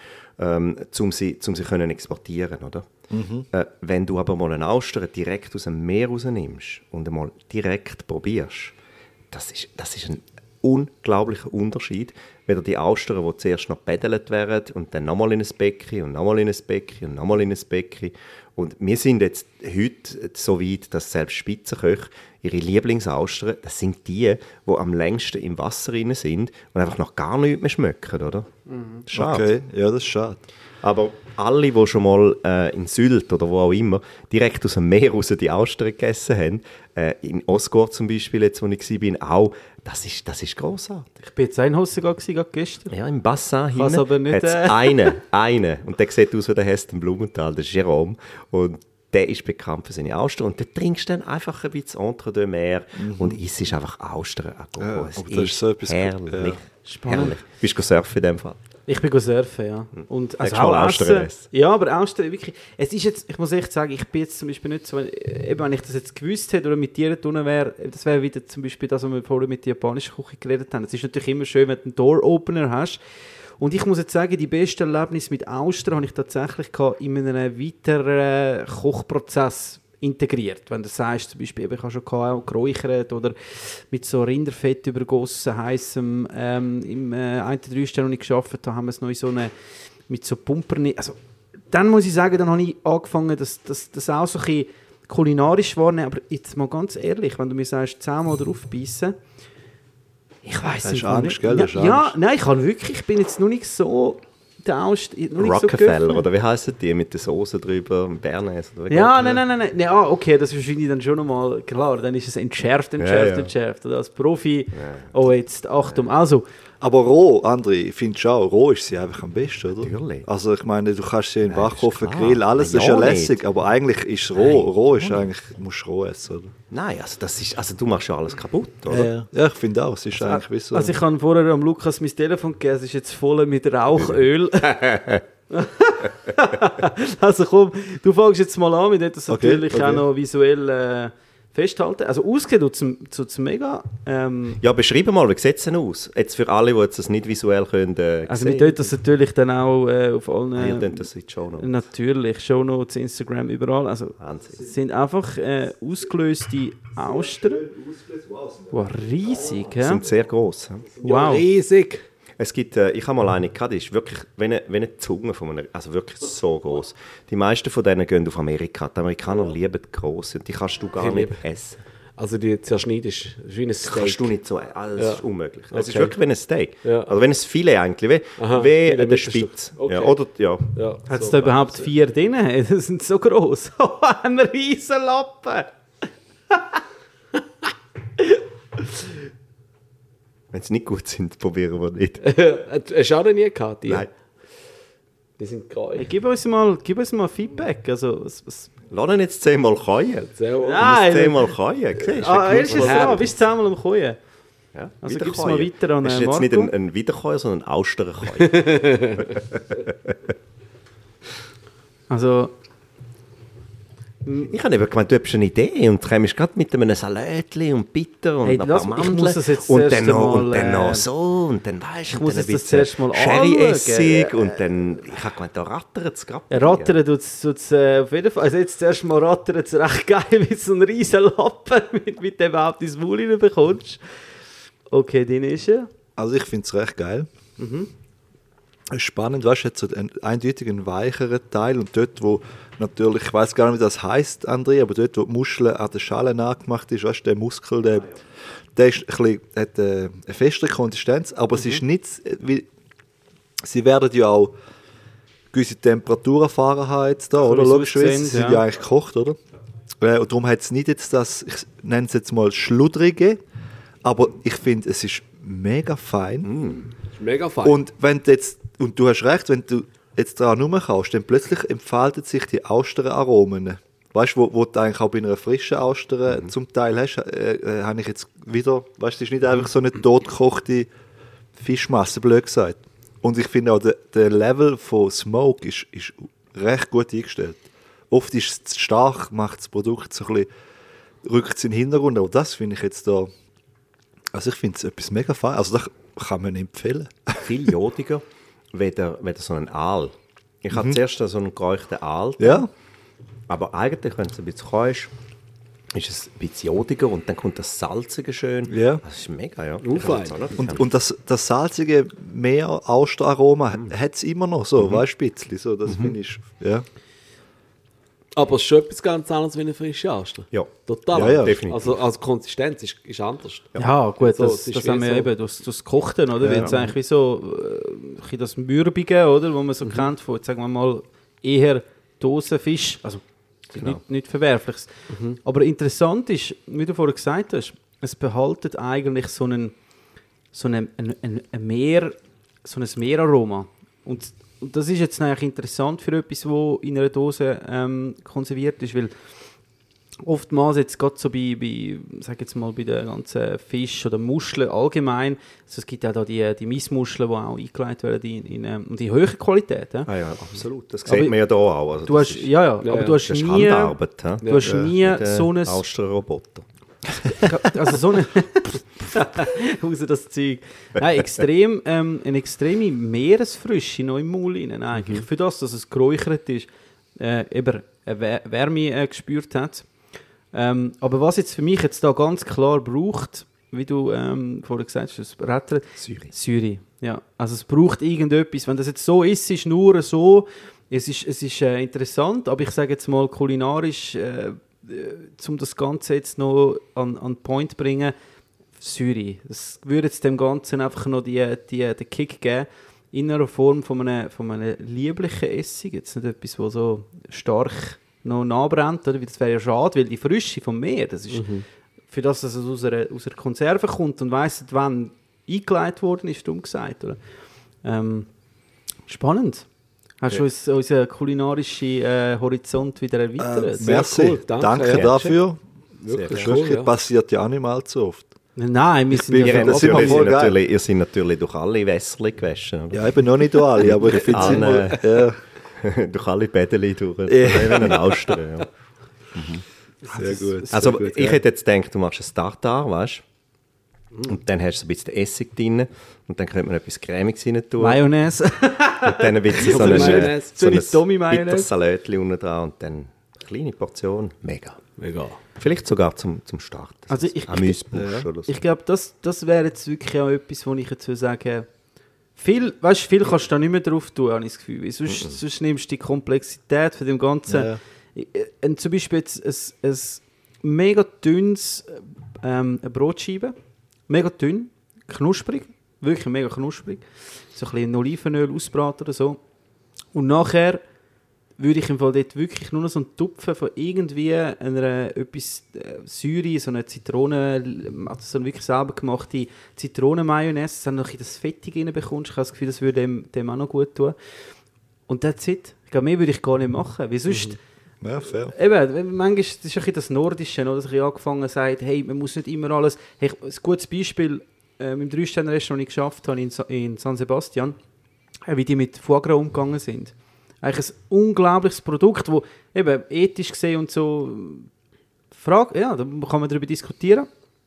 um sie können exportieren, oder? Wenn du aber mal einen Austern direkt aus dem Meer rausnimmst und einmal direkt probierst, das ist ein unglaublicher Unterschied, wenn die Austern, die zuerst noch gebädelt werden und dann nochmal in ein Becken und nochmal in ein Becken und nochmal in ein Becken. Und wir sind jetzt heute so weit, dass selbst Spitzenköche ihre Lieblingsaustern, das sind die am längsten im Wasser drin sind und einfach noch gar nichts mehr schmecken, oder? Schade. Okay, ja, das ist schade. Aber alle, die schon mal in Sylt oder wo auch immer direkt aus dem Meer raus die Austern gegessen haben, in Osgård zum Beispiel, jetzt, wo ich war, auch, das ist grossartig. Ich bin jetzt in Hossegard gestern. Ja, im Bassin Kann's aber nicht, hat es einen. Und der sieht aus wie der Heston Blumenthal, der Jérôme. Und der ist bekannt für seine Austern. Und da trinkst du dann einfach ein bisschen Entre deux Mer und isst einfach Austern. Ja, es aber das ist so etwas herrlich. Ja. Spannend. Herrlich. Bist du surfen in dem Fall? Ich bin surfen, ja. Und also Hast du mal Austern essen? Ja, aber Austern, wirklich. Es ist jetzt, ich muss echt sagen, ich bin jetzt zum Beispiel nicht so, eben wenn ich das jetzt gewusst hätte oder mit dir tun wäre, das wäre wieder zum Beispiel das, was wir vorhin mit der japanischen Küche geredet haben. Es ist natürlich immer schön, wenn du einen Door-Opener hast. Und ich muss jetzt sagen, die besten Erlebnisse mit Austern habe ich tatsächlich in einem weiteren Kochprozess integriert. Wenn du sagst, zum Beispiel, ich habe schon auch geräuchert oder mit so Rinderfett übergossen, heissem, im 1-3 Stellen, wo ich gearbeitet habe, haben wir es noch in so eine, mit so Pumperni. Also, dann muss ich sagen, dann habe ich angefangen, das auch so ein bisschen kulinarisch wahrnehmen. Aber jetzt mal ganz ehrlich, wenn du mir sagst, 10-mal drauf beißen, ich weiss nicht. Angst, gell? Ja, nein, ich bin jetzt noch nicht so... Rockefeller, oder wie heissen die, mit der Soße drüber, Bernays? Ja, nein. Okay, das ist wahrscheinlich dann schon nochmal, klar, dann ist es entschärft. Oder als Profi, oh jetzt, Achtung, also... Aber roh, André, findest du auch, roh ist sie einfach am besten, oder? Natürlich. Also ich meine, du kannst sie in den Backofen grillen, alles ist ja lässig, aber eigentlich ist es roh. Roh ist eigentlich, musst du roh essen, oder? Nein, also du machst ja alles kaputt, oder? Ja, ich finde auch, es ist eigentlich wie so. Also ich habe vorher am Lukas mein Telefon gegeben, es ist jetzt voll mit Rauchöl. Also komm, du fängst jetzt mal an, wir das natürlich auch noch visuell festhalten. Also ausgeht zu mega. Ja, beschreib mal, wie sieht es denn aus? Jetzt für alle, die jetzt das nicht visuell können also wir tun das natürlich dann auch auf allen... ihr tut das in die Shownotes. Natürlich, Shownotes, Instagram, überall. Also es sind einfach ausgelöste Austern. Wow, riesig. Die sind sehr gross. Wow. Ja, riesig. Es gibt, ich habe mal eine gehabt, die ist wirklich wie eine Zunge von einer, also wirklich so groß. Die meisten von denen gehen auf Amerika. Die Amerikaner lieben grosse und die kannst du gar nicht essen. Also die zerschneidest, ist wie ein Das Steak. kannst du nicht so, das ist unmöglich. Es Okay. ist wirklich wie ein Steak. Ja. Also wie ein Filet eigentlich, wie Filet der mit Spitz. Okay. Ja, oder, ja. Ja, Hat es so da überhaupt 4 drin? Das sind so gross. Ein riesen Lappen. Wenn sie nicht gut sind, probieren wir nicht. Hast du auch noch nie gehabt? Die? Nein. Die sind geil. Gib uns mal Feedback. Also, was... Lass ihn jetzt 10-mal keuen. Nein! 10-mal keuen. Erst ist es bist du 10-mal am Keuen. Ja, Also gib es mal weiter an Das ist jetzt Marco. nicht ein Wiederkäuer, sondern ein Austerkäuer. Also... Ich habe eben gemeint, du hast eine Idee und kommst gerade mit einem Salätchen und Bitter und Hey, ein paar ich Mandeln muss das jetzt und das dann erste noch, Mal, und dann noch so und dann weisst du, muss dann jetzt das zuerst mal Sherry-Essig und dann, ich habe gemeint, da rattert es gerade. Rattern tut es auf jeden Fall. Also jetzt zuerst mal rattern es recht geil mit so einem riesen Lappen, mit dem du überhaupt ins Maul rein bekommst. Okay, den ist er. Also ich finde es recht geil. Es ist spannend, weißt du, hat so eindeutig einen weicheren Teil und dort, wo natürlich, ich weiß gar nicht, wie das heisst, André, aber dort, wo die Muschel an der Schale nachgemacht ist, weißt du, der Muskel, der ist ein bisschen, hat eine festere Konsistenz, aber es ist nicht wie sie werden ja auch gewisse Temperaturen Fahrenheit da, oder? Logischerweise, sie sind ja eigentlich gekocht, oder? Und darum hat es nicht jetzt das, ich nenne es jetzt mal Schludrige, aber ich finde, es ist mega fein. Ist mega fein. Und wenn du jetzt, und du hast recht, wenn du jetzt daran rumkaust, dann plötzlich entfalten sich die Austeraromen. Weißt du, wo du eigentlich auch bei einer frischen Auster zum Teil hast, habe ich jetzt wieder, weißt du, es ist nicht einfach so eine totgekochte Fischmasse, blöd gesagt. Und ich finde auch, der Level von Smoke ist recht gut eingestellt. Oft ist es stark, macht das Produkt so ein bisschen, rückt es in den Hintergrund, aber das finde ich jetzt da, also ich finde es etwas mega fein, also das kann man empfehlen. Viel jodiger, weder so ein Aal. Ich habe zuerst so einen geräuchten Aal, Ja, aber eigentlich, wenn es ein bisschen kalt ist es ein bisschen jodiger und dann kommt das Salzige schön. Ja. Das ist mega, ja. Fein. und das salzige Meer-Austeraroma hat es immer noch so, weißt du, ein bisschen, so, das finde ich, ja. Aber es ist schon etwas ganz anderes wie eine frische Auster. Ja. Total. Ja, ja. Definitiv. Also Konsistenz ist anders. Ja, gut, So, das es ist haben wie wir so- eben das Kochten, oder? Weil es eigentlich wie so ein bisschen das Mürbige, oder? Wo man so kennt von, sagen wir mal, eher Dosenfisch. Also, das ist nicht Verwerfliches. Aber interessant ist, wie du vorhin gesagt hast, es behaltet eigentlich so ein Meeraroma. Und das ist jetzt eigentlich interessant für etwas, das in einer Dose konserviert ist, weil oftmals jetzt gerade so bei sag jetzt mal, bei den ganzen Fisch oder Muscheln allgemein, also es gibt ja da die Missmuscheln, die auch eingelegt werden in die höhere Qualität. Ja? Ah ja, absolut. Das Aber sieht man ja hier auch. Also Du das hast, ist, aber du hast das ist nie, Handarbeit. He? du hast nie so ein, Austerroboter. also so eine, raus das Zeug. Nein, eine extreme Meeresfrische noch im Maul rein, eigentlich. Für das, dass es geräuchert ist, eben eine Wärme gespürt hat. Aber was jetzt für mich jetzt da ganz klar braucht, wie du vorhin gesagt hast, das Bretter, Säure. Ja, also es braucht irgendetwas. Wenn das jetzt so ist nur so, es ist interessant, aber ich sage jetzt mal kulinarisch, um das Ganze jetzt noch an Point zu bringen, Säure. Das würde jetzt dem Ganzen einfach noch den Kick geben, in einer Form von einem lieblichen Essig. Jetzt nicht etwas, das so stark noch nachbrennt, oder? Das wäre ja schade, weil die Frische vom Meer, das ist für das, dass es aus einer Konserve kommt und weiss, wann eingelegt worden ist, dumm gesagt. Oder? Spannend. Hast du unseren kulinarischen Horizont wieder erweitert? Merci, cool, danke, ja. dafür. Wirklich Das cool, ja. passiert ja auch nicht mal allzu oft. Nein, wir sind bin- ja das sind wir voll geil. Ihr seid natürlich durch alle Wässerchen gewaschen. Oder? Ja, eben noch nicht alle, aber ich finde es immer... Ja. Durch alle Bädeli durch. Wie ein Auster. Ja. Sehr gut. Also sehr gut, ich hätte jetzt gedacht, du machst ein Tartar, weißt du? Und dann hast du ein bisschen Essig drin und dann könnte man etwas Cremiges rein tun. Mayonnaise. Und dann ein bisschen so Mayonnaise. So eine Tommy-Mayonnaise. bitteres Salätchen unten dran und dann eine kleine Portion. Mega. Mega. Vielleicht sogar zum Start. Also ich- Amüsbusch oder so. Ich glaube, das wäre jetzt wirklich auch etwas, wo ich jetzt würde sagen, viel kannst du da nicht mehr drauf tun, habe ich das Gefühl. Weil sonst nimmst du die Komplexität von dem Ganzen. Ja. Zum Beispiel jetzt ein mega dünnes eine Brotscheibe. Mega dünn, knusprig, wirklich mega knusprig. So ein bisschen in Olivenöl ausbraten oder so. Und nachher würde ich im Fall dort wirklich nur noch so einen Tupfen von irgendwie etwas Säure, so eine Zitrone, also so eine wirklich selber gemachte Zitronenmayonnaise, dann noch in das Fettig reinbekommst. Ich habe das Gefühl, das würde dem auch noch gut tun. Und that's it. Ich glaube, mehr würde ich gar nicht machen, weil sonst... Ja, fair. Eben, manchmal ist es ein bisschen das Nordische, oder, dass ich angefangen sagt, hey, man muss nicht immer alles... Hey, ein gutes Beispiel, im 3-Sterne-Restaurant, das ich geschafft habe in San Sebastian, wie die mit Foie Gras umgegangen sind. Eigentlich ein unglaubliches Produkt, das eben ethisch gesehen und so... da kann man darüber diskutieren.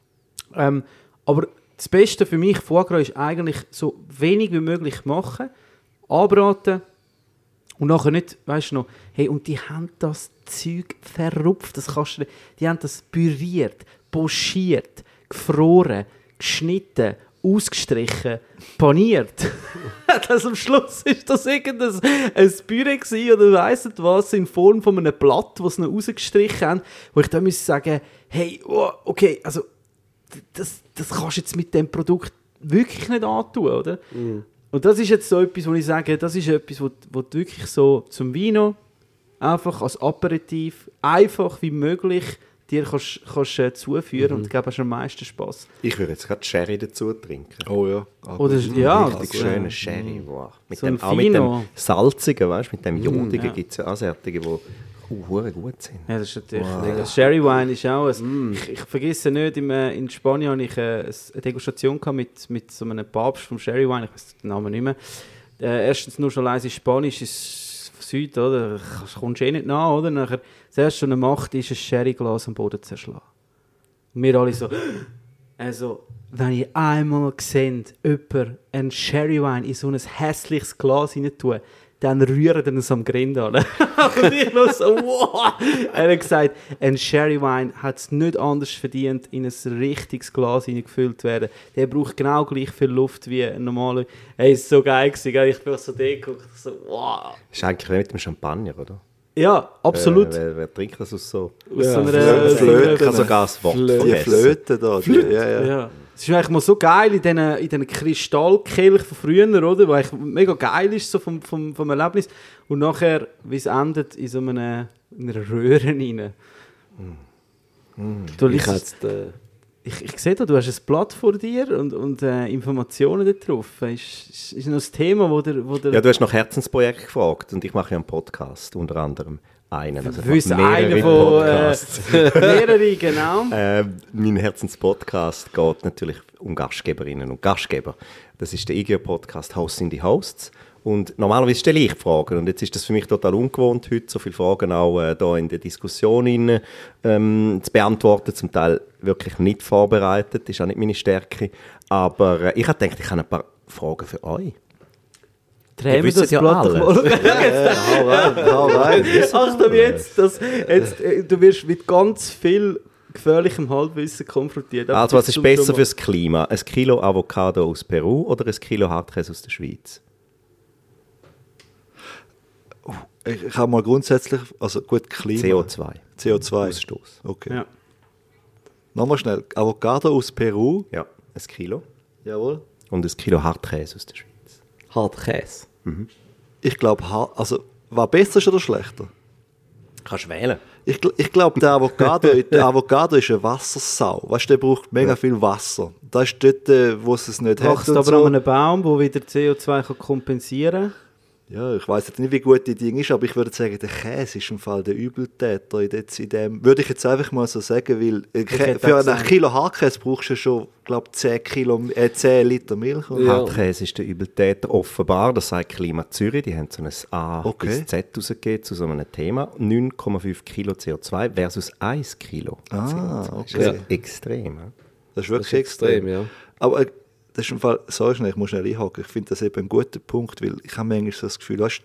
Aber das Beste für mich, Foie Gras, ist eigentlich so wenig wie möglich machen, anbraten und nachher nicht, weißt du noch, hey, und die haben das Zeug verrupft, das kannst du nicht, die haben das püriert, pochiert, gefroren, geschnitten, ausgestrichen, paniert. Das am Schluss ist das irgendein Püree gewesen, oder weiss nicht was, in Form von einem Blatt, das sie noch rausgestrichen haben, wo ich dann müsste sagen, hey, okay, also das kannst du jetzt mit dem Produkt wirklich nicht antun, oder? Und das ist jetzt so etwas, wo ich sage, das ist etwas, wo du wirklich so zum Vino einfach als Aperitif einfach wie möglich dir kannst zuführen und geben am meisten Spass. Ich würde jetzt gerade Sherry dazu trinken. Oh ja. Oder, ja, richtig schöner Sherry. Wow. Mit so dem, ein auch mit dem Fino. Salzigen, weißt, mit dem Jodigen ja. gibt es ja auch Sättige, die gut sind. Ja, das ist natürlich. Das Sherry Wine ist auch. Ich vergesse nicht, in Spanien hatte ich eine Degustation mit so einem Papst vom Sherry Wine. Ich weiß den Namen nicht mehr. Erstens nur schon leise Spanisch ist Süd, oder? Kommst du eh nicht nach, oder? Nachher, das erste, was er macht, ist ein Sherryglas am Boden zerschlagen. Und wir alle so. Also, wenn ich einmal sehe, jemand einen Sherry Wine in so ein hässliches Glas rein tun, dann rühren wir uns am Grind an. Und ich nur so, wow! Er hat gesagt, ein Sherry Wine hat es nicht anders verdient, in ein richtiges Glas hineingefüllt zu werden. Der braucht genau gleich viel Luft wie ein normaler. Hey, ist so geil gewesen, gell? Ich bin so geguckt, so, wow! Ist eigentlich wie mit dem Champagner, oder? Ja, absolut. Wer trinkt das aus so? Aus so einer Flöte. Ich kann sogar das Wort Die vergessen. Flöte da. Ja. Es ist eigentlich mal so geil in diesen Kristallkelch von früher, oder? Was eigentlich mega geil ist so vom Erlebnis. Und nachher, wie es endet, in so einer Röhre rein. Du liest, ich sehe da, du hast ein Blatt vor dir und Informationen da drauf. Ist noch ein Thema, wo der Ja, du hast nach Herzensprojekt gefragt und ich mache ja einen Podcast, unter anderem einen. Also für uns mehrere einer von Podcasts. mehrere, genau. Mein Herzenspodcast geht natürlich um Gastgeberinnen und Gastgeber. Das ist der IGO-Podcast Hosts in die Hosts. Und normalerweise stelle ich Fragen. Und jetzt ist das für mich total ungewohnt, heute so viele Fragen auch da in der Diskussion zu beantworten. Zum Teil wirklich nicht vorbereitet, das ist auch nicht meine Stärke. Aber ich habe gedacht, ich habe ein paar Fragen für euch. Drehen wir wisst das ja Blatt alle. doch mal. Hau rein. Achtung jetzt, du wirst mit ganz viel gefährlichem Halbwissen konfrontiert. Also was ist besser fürs Klima? Ein Kilo Avocado aus Peru oder ein Kilo Hartkäse aus der Schweiz? Ich habe mal grundsätzlich, also gut, Klima. CO2. Ausstoß. Okay. Ja. Nochmal schnell. Avocado aus Peru. Ja, ein Kilo. Jawohl. Und ein Kilo Hartkäse aus der Schweiz. Hartkäse. Ich glaube, also, war besser oder schlechter? Kannst wählen. Ich glaube, der Avocado ist eine Wassersau. Weißt du, der braucht mega viel Wasser. Das ist dort, wo es nicht hat. Wächst und aber so. an einem Baum, der wieder CO2 kompensieren kann. Ja, ich weiß jetzt nicht, wie gut die Ding ist, aber ich würde sagen, der Käse ist im Fall der Übeltäter in dem. Würde ich jetzt einfach mal so sagen, weil für ein Kilo Hartkäse brauchst du schon, glaube ich, 10 Liter Milch. Oder? Ja. Hartkäse ist der Übeltäter offenbar, das sagt Klima Zürich, die haben so ein A Okay. bis Z rausgegeben zu so einem Thema. 9,5 Kilo CO2 versus 1 Kilo CO2. okay. Das ist also extrem. Ja? Das ist wirklich Das ist extrem, ja. Aber das ist im Fall, so schnell, ich muss schnell einhaken, ich finde das eben ein guter Punkt, weil ich habe manchmal so das Gefühl, weißt,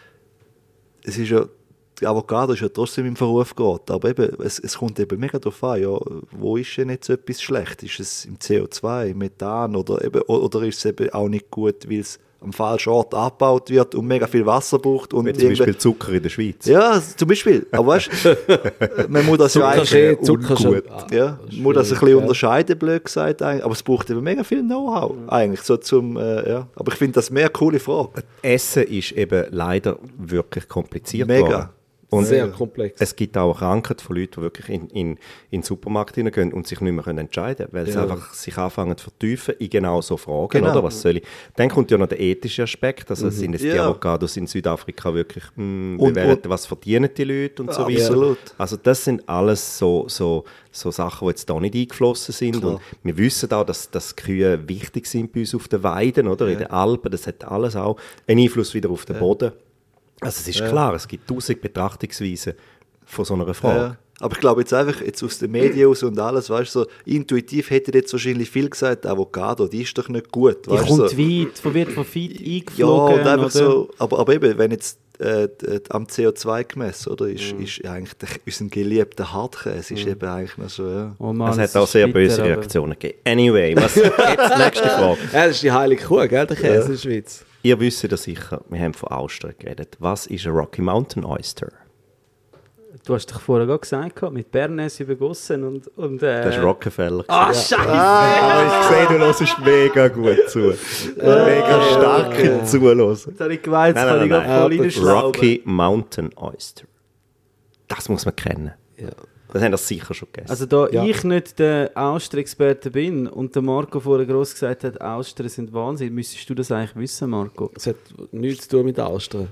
es ist ja, die Avocado ist ja trotzdem im Verruf geraten, aber eben, es kommt eben mega darauf an, ja, wo ist denn jetzt etwas schlecht? Ist es im CO2, im Methan oder ist es eben auch nicht gut, weil es am falschen Ort abgebaut wird und mega viel Wasser braucht. Und Wie zum Beispiel Zucker in der Schweiz. Ja, zum Beispiel. Aber weißt du, man muss das ja eigentlich... Ungut. Ja, man muss das ein bisschen unterscheiden, blöd gesagt. Eigentlich. Aber es braucht eben mega viel Know-how, eigentlich, so zum... ja. Aber ich finde das mehr eine coole Frage. Essen ist eben leider wirklich kompliziert Mega. geworden. Und Sehr komplex. es gibt auch Krankheiten von Leuten, die wirklich in den Supermarkt hineingehen und sich nicht mehr entscheiden können, weil sie einfach sich anfangen zu vertiefen in genau so Fragen. Genau. Oder? Was soll ich? Dann kommt ja noch der ethische Aspekt, also sind es die Ja. Avocados in Südafrika wirklich bewerten, was verdienen die Leute und so weiter. Absolut. Also das sind alles so Sachen, die jetzt da nicht eingeflossen sind. Klar. Und wir wissen auch, dass Kühe wichtig sind bei uns auf den Weiden, oder? In den Alpen, das hat alles auch einen Einfluss wieder auf den Boden. Also es ist klar, es gibt 1000 Betrachtungsweisen von so einer Frage. Ja. Aber ich glaube jetzt einfach, jetzt aus den Medien raus und alles, weißt du, so intuitiv hätte jetzt wahrscheinlich viel gesagt, Avocado, die ist doch nicht gut. Die Weißt, kommt so. weit, wird von weit Ja, eingeflogen. und einfach oder? so, aber eben, wenn jetzt am CO2 gemessen, oder, ist eigentlich unser geliebter Hartkäse ist eben eigentlich noch so, ja. Oh Mann, Es das hat auch ist sehr bitter, böse aber- Reaktionen gegeben. Anyway, jetzt nächste Frage. Ja, das ist die heilige Kuh, gell, der Käse in der Schweiz. Ihr wisst ja sicher, wir haben von Austern geredet. Was ist ein Rocky Mountain Oyster? Du hast doch vorher gerade gesagt, mit Bernays übergossen und Das ist Rockefeller. Ah, Scheiße! Aber ich sehe, du hörst mega gut zu. Mega stark im Zuhören. Das habe ich gemeint, das kann ich gerade voll reinschrauben. Rocky Mountain Oyster. Das muss man kennen. Ja. Das haben wir sicher schon gegessen. Also da ich nicht der Auster-Experte bin und der Marco vorher gross gesagt hat, Austern sind Wahnsinn, müsstest du das eigentlich wissen, Marco? Es hat nichts zu tun mit Austern.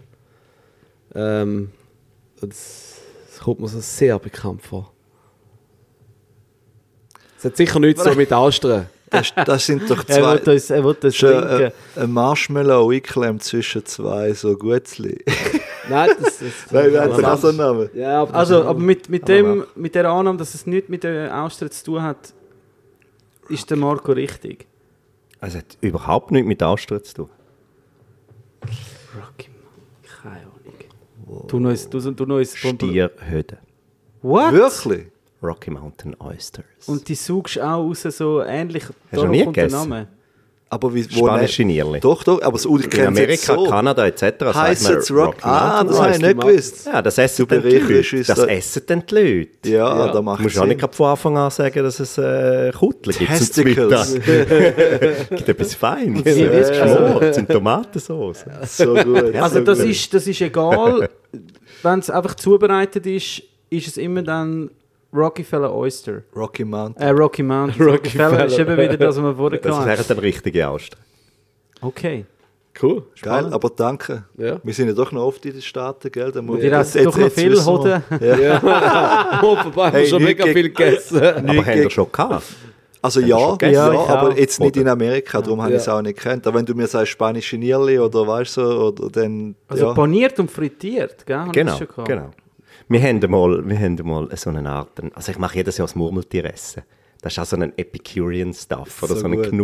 Das kommt mir so sehr bekannt vor. Es hat sicher nichts zu tun mit Austern. Das sind doch Er zwei... will das trinken. Ein Marshmallow eingeklemmt zwischen zwei so Gutzli. Nein, das Nein, wer hat denn auch so einen Namen? Ja, aber Also, aber mit der Annahme, dass es nichts mit der Austern zu tun hat, ist der Marco richtig. Es hat überhaupt nichts mit Austern zu tun. Rocky Mountain, keine Ahnung. Du neues Stierhöden. What? Wirklich? Rocky Mountain Oysters. Und die saugst auch raus so ähnlich. Hast du noch nie kommt der gegessen? Name. Aber wie, Spanische Nierli. Doch, aber so, ich In kenne es jetzt Amerika, so. Kanada etc. sagt Heisst man es Rock? Rocky Ah, Mountain das habe ich Oyster. nicht gewusst. Ja, das essen Du dann die bereicherst Leute. uns Das da- essen dann die Leute. Ja, Ja. da macht Du musst es auch Sinn. nicht von Anfang an sagen, dass es Kuttel gibt zum Testicles. Mittag. Gibt etwas Feines. wie wird's Geschmort, sind Tomatensauce. So gut. Also das so gut. ist egal, wenn es einfach zubereitet ist es immer dann Rockefeller Oyster. Rocky Mountain. Rocky Mountain. Rockefeller ist eben wieder das, was wir vorher Das hatten. wäre dann richtige Austern. Okay. cool. Geil, aber danke. Ja. Wir sind ja doch noch oft in den Staaten, gell? Da muss- Ihr habt doch noch viel wissen wir. Hoden. Ja. Offenbar haben wir Hey, schon nicht mega viel gegessen. Aber haben wir schon gehabt? Also Haben wir schon gegessen? ja, Ja, ich aber auch. jetzt nicht Oder? in Amerika, darum habe ich es auch nicht gekannt. Aber wenn du mir sagst spanische Nierli oder weißt du, oder dann... Also ja. paniert und frittiert, gell? Habe ich Genau, schon gehabt. genau. Wir haben mal so eine Art, also ich mache jedes Jahr das Murmeltier essen. Das ist auch so ein Epicurean-Stuff oder So so ein gut.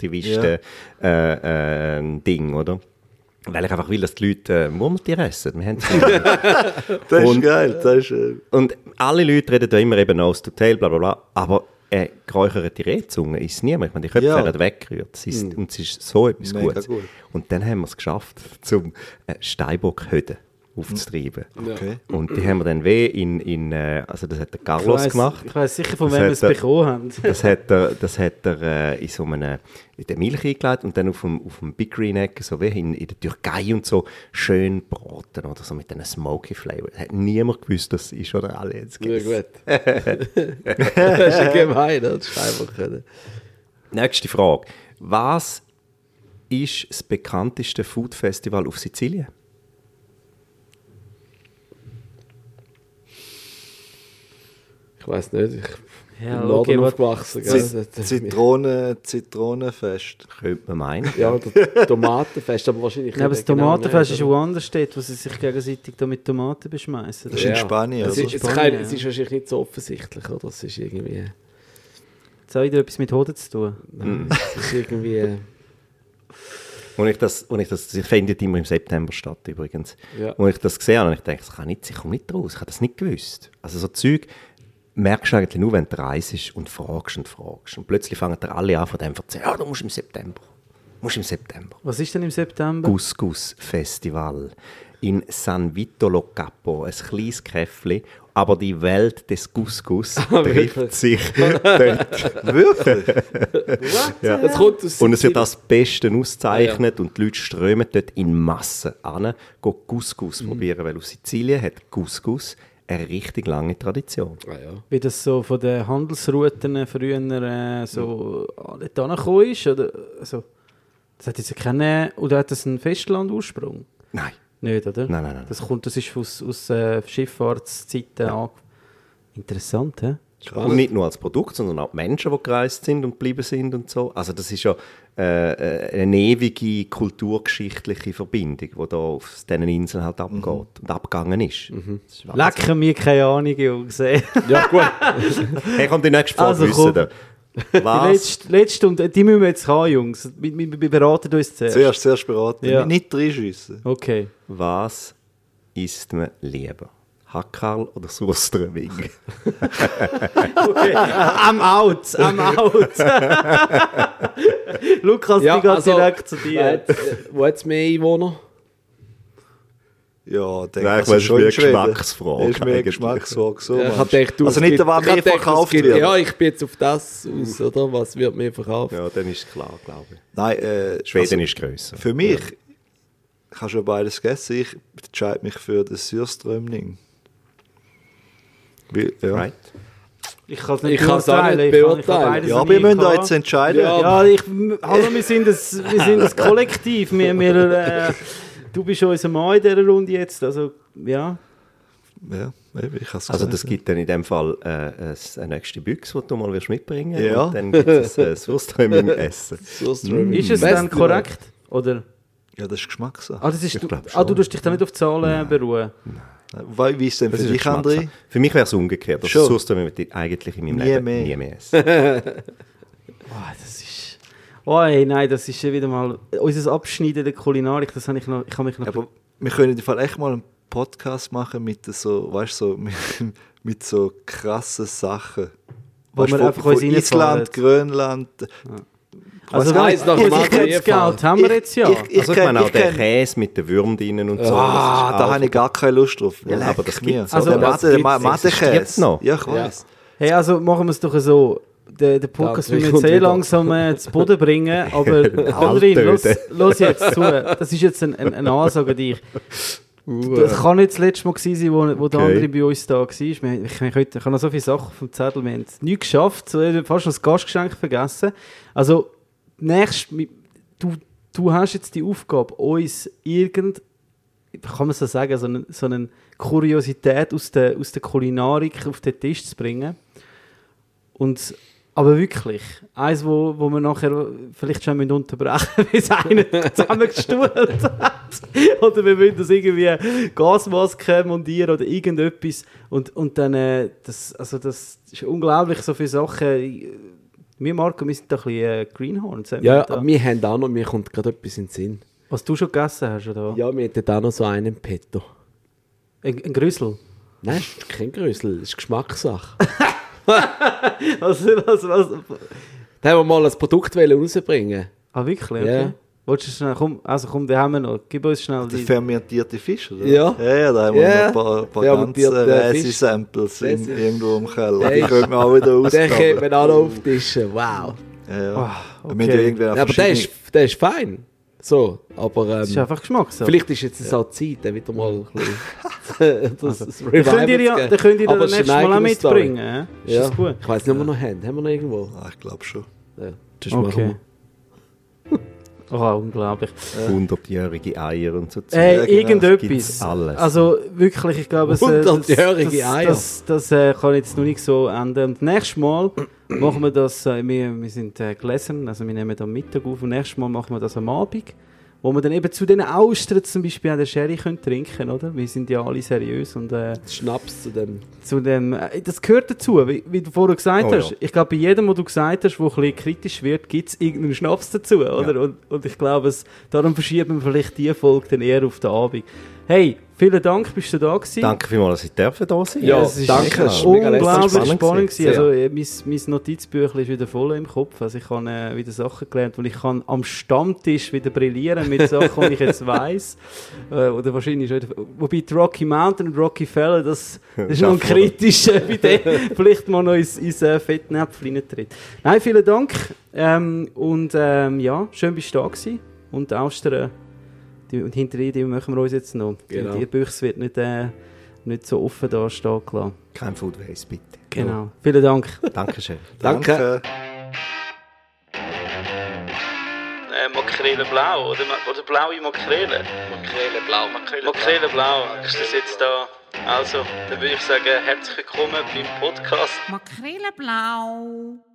Genussaktivisten-Ding, oder? Weil ich einfach will, dass die Leute Murmeltier essen. Wir haben Das ist und- geil, das ist... Und alle Leute reden da immer eben Nose to Tail, bla bla bla, aber geräucherte Rehzunge ist niemand. Ich meine, die Köpfe Ja. werden weggerührt. Und es ist so etwas Mega Gutes. gut. Und dann haben wir es geschafft, zum Steinbockhöden aufzutreiben. Okay. Und die haben wir dann also das hat der Carlos gemacht. Ich weiss sicher, von Das wem wir hat es er- bekommen haben. Das hat er in so einem, in der Milch eingelegt und dann auf dem Big Green Egg, so wie in der Türkei und so, schön braten oder so mit einem Smoky Flavor. Das hat niemand gewusst, dass es ist, oder alle jetzt Ja, gut. Das ist ja gemein, das ist einfach können. Nächste Frage. Was ist das bekannteste Food Festival auf Sizilien? Ich weiß nicht, ich Ja, bin okay, Norden was- aufgewachsen. Gell? Zitronenfest. Könnte man meinen. Ja, oder Tomatenfest, aber wahrscheinlich Ja, aber das nicht genau, Tomatenfest ist nicht, woanders steht, wo sie sich gegenseitig da mit Tomaten beschmeißen. Das ist in Spanien, Es oder? ist, Spanien, es ist wahrscheinlich nicht so offensichtlich, oder? Es ist irgendwie... Jetzt hat wieder etwas mit Hoden zu tun. Es ist irgendwie... Sie findet immer im September statt übrigens. Ja. Als ich das gesehen habe, ich dachte, das kann nicht, ich komme nicht raus, ich habe das nicht gewusst. Also so Zeug merkst du eigentlich nur, wenn du reist und fragst. Und plötzlich fangen dir alle an von dem zu erzählen, ja, du musst im September. Was ist denn im September? Couscous Festival in San Vito lo Capo, ein kleines Käffli, aber die Welt des Couscous trifft sich dort. Wirklich? Ja. Es kommt aus Und es wird Sizilien. als Beste ausgezeichnet und die Leute strömen dort in Massen an, gehen Couscous probieren, weil aus Sizilien hat Couscous eine richtig lange Tradition. Ah, ja. Wie das so von den Handelsrouten früher so dort angekommen ist? Oder, also, das hat jetzt keinen... Oder hat das einen Festlandursprung? Nein. Nicht, oder? Nein. Das ist aus Schifffahrtszeiten an. Interessant, hä? Und nicht nur als Produkt, sondern auch die Menschen, die gereist sind und geblieben sind und so. Also das ist ja eine ewige kulturgeschichtliche Verbindung, die da auf diesen Inseln halt abgeht und abgegangen ist. Das ist Wahnsinn. Lecker mir keine Ahnung, Jungs. Ja, gut. Hey, kommt die nächste Frage Also, wissen. komm. Da. Was? Letzte und die müssen wir jetzt haben, Jungs. Wir beraten uns zuerst. Zuerst beraten. Ja. Nicht reinschiessen. Okay. Was isst man lieber? Hackerl oder Surströmming? Okay. I'm out. Lukas, Ja, die geht also, direkt zu dir. Wo hat es mehr Einwohner? Ja, Nein, das ist mehr Geschmacksfrage. Das ist mehr Geschmacksfrage. So, ich gedacht, also nicht, was mehr verkauft wird. Ja, ich bin jetzt auf das aus, oder? Was wird mehr verkauft? Ja, dann ist es klar, glaube ich. Nein, Schweden ist grösser. Für mich, ich habe schon beides gegessen, ich entscheide mich für den Surströmming. Ja. Right. Ich kann es nicht beurteilen. Ja, aber wir müssen da jetzt entscheiden. Ja, hallo, wir sind ein Kollektiv. Du bist unser Mann in dieser Runde jetzt. Also, ja. Ja, ich kann es Also das gibt dann in dem Fall eine nächste Büchse, die du mal mitbringen wirst. Ja. Und dann gibt es ein Surströmming-Essen. Ist es dann korrekt? Oder? Ja, das ist Geschmackssache. Ah, du tust dich da nicht auf Zahlen beruhen? Wie ist denn für dich, André? Für mich wäre es umgekehrt. Also Surströmming würde ich eigentlich in meinem Leben nie mehr essen. Das ist... Oh, ey, nein, das ist wieder mal... Unser Abschneiden der Kulinarik, das habe ich noch... Aber wir können im Fall echt mal einen Podcast machen mit so, weißt du, mit so krassen Sachen. Wo weißt, wir einfach uns von Island, Grönland... Also eins nach dem anderen. Geld haben wir jetzt ja. Also ich meine auch den Käse mit den Würmern drinnen und so. Da habe ich gar keine Lust drauf. Ja, aber das gibt's. Also der Mathe-Käse. noch. Ja, ich weiss. Hey, also machen wir es doch so. Der Podcast will mir sehr langsam zu Boden bringen, aber Andrin, los jetzt zu. Das ist jetzt eine Ansage an dich. Das kann nicht das letzte Mal gewesen sein, wo der andere bei uns da war. Ich habe noch so viele Sachen auf dem Zettel. Wir haben es nicht geschafft. So, fast noch das Gastgeschenk vergessen. Also, du hast jetzt die Aufgabe, uns kann man so sagen, so eine Kuriosität aus der Kulinarik auf den Tisch zu bringen. Aber wirklich, eins, wo wir nachher vielleicht schon unterbrechen müssen, weil es einer zusammengestuhlt hat. Oder wir müssen das irgendwie Gasmaske montieren oder irgendetwas. Und dann, das ist unglaublich, so viele Sachen. Wir, Marco, wir sind da ein bisschen Greenhorns. Ja, wir haben auch noch, mir kommt gerade etwas in den Sinn. Was du schon gegessen hast, oder? Ja, wir hätten auch noch so einen Petto. Ein Grüssel? Nein, das ist kein Grüssel, das ist Geschmackssache. Was? Da haben wir mal ein Produkt rausbringen. Ah, wirklich? Okay. Ja. Willst du schnell, komm, den haben wir noch. Gib uns schnell Der fermentierte Fisch, oder? Ja. Ja, da haben wir noch ein paar ganze Resi-Samples irgendwo im Keller. Die können wir auch wieder ausgaben. Den können wir auch noch auftischen, wow. Ja. Okay. Aber der ist fein. So, aber das ist einfach Geschmackssache. vielleicht ist jetzt auch Zeit, dann wieder mal ein bisschen das Revival zu könnt ihr das nächste Mal auch mitbringen. Ist ja. das gut? Ich weiss nicht, ob wir noch haben. Haben wir noch irgendwo? Ich glaube schon. Ja, das Okay. machen wir. Oh, unglaublich. 100-jährige Eier und so. Irgendetwas. Gibt's alles. Also wirklich, ich glaube, 100-jährige Eier. Das kann jetzt noch nicht so enden. Und nächstes Mal machen wir das, wir sind gelesen, also wir nehmen am Mittag auf und nächstes Mal machen wir das am Abend, wo wir dann eben zu den Austern zum Beispiel auch den Sherry können trinken, oder? Wir sind ja alle seriös und Schnaps zu dem das gehört dazu, wie du vorher gesagt hast. Ja. Ich glaube, bei jedem, was du gesagt hast, der ein bisschen kritisch wird, gibt es irgendeinen Schnaps dazu, oder? Ja. Und ich glaube, darum verschieben wir vielleicht die Folge dann eher auf den Abend. Hey, vielen Dank, bist du da gewesen. Danke vielmals, dass ich da sein Ja, es ist danke. echt unglaublich spannend gewesen. gewesen. Also, mein Notizbüchlein ist wieder voll im Kopf. Also, ich habe wieder Sachen gelernt, und ich kann am Stammtisch wieder brillieren mit Sachen, die ich jetzt weiss. Oder wahrscheinlich schon. Wobei die Rocky Mountain und Rocky Fell, das ist noch ein kritischer, bei dem vielleicht mal noch ins Fettnäpfchen reintritt. Nein, vielen Dank. Ja, schön bist du da gewesen. Und Austern. Und hinter die machen wir uns jetzt noch. Genau. Die Büchse wird nicht so offen da stehen gelassen. Kein Food Waste, bitte. Genau. Vielen Dank. Dankeschön. Danke. Makrele blau oder blaue Makrele? Makrele blau. Makrele blau ist das jetzt da. Also, dann würde ich sagen, herzlich willkommen beim Podcast. Makrele blau.